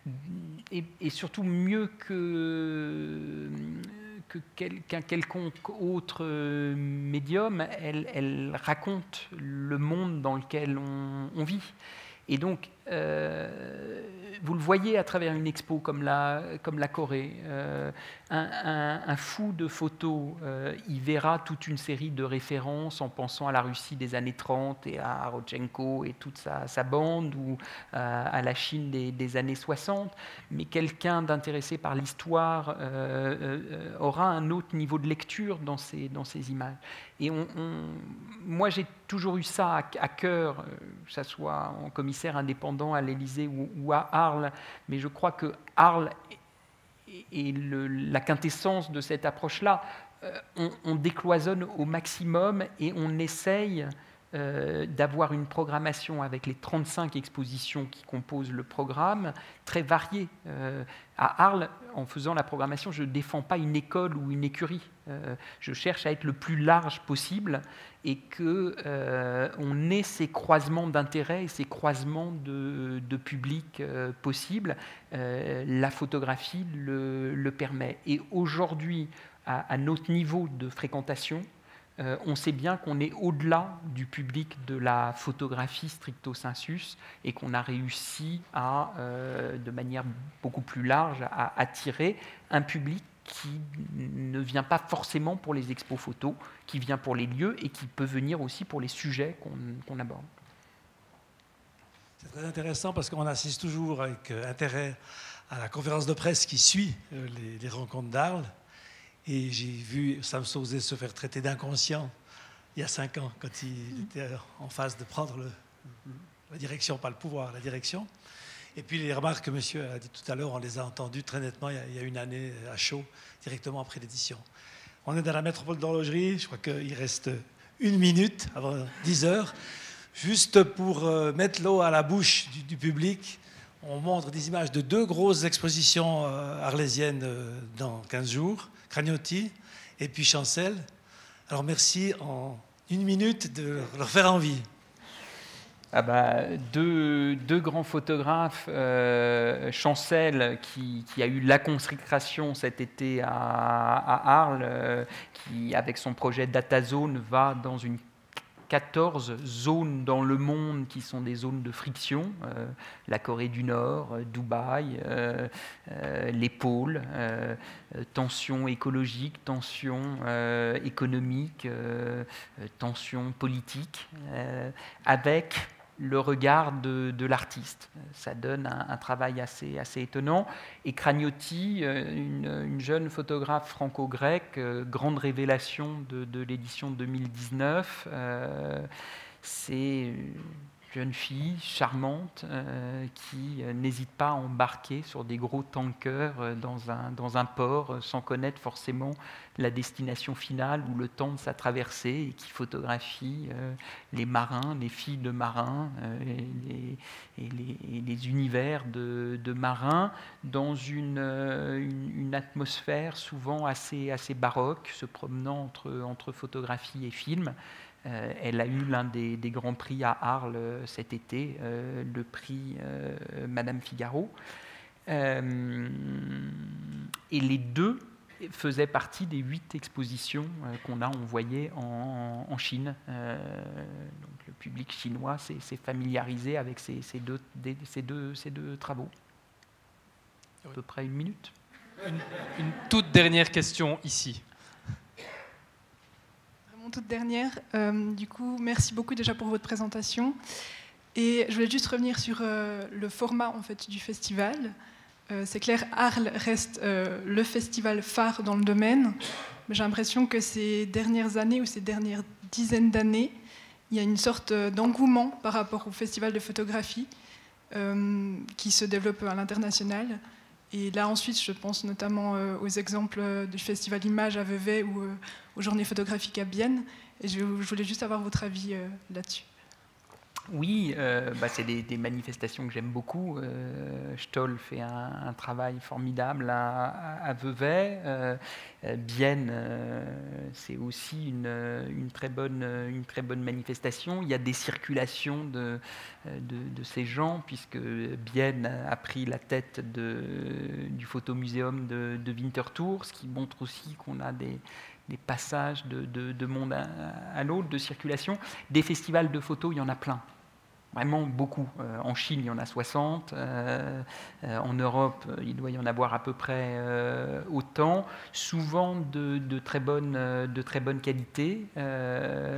et, et surtout mieux que, que quel, qu'un quelconque autre médium, elle, elle raconte le monde dans lequel on, on vit. Et donc, euh, vous le voyez à travers une expo comme la, comme la Corée. Euh, un, un, un fou de photos, euh, il verra toute une série de références en pensant à la Russie des années trente et à Rodchenko et toute sa, sa bande, ou à, à la Chine des, des années soixante. Mais quelqu'un d'intéressé par l'histoire euh, euh, aura un autre niveau de lecture dans ces, dans ces images. Et on, on, moi, j'ai toujours eu ça à, à cœur, que ce soit en commissaire indépendant à l'Élysée ou, ou à Arles, mais je crois que Arles est, est le, la quintessence de cette approche-là. Euh, on, on décloisonne au maximum et on essaye euh, d'avoir une programmation avec les trente-cinq expositions qui composent le programme, très variée. Euh, à Arles, en faisant la programmation, je ne défends pas une école ou une écurie. Euh, je cherche à être le plus large possible et qu'on euh, ait ces croisements d'intérêts et ces croisements de, de publics euh, possibles. Euh, la photographie le, le permet. Et aujourd'hui, à, à notre niveau de fréquentation, Euh, on sait bien qu'on est au-delà du public de la photographie stricto sensus et qu'on a réussi à, euh, de manière beaucoup plus large, à attirer un public qui ne vient pas forcément pour les expos photos, qui vient pour les lieux et qui peut venir aussi pour les sujets qu'on, qu'on aborde. C'est très intéressant parce qu'on assiste toujours avec intérêt à la conférence de presse qui suit les, les rencontres d'Arles. Et j'ai vu Sam Sauzet se faire traiter d'inconscient il y a cinq ans, quand il était en phase de prendre le, la direction, pas le pouvoir, la direction. Et puis les remarques que monsieur a dit tout à l'heure, on les a entendues très nettement il y a, il y a une année à chaud, directement après l'édition. On est dans la métropole d'horlogerie, je crois qu'il reste une minute avant dix heures. Juste pour mettre l'eau à la bouche du, du public, on montre des images de deux grosses expositions arlésiennes dans quinze jours. Cragnotti et puis Chancel. Alors merci en une minute de leur faire envie. Ah bah, deux, deux grands photographes, euh, Chancel qui, qui a eu la consécration cet été à, à Arles, euh, qui avec son projet DataZone va dans une quatorze zones dans le monde qui sont des zones de friction, euh, la Corée du Nord, euh, Dubaï, euh, euh, les pôles, euh, euh, tensions écologiques, tensions euh, économiques, euh, euh, tensions politiques, euh, avec le regard de, de l'artiste. Ça donne un, un travail assez, assez étonnant. Et Cragnotti, une, une jeune photographe franco-grecque, euh, grande révélation de, de l'édition deux mille dix-neuf, euh, c'est une jeune fille charmante euh, qui euh, n'hésite pas à embarquer sur des gros tankers euh, dans, un, dans un port euh, sans connaître forcément la destination finale ou le temps de sa traversée et qui photographie euh, les marins, les filles de marins euh, et, les, et, les, et les univers de, de marins dans une, euh, une, une atmosphère souvent assez, assez baroque, se promenant entre, entre photographie et film. Euh, elle a eu l'un des, des grands prix à Arles euh, cet été, euh, le prix euh, Madame Figaro. Euh, et les deux faisaient partie des huit expositions euh, qu'on a envoyées en, en Chine. Euh, donc le public chinois s'est, s'est familiarisé avec ces, ces, deux, des, ces, deux, ces deux travaux. À peu près une minute. Une, une toute dernière question ici. Toute dernière. Euh, du coup, merci beaucoup déjà pour votre présentation. Et je voulais juste revenir sur euh, le format en fait du festival. Euh, c'est clair, Arles reste euh, le festival phare dans le domaine. Mais j'ai l'impression que ces dernières années ou ces dernières dizaines d'années, il y a une sorte d'engouement par rapport au festival de photographie euh, qui se développe à l'international. Et là, ensuite, je pense notamment euh, aux exemples du Festival Images à Vevey ou euh, aux Journées photographiques à Bienne. Et je, je voulais juste avoir votre avis euh, là-dessus. Oui, euh, bah c'est des, des manifestations que j'aime beaucoup. Euh, Stoll fait un, un travail formidable à, à, à Vevey. Euh, Bienne, euh, c'est aussi une, une, très bonne, une très bonne manifestation. Il y a des circulations de, de, de ces gens, puisque Bienne a pris la tête de, du photomuséum de, de Winterthur, ce qui montre aussi qu'on a des... des passages de, de, de monde à, à l'autre, de circulation. Des festivals de photos, il y en a plein. Vraiment beaucoup. Euh, en Chine, il y en a soixante. Euh, euh, en Europe, il doit y en avoir à peu près euh, autant. Souvent de, de, très bonne, de très bonne qualité. Euh,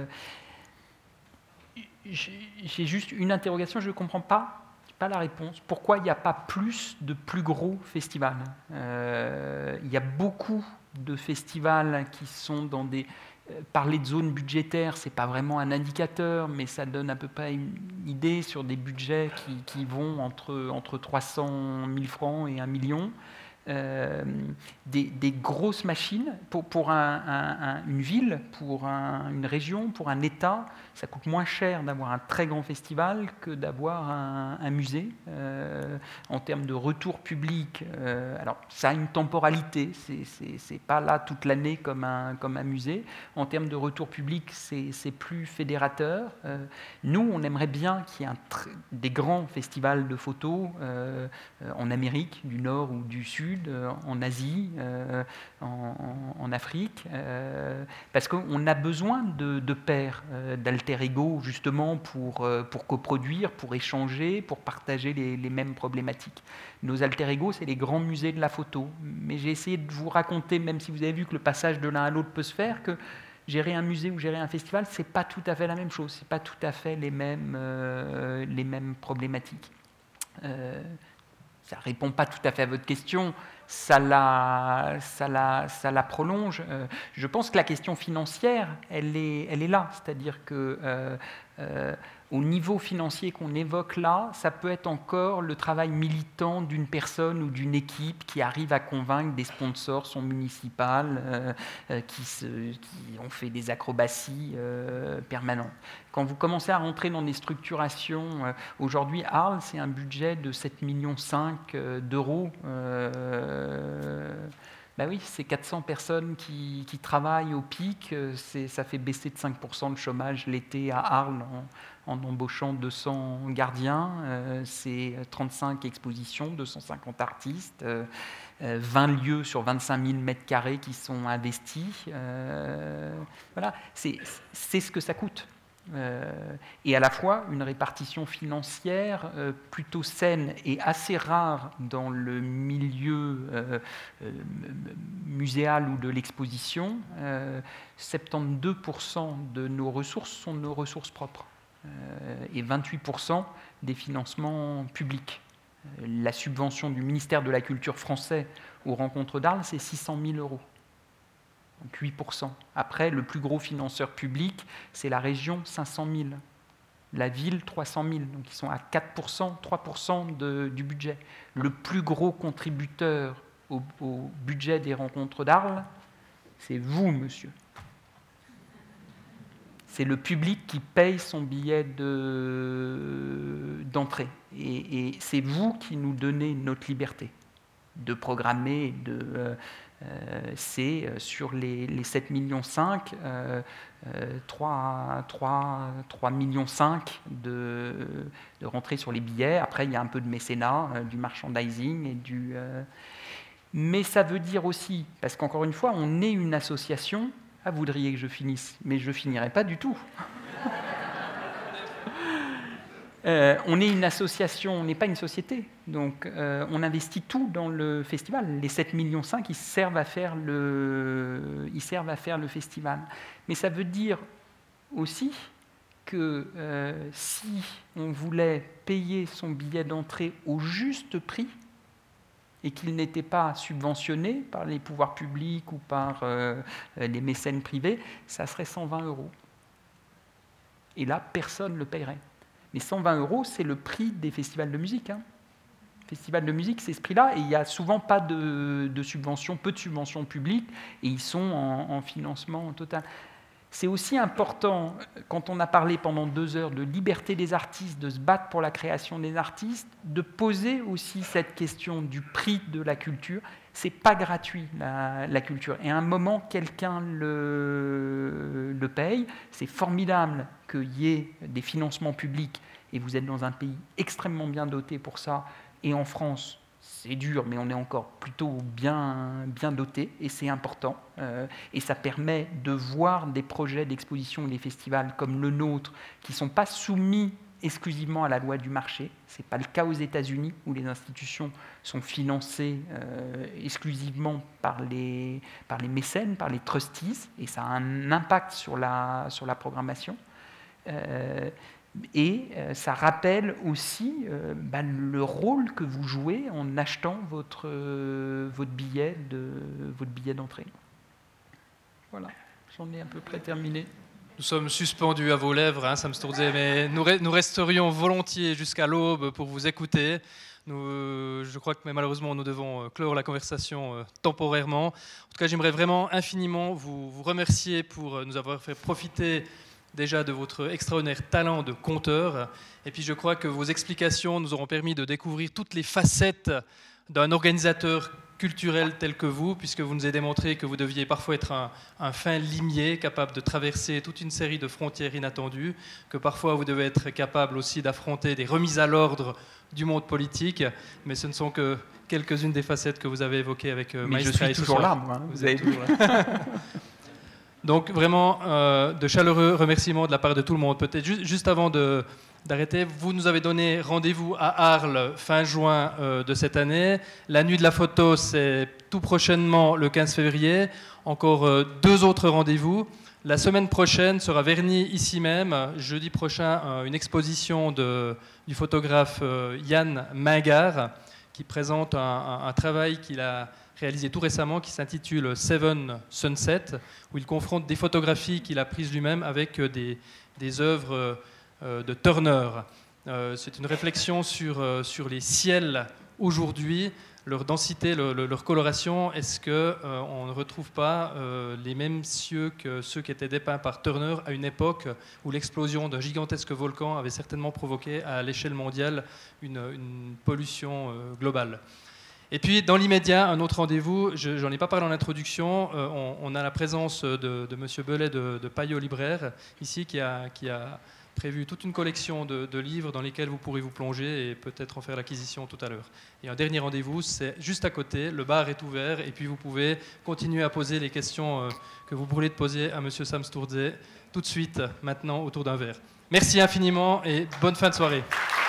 j'ai juste une interrogation, je ne comprends pas. Pas la réponse. Pourquoi il n'y a pas plus de plus gros festivals ? euh, Il y a beaucoup de festivals qui sont dans des... Parler de zones budgétaires, ce n'est pas vraiment un indicateur, mais ça donne à peu près une idée sur des budgets qui, qui vont entre, entre trois cent mille francs et un million. Euh, des, des grosses machines pour, pour un, un, un, une ville, pour un, une région, pour un État, ça coûte moins cher d'avoir un très grand festival que d'avoir un, un musée. Euh, en termes de retour public, euh, alors ça a une temporalité, c'est pas là toute l'année comme un, comme un musée. En termes de retour public, c'est plus fédérateur. Euh, nous, on aimerait bien qu'il y ait un des grands festivals de photos euh, en Amérique du Nord ou du Sud, en Asie, euh, en, en Afrique, euh, parce qu'on a besoin de, de pairs, euh, d'alter ego, justement, pour, euh, pour coproduire, pour échanger, pour partager les, les mêmes problématiques. Nos alter ego, c'est les grands musées de la photo. Mais j'ai essayé de vous raconter, même si vous avez vu que le passage de l'un à l'autre peut se faire, que gérer un musée ou gérer un festival, c'est pas tout à fait la même chose, c'est pas tout à fait les mêmes, euh, les mêmes problématiques. Euh, Ça ne répond pas tout à fait à votre question, ça la, ça la, ça la prolonge. Euh, je pense que la question financière, elle est, elle est là. C'est-à-dire que euh, euh, au niveau financier qu'on évoque là, ça peut être encore le travail militant d'une personne ou d'une équipe qui arrive à convaincre des sponsors, son municipal, euh, euh, qui, se, qui ont fait des acrobaties euh, permanentes. Quand vous commencez à rentrer dans des structurations, euh, aujourd'hui, Arles, c'est un budget de sept virgule cinq millions d'euros. Euh, ben oui, c'est quatre cents personnes qui, qui travaillent au pic. Ça fait baisser de cinq pour cent le chômage l'été à Arles en, en embauchant deux cents gardiens. Euh, c'est trente-cinq expositions, deux cent cinquante artistes, euh, vingt lieux sur vingt-cinq mille mètres carrés qui sont investis. Euh, voilà, c'est ce que ça coûte. Euh, et à la fois une répartition financière euh, plutôt saine et assez rare dans le milieu euh, euh, muséal ou de l'exposition. Euh, soixante-douze pour cent de nos ressources sont nos ressources propres. euh, et vingt-huit pour cent des financements publics. Euh, la subvention du ministère de la Culture français aux rencontres d'Arles, c'est six cent mille euros. Donc huit pour cent. Après, le plus gros financeur public, c'est la région, cinq cent mille. La ville, trois cent mille. Donc ils sont à quatre pour cent, trois pour cent de, du budget. Le plus gros contributeur au, au budget des rencontres d'Arles, c'est vous, monsieur. C'est le public qui paye son billet de, d'entrée. Et, et c'est vous qui nous donnez notre liberté de programmer. De, euh, euh, c'est sur les, les sept virgule cinq millions, euh, euh, trois virgule cinq millions de, de rentrées sur les billets. Après, il y a un peu de mécénat, euh, du merchandising et du... Euh, mais ça veut dire aussi, parce qu'encore une fois, on est une association. Ah, vous voudriez que je finisse, mais je ne finirai pas du tout. euh, on est une association, on n'est pas une société. Donc, euh, on investit tout dans le festival. Les sept virgule cinq millions, ils servent à faire le, ils servent à faire le festival. Mais ça veut dire aussi que euh, si on voulait payer son billet d'entrée au juste prix, et qu'il n'était pas subventionné par les pouvoirs publics ou par euh, les mécènes privés, ça serait cent vingt euros. Et là, personne ne le paierait. Mais cent vingt euros, c'est le prix des festivals de musique. Hein. Festival de musique, c'est ce prix-là, et il n'y a souvent pas de, de subventions, peu de subventions publiques, et ils sont en, en financement total. C'est aussi important, quand on a parlé pendant deux heures de liberté des artistes, de se battre pour la création des artistes, de poser aussi cette question du prix de la culture. Ce n'est pas gratuit, la, la culture. Et à un moment, quelqu'un le, le paye. C'est formidable qu'il y ait des financements publics, et vous êtes dans un pays extrêmement bien doté pour ça. Et en France, c'est dur, mais on est encore plutôt bien, bien doté, et c'est important. Euh, et ça permet de voir des projets d'exposition et des festivals comme le nôtre, qui ne sont pas soumis exclusivement à la loi du marché. Ce n'est pas le cas aux États-Unis, où les institutions sont financées euh, exclusivement par les, par les mécènes, par les trustees, et ça a un impact sur la, sur la programmation. Euh, Et euh, ça rappelle aussi euh, bah, le rôle que vous jouez en achetant votre, euh, votre, billet, de, votre billet d'entrée. Voilà, j'en ai à peu près terminé. Nous sommes suspendus à vos lèvres, hein, Sam Sturdzé, mais nous, re- nous resterions volontiers jusqu'à l'aube pour vous écouter. Nous, euh, je crois que mais malheureusement, nous devons clore la conversation euh, temporairement. En tout cas, j'aimerais vraiment infiniment vous, vous remercier pour nous avoir fait profiter déjà de votre extraordinaire talent de conteur. Et puis je crois que vos explications nous auront permis de découvrir toutes les facettes d'un organisateur culturel tel que vous, puisque vous nous avez démontré que vous deviez parfois être un, un fin limier, capable de traverser toute une série de frontières inattendues, que parfois vous devez être capable aussi d'affronter des remises à l'ordre du monde politique, mais ce ne sont que quelques-unes des facettes que vous avez évoquées avec euh, Maestra. Mais je suis toujours là, moi. Hein, vous, vous êtes toujours là. Donc vraiment, euh, de chaleureux remerciements de la part de tout le monde. Peut-être ju- juste avant de, d'arrêter, vous nous avez donné rendez-vous à Arles fin juin euh, de cette année. La nuit de la photo, c'est tout prochainement le quinze février. Encore euh, deux autres rendez-vous. La semaine prochaine sera vernie ici même, jeudi prochain, euh, une exposition de, du photographe euh, Yann Mingard, qui présente un, un, un travail qu'il a réalisé tout récemment, qui s'intitule Seven Sunset, où il confronte des photographies qu'il a prises lui-même avec des, des œuvres euh, de Turner. Euh, c'est une réflexion sur, euh, sur les ciels aujourd'hui, leur densité, le, le, leur coloration. Est-ce qu'on euh, ne retrouve pas euh, les mêmes cieux que ceux qui étaient dépeints par Turner à une époque où l'explosion d'un gigantesque volcan avait certainement provoqué à l'échelle mondiale une, une pollution euh, globale? Et puis, dans l'immédiat, un autre rendez-vous, je, j'en ai pas parlé en introduction, euh, on, on a la présence de, de M. Belay de, de Payot Libraire, ici, qui a, qui a prévu toute une collection de, de livres dans lesquels vous pourrez vous plonger et peut-être en faire l'acquisition tout à l'heure. Et un dernier rendez-vous, c'est juste à côté, le bar est ouvert, et puis vous pouvez continuer à poser les questions euh, que vous brûlez de poser à M. Sam Sturdzé tout de suite, maintenant, autour d'un verre. Merci infiniment et bonne fin de soirée.